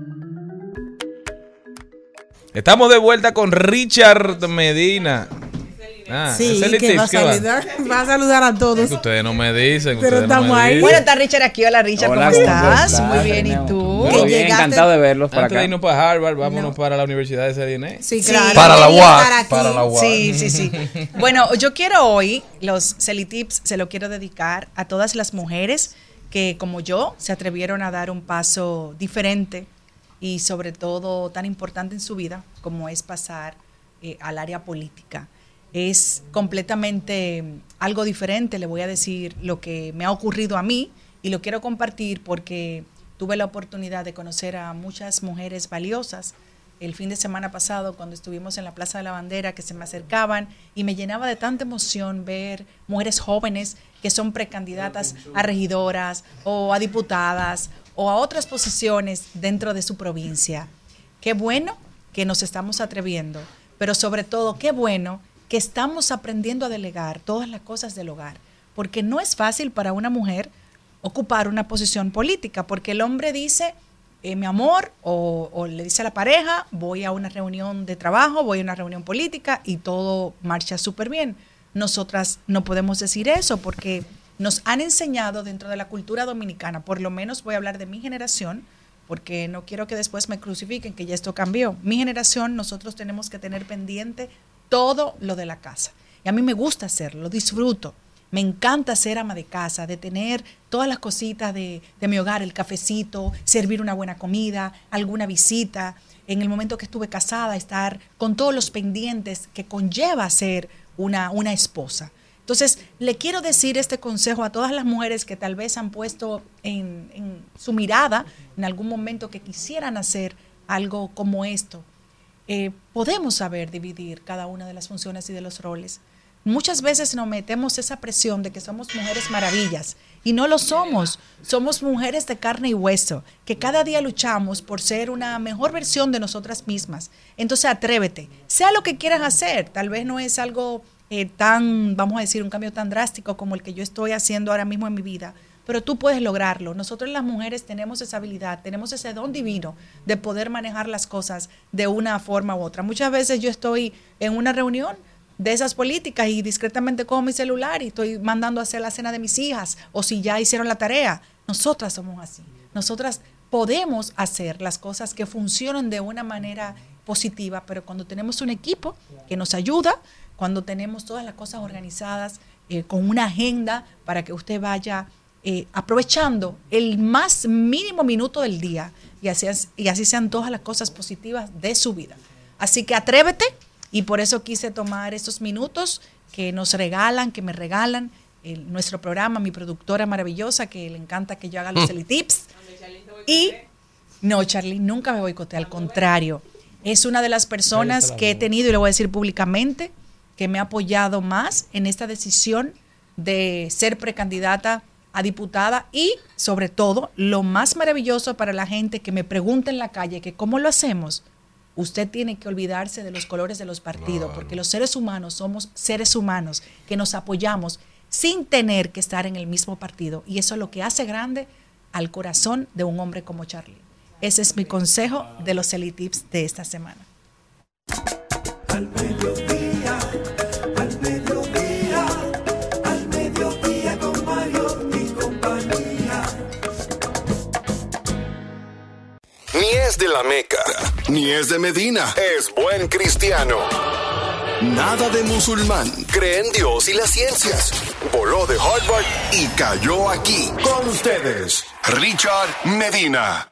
Estamos de vuelta con Richard Medina. Ah, sí, que va a, saludar, va? va a saludar a todos. Es que ustedes no me dicen. Pero estamos no ahí. Bueno, está Richard aquí. Hola, Richard, Hola, ¿cómo estás? estás? Muy bien, ¿y tú? Muy bien, encantado de verlos por Antes acá. de irnos para Harvard, vámonos no. para la Universidad de C D N. Sí, claro. Sí, para la U A S. Para la U A S. Sí, sí, sí. Bueno, yo quiero hoy, los Celitips, se lo quiero dedicar a todas las mujeres que, como yo, se atrevieron a dar un paso diferente y, sobre todo, tan importante en su vida como es pasar eh, al área política. Es completamente algo diferente, le voy a decir lo que me ha ocurrido a mí y lo quiero compartir porque tuve la oportunidad de conocer a muchas mujeres valiosas el fin de semana pasado cuando estuvimos en la Plaza de la Bandera, que se me acercaban y me llenaba de tanta emoción ver mujeres jóvenes que son precandidatas a regidoras o a diputadas o a otras posiciones dentro de su provincia. Qué bueno que nos estamos atreviendo, pero sobre todo qué bueno que estamos aprendiendo a delegar todas las cosas del hogar, porque no es fácil para una mujer ocupar una posición política, porque el hombre dice, eh, mi amor, o, o le dice a la pareja, voy a una reunión de trabajo, voy a una reunión política y todo marcha súper bien. Nosotras no podemos decir eso porque nos han enseñado dentro de la cultura dominicana, por lo menos voy a hablar de mi generación, porque no quiero que después me crucifiquen que ya esto cambió. Mi generación, nosotros tenemos que tener pendiente todo lo de la casa. Y a mí me gusta hacerlo, lo disfruto. Me encanta ser ama de casa, de tener todas las cositas de, de mi hogar, el cafecito, servir una buena comida, alguna visita. En el momento que estuve casada, estar con todos los pendientes que conlleva ser una, una esposa. Entonces, le quiero decir este consejo a todas las mujeres que tal vez han puesto en, en su mirada en algún momento que quisieran hacer algo como esto. Eh, podemos saber dividir cada una de las funciones y de los roles. Muchas veces nos metemos esa presión de que somos mujeres maravillas y no lo somos. Somos mujeres de carne y hueso, que cada día luchamos por ser una mejor versión de nosotras mismas. Entonces atrévete, sea lo que quieras hacer. Tal vez no es algo eh, tan, vamos a decir, un cambio tan drástico como el que yo estoy haciendo ahora mismo en mi vida, pero tú puedes lograrlo. Nosotros las mujeres tenemos esa habilidad, tenemos ese don divino de poder manejar las cosas de una forma u otra. Muchas veces yo estoy en una reunión de esas políticas y discretamente cojo mi celular y estoy mandando a hacer la cena de mis hijas, o si ya hicieron la tarea. Nosotras somos así. Nosotras podemos hacer las cosas que funcionan de una manera positiva, pero cuando tenemos un equipo que nos ayuda, cuando tenemos todas las cosas organizadas, eh, con una agenda para que usted vaya eh, aprovechando el más mínimo minuto del día y así, y así sean todas las cosas positivas de su vida. Así que atrévete. Y por eso quise tomar estos minutos que nos regalan, que me regalan el, nuestro programa, mi productora maravillosa, que le encanta que yo haga los Elitips. Y no, Charly, nunca me boicotea, al contrario. Es una de las personas que he tenido, y lo voy a decir públicamente, que me ha apoyado más en esta decisión de ser precandidata a diputada y, sobre todo, lo más maravilloso para la gente que me pregunta en la calle que cómo lo hacemos. Usted tiene que olvidarse de los colores de los partidos, claro, porque los seres humanos somos seres humanos que nos apoyamos sin tener que estar en el mismo partido. Y eso es lo que hace grande al corazón de un hombre como Charly. Ese es mi consejo de los Elitips de esta semana. Al mediodía, al mediodía, al mediodía con Mario y compañía. Ni es de la Meca, ni es de Medina, es buen cristiano. Nada de musulmán, cree en Dios y las ciencias. Voló de Harvard y cayó aquí. Con ustedes, Richard Medina.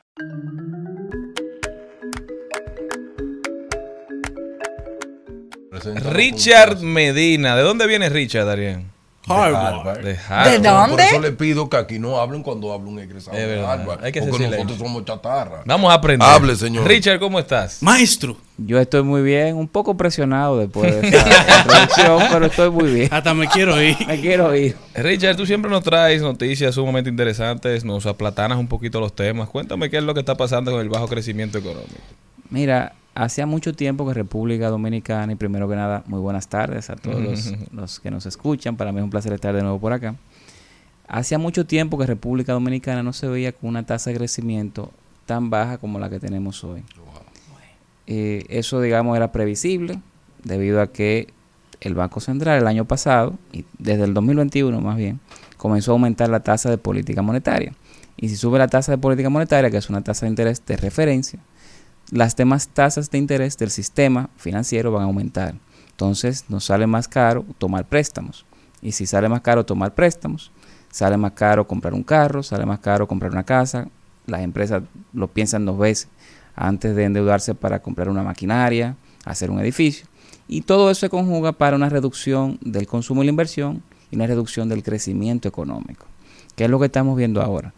Richard Medina. ¿De dónde viene Richard, Darien? Harvard. De Harvard. ¿De dónde? Por eso le pido que aquí no hablen cuando habla un egresado Es de verdad, Harvard. hay que porque decirle. nosotros somos chatarra. Vamos a aprender. Hable, señor. Richard, ¿cómo estás? Maestro. Yo estoy muy bien, un poco presionado después de esta introducción, pero estoy muy bien. Hasta me quiero ir. Me quiero ir. Richard, tú siempre nos traes noticias sumamente interesantes, nos aplatanas un poquito los temas. Cuéntame qué es lo que está pasando con el bajo crecimiento económico. Mira, hacía mucho tiempo que República Dominicana, y primero que nada, muy buenas tardes a todos los, los que nos escuchan. Para mí es un placer estar de nuevo por acá. Hacía mucho tiempo que República Dominicana no se veía con una tasa de crecimiento tan baja como la que tenemos hoy. Eh, eso, digamos, era previsible debido a que el Banco Central el año pasado, y desde el dos mil veintiuno más bien, comenzó a aumentar la tasa de política monetaria. Y si sube la tasa de política monetaria, que es una tasa de interés de referencia, las demás tasas de interés del sistema financiero van a aumentar. Entonces nos sale más caro tomar préstamos. Y si sale más caro tomar préstamos, sale más caro comprar un carro, sale más caro comprar una casa. Las empresas lo piensan dos veces antes de endeudarse para comprar una maquinaria, hacer un edificio. Y todo eso se conjuga para una reducción del consumo y la inversión y una reducción del crecimiento económico, que es lo que estamos viendo ahora.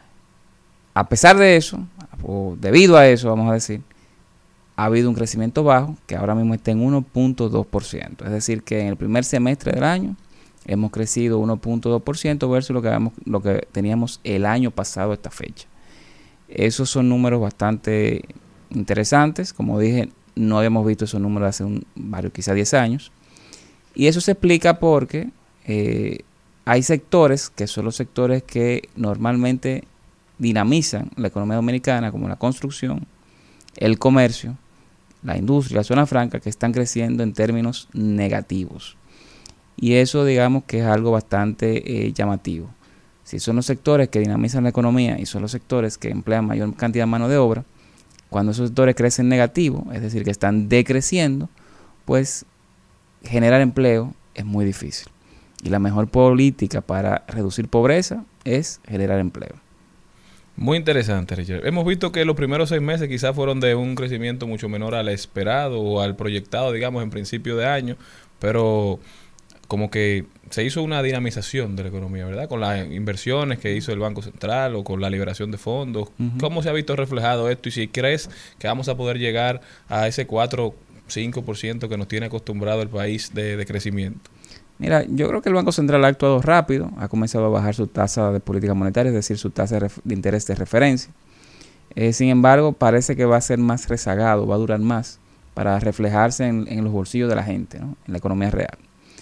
A pesar de eso, o debido a eso, vamos a decir, ha habido un crecimiento bajo que ahora mismo está en uno punto dos por ciento. Es decir, que en el primer semestre del año hemos crecido uno punto dos por ciento versus lo que, habíamos, lo que teníamos el año pasado a esta fecha. Esos son números bastante interesantes. Como dije, no habíamos visto esos números hace un, varios, quizá diez años. Y eso se explica porque eh, hay sectores que son los sectores que normalmente dinamizan la economía dominicana, como la construcción, el comercio, la industria, la zona franca, que están creciendo en términos negativos. Y eso, digamos, que es algo bastante eh, llamativo. si son los sectores que dinamizan la economía y son los sectores que emplean mayor cantidad de mano de obra, cuando esos sectores crecen negativo, es decir, que están decreciendo, pues generar empleo es muy difícil. Y la mejor política para reducir pobreza es generar empleo. Muy interesante, Richard. Hemos visto que los primeros seis meses quizás fueron de un crecimiento mucho menor al esperado o al proyectado, digamos, en principio de año, pero como que se hizo una dinamización de la economía, ¿verdad? Con las inversiones que hizo el Banco Central o con la liberación de fondos. Uh-huh. ¿Cómo se ha visto reflejado esto? Y si crees que vamos a poder llegar a ese cuatro, cinco por ciento que nos tiene acostumbrado el país de, de crecimiento. Mira, yo creo que el Banco Central ha actuado rápido, ha comenzado a bajar su tasa de política monetaria, es decir, su tasa de, de interés de referencia. Eh, sin embargo, parece que va a ser más rezagado, va a durar más para reflejarse en, en los bolsillos de la gente, ¿no? En la economía real.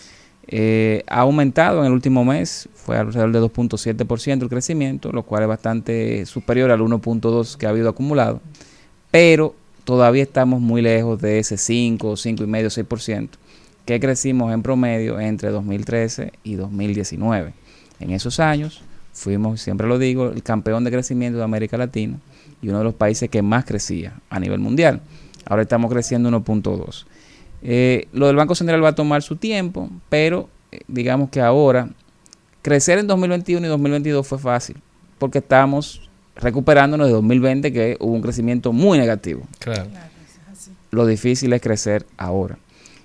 Eh, ha aumentado en el último mes, fue alrededor de dos punto siete por ciento el crecimiento, lo cual es bastante superior al uno punto dos por ciento que ha habido acumulado, pero todavía estamos muy lejos de ese cinco, cinco coma cinco, seis por ciento que crecimos en promedio entre dos mil trece y dos mil diecinueve. En esos años fuimos, siempre lo digo, el campeón de crecimiento de América Latina y uno de los países que más crecía a nivel mundial. Ahora estamos creciendo uno punto dos. Eh, lo del Banco Central va a tomar su tiempo, pero eh, digamos que ahora crecer en dos mil veintiuno y dos mil veintidós fue fácil, porque estamos recuperándonos de dos mil veinte, que hubo un crecimiento muy negativo. Claro. Lo difícil es crecer ahora.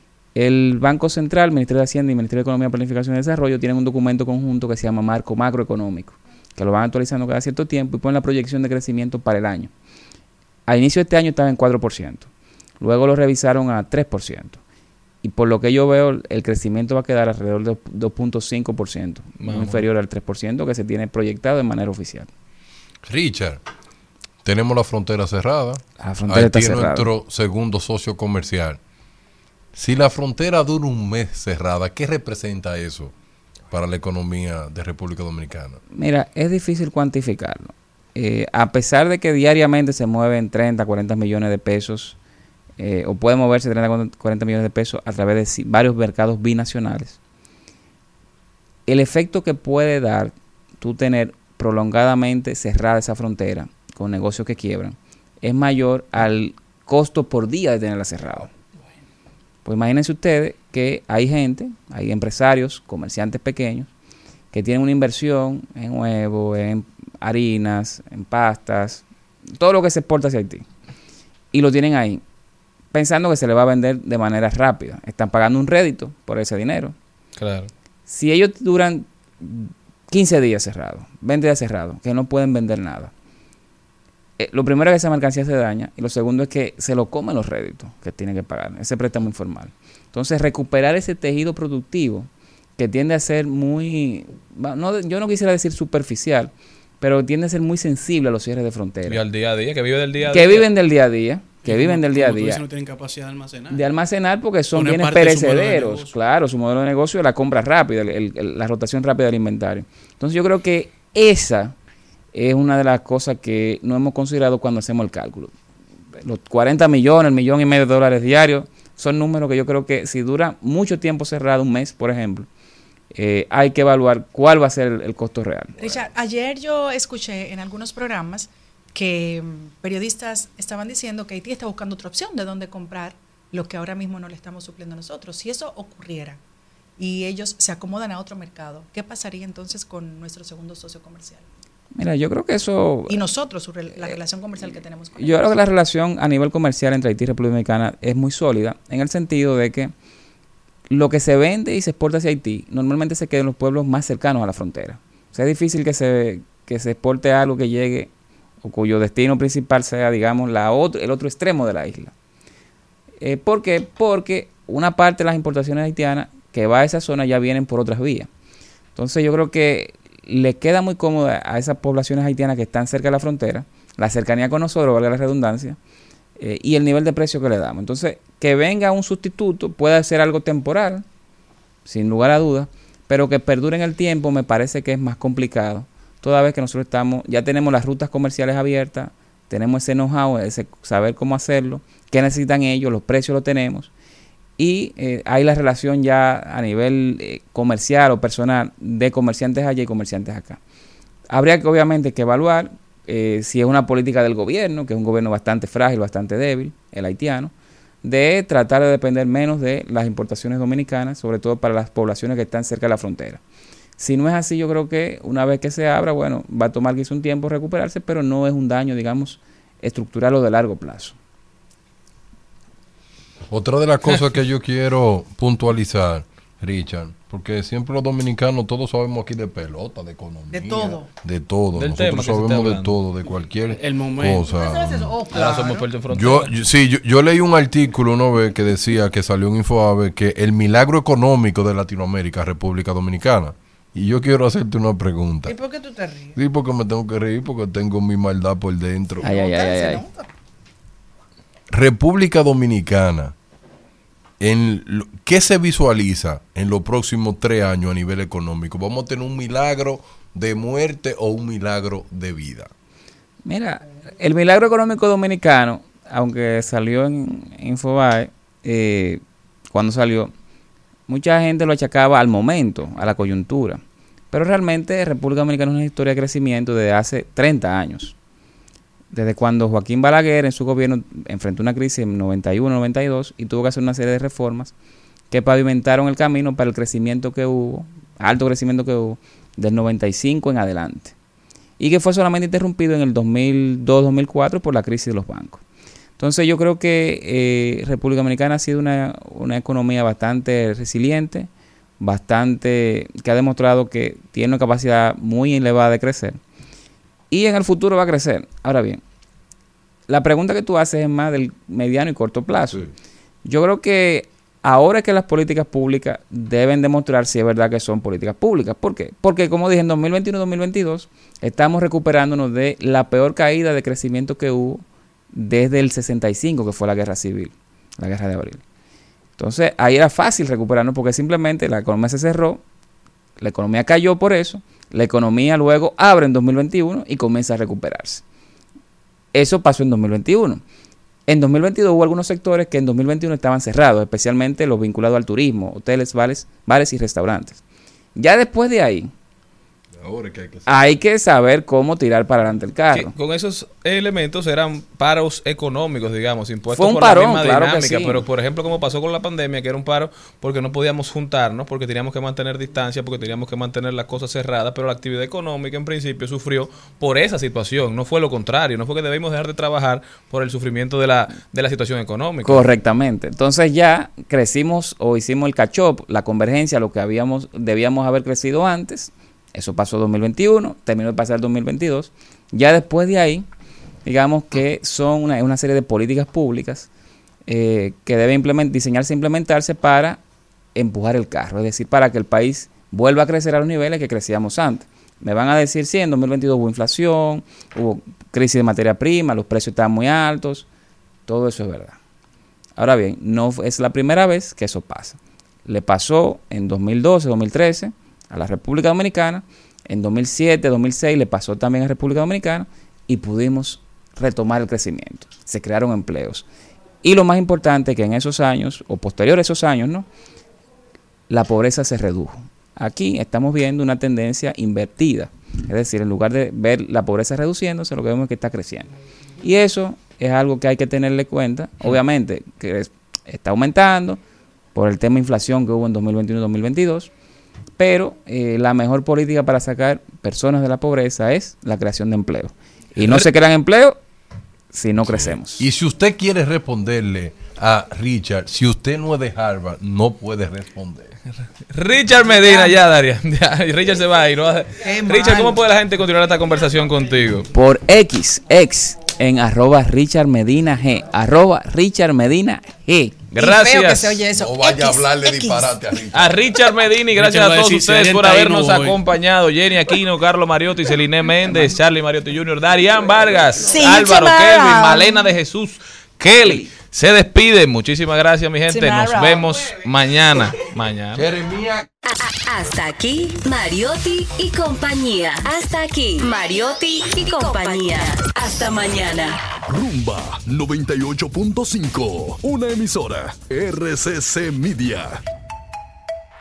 El Banco Central, Ministerio de Hacienda y Ministerio de Economía, Planificación y Desarrollo tienen un documento conjunto que se llama Marco Macroeconómico, que lo van actualizando cada cierto tiempo y ponen la proyección de crecimiento para el año. A inicio de este año estaba en cuatro por ciento. Luego lo revisaron a tres por ciento. Y por lo que yo veo, el crecimiento va a quedar alrededor de dos punto cinco por ciento, muy inferior al tres por ciento que se tiene proyectado de manera oficial. Richard, tenemos la frontera cerrada. La frontera está Haití es cerrada. nuestro segundo socio comercial. Si la frontera dura un mes cerrada, ¿qué representa eso para la economía de República Dominicana? Mira, es difícil cuantificarlo. Eh, a pesar de que diariamente se mueven treinta, cuarenta millones de pesos, eh, o puede moverse treinta, cuarenta millones de pesos a través de si- varios mercados binacionales, el efecto que puede dar tú tener prolongadamente cerrada esa frontera con negocios que quiebran es mayor al costo por día de tenerla cerrada. Pues imagínense ustedes que hay gente, hay empresarios, comerciantes pequeños, que tienen una inversión en huevos, en harinas, en pastas, todo lo que se exporta hacia Haití, y lo tienen ahí, pensando que se le va a vender de manera rápida. Están pagando un rédito por ese dinero. Claro. Si ellos duran quince días cerrados, veinte días cerrados, que no pueden vender nada, eh, lo primero es que esa mercancía se daña, y lo segundo es que se lo comen los réditos que tienen que pagar, ese préstamo informal. Entonces, recuperar ese tejido productivo que tiende a ser muy, no, yo no quisiera decir superficial, pero tiende a ser muy sensible a los cierres de frontera. Y al día a día, que vive del día a que día. viven del día a día, que Y viven como- del día a como tú día. dices, no tienen capacidad de almacenar. De almacenar porque son Poner bienes parte de su modelo de perecederos. negocio. Claro, su modelo de negocio es la compra rápida, el- el- el- la rotación rápida del inventario. Entonces yo creo que esa es una de las cosas que no hemos considerado cuando hacemos el cálculo. Los cuarenta millones, el millón y medio de dólares diarios, son números que yo creo que si dura mucho tiempo cerrado, un mes, por ejemplo, eh, hay que evaluar cuál va a ser el, el costo real. Richard, ayer yo escuché en algunos programas que mm, periodistas estaban diciendo que Haití está buscando otra opción de dónde comprar lo que ahora mismo no le estamos supliendo nosotros. Si eso ocurriera y ellos se acomodan a otro mercado, ¿qué pasaría entonces con nuestro segundo socio comercial? Mira, yo creo que eso... Y nosotros, su rel- la relación comercial que tenemos con Yo ellos. creo que la relación a nivel comercial entre Haití y República Dominicana es muy sólida, en el sentido de que lo que se vende y se exporta hacia Haití normalmente se queda en los pueblos más cercanos a la frontera. O sea, es difícil que se, que se exporte algo que llegue o cuyo destino principal sea, digamos, la otro, el otro extremo de la isla. Eh, ¿Por qué? Porque una parte de las importaciones haitianas que va a esa zona ya vienen por otras vías. Entonces yo creo que le queda muy cómodo a esas poblaciones haitianas que están cerca de la frontera, la cercanía con nosotros, valga la redundancia, eh, y el nivel de precio que le damos. Entonces, que venga un sustituto puede ser algo temporal, sin lugar a dudas, pero que perdure en el tiempo me parece que es más complicado, toda vez que nosotros estamos, ya tenemos las rutas comerciales abiertas, tenemos ese know-how, ese saber cómo hacerlo, qué necesitan ellos, los precios los tenemos, y eh, hay la relación ya a nivel eh, comercial o personal de comerciantes allá y comerciantes acá. Habría que obviamente que evaluar eh, si es una política del gobierno, que es un gobierno bastante frágil, bastante débil, el haitiano, de tratar de depender menos de las importaciones dominicanas, sobre todo para las poblaciones que están cerca de la frontera. Si no es así, yo creo que una vez que se abra, bueno, va a tomar quizá un tiempo recuperarse, pero no es un daño, digamos, estructural o de largo plazo. Otra de las cosas que yo quiero puntualizar, Richard, porque siempre los dominicanos todos sabemos aquí de pelota, de economía, De todo. de todo. Del tema Nosotros que se esté sabemos de hablando. todo, de cualquier El momento. cosa. Ahora somos expertos en frontera. Yo, yo- sí, yo, yo leí un artículo una vez que decía que salió en Infoave que el milagro económico de Latinoamérica es República Dominicana. Y yo quiero hacerte una pregunta. ¿Y por qué tú te ríes? Sí, porque me tengo que reír porque tengo mi maldad por dentro. Ay, ay, ay, ay, ay. República Dominicana, en lo- ¿qué se visualiza en los próximos tres años a nivel económico? ¿Vamos a tener un milagro de muerte o un milagro de vida? Mira, el milagro económico dominicano, aunque salió en Infobae, eh, cuando salió, mucha gente lo achacaba al momento, a la coyuntura. Pero realmente República Dominicana es una historia de crecimiento desde hace treinta años. Desde cuando Joaquín Balaguer en su gobierno enfrentó una crisis en noventa y uno, noventa y dos y tuvo que hacer una serie de reformas que pavimentaron el camino para el crecimiento que hubo, alto crecimiento que hubo, del noventa y cinco en adelante. Y que fue solamente interrumpido en el dos mil dos, dos mil cuatro por la crisis de los bancos. Entonces yo creo que eh, República Dominicana ha sido una, una economía bastante resiliente, bastante que ha demostrado que tiene una capacidad muy elevada de crecer. Y en el futuro va a crecer. Ahora bien, la pregunta que tú haces es más del mediano y corto plazo. Sí. Yo creo que ahora es que las políticas públicas deben demostrar si es verdad que son políticas públicas. ¿Por qué? Porque como dije, en dos mil veintiuno, dos mil veintidós estamos recuperándonos de la peor caída de crecimiento que hubo desde el sesenta y cinco, que fue la guerra civil, la guerra de abril. Entonces ahí era fácil recuperarnos porque simplemente la economía se cerró, la economía cayó por eso, la economía luego abre en dos mil veintiuno y comienza a recuperarse. Eso pasó en dos mil veintiuno. En dos mil veintidós hubo algunos sectores que en dos mil veintiuno estaban cerrados, especialmente los vinculados al turismo, hoteles, bares, bares y restaurantes. Ya después de ahí, Ahora que hay que hay que saber cómo tirar para adelante el carro. Que con esos elementos eran paros económicos, digamos, impuestos Fue un por parón, la misma claro que dinámica. sí. Pero, por ejemplo, como pasó con la pandemia, que era un paro porque no podíamos juntarnos, porque teníamos que mantener distancia, porque teníamos que mantener las cosas cerradas, pero la actividad económica en principio sufrió por esa situación. No fue lo contrario, no fue que debimos dejar de trabajar por el sufrimiento de la, de la situación económica. Correctamente. Entonces ya crecimos o hicimos el catch-up, la convergencia, lo que habíamos debíamos haber crecido antes. Eso pasó en dos mil veintiuno, terminó de pasar dos mil veintidós. Ya después de ahí, digamos que son una, una serie de políticas públicas eh, que deben implement, diseñarse e implementarse para empujar el carro, es decir, para que el país vuelva a crecer a los niveles que crecíamos antes. Me van a decir, sí, en dos mil veintidós hubo inflación, hubo crisis de materia prima, los precios estaban muy altos, todo eso es verdad. Ahora bien, no es la primera vez que eso pasa. Le pasó en dos mil doce, dos mil trece a la República Dominicana, en dos mil siete, dos mil seis le pasó también a República Dominicana y pudimos retomar el crecimiento. Se crearon empleos. Y lo más importante que en esos años, o posterior a esos años, ¿no?, la pobreza se redujo. Aquí estamos viendo una tendencia invertida. Es decir, en lugar de ver la pobreza reduciéndose, lo que vemos es que está creciendo. Y eso es algo que hay que tenerle cuenta. Obviamente, que es- está aumentando por el tema de inflación que hubo en dos mil veintiuno, dos mil veintidós. Pero eh, la mejor política para sacar personas de la pobreza es la creación de empleo. Y no se crean empleo si no crecemos. Y si usted quiere responderle a Richard, si usted no es de Harvard, no puede responder. Richard Medina, ya, Daria. Ya, Richard se va a ir. ¿no? Richard, ¿cómo puede la gente continuar esta conversación contigo? Por X, X, en arroba Richard Medina G. Arroba Richard Medina G. Gracias. Y feo que se oye eso. No vaya a X, hablarle X. disparate a Richard. A Richard Medina y gracias Richard va a a todos decir, si ustedes alguien por está ahí, habernos no voy. acompañado. Jenny Aquino, Carlos Mariotti, Celine Méndez, Charlie Mariotti junior, Darian Vargas, Sí, Álvaro, tomorrow. Kelvin, Malena de Jesús, Kelly. Se despide. Muchísimas gracias, mi gente. Nos Tomorrow. vemos mañana. Mañana. Jeremías. Hasta aquí, Mariotti y compañía. Hasta aquí, Mariotti y compañía. Hasta mañana. Rumba noventa y ocho punto cinco, una emisora R C C Media.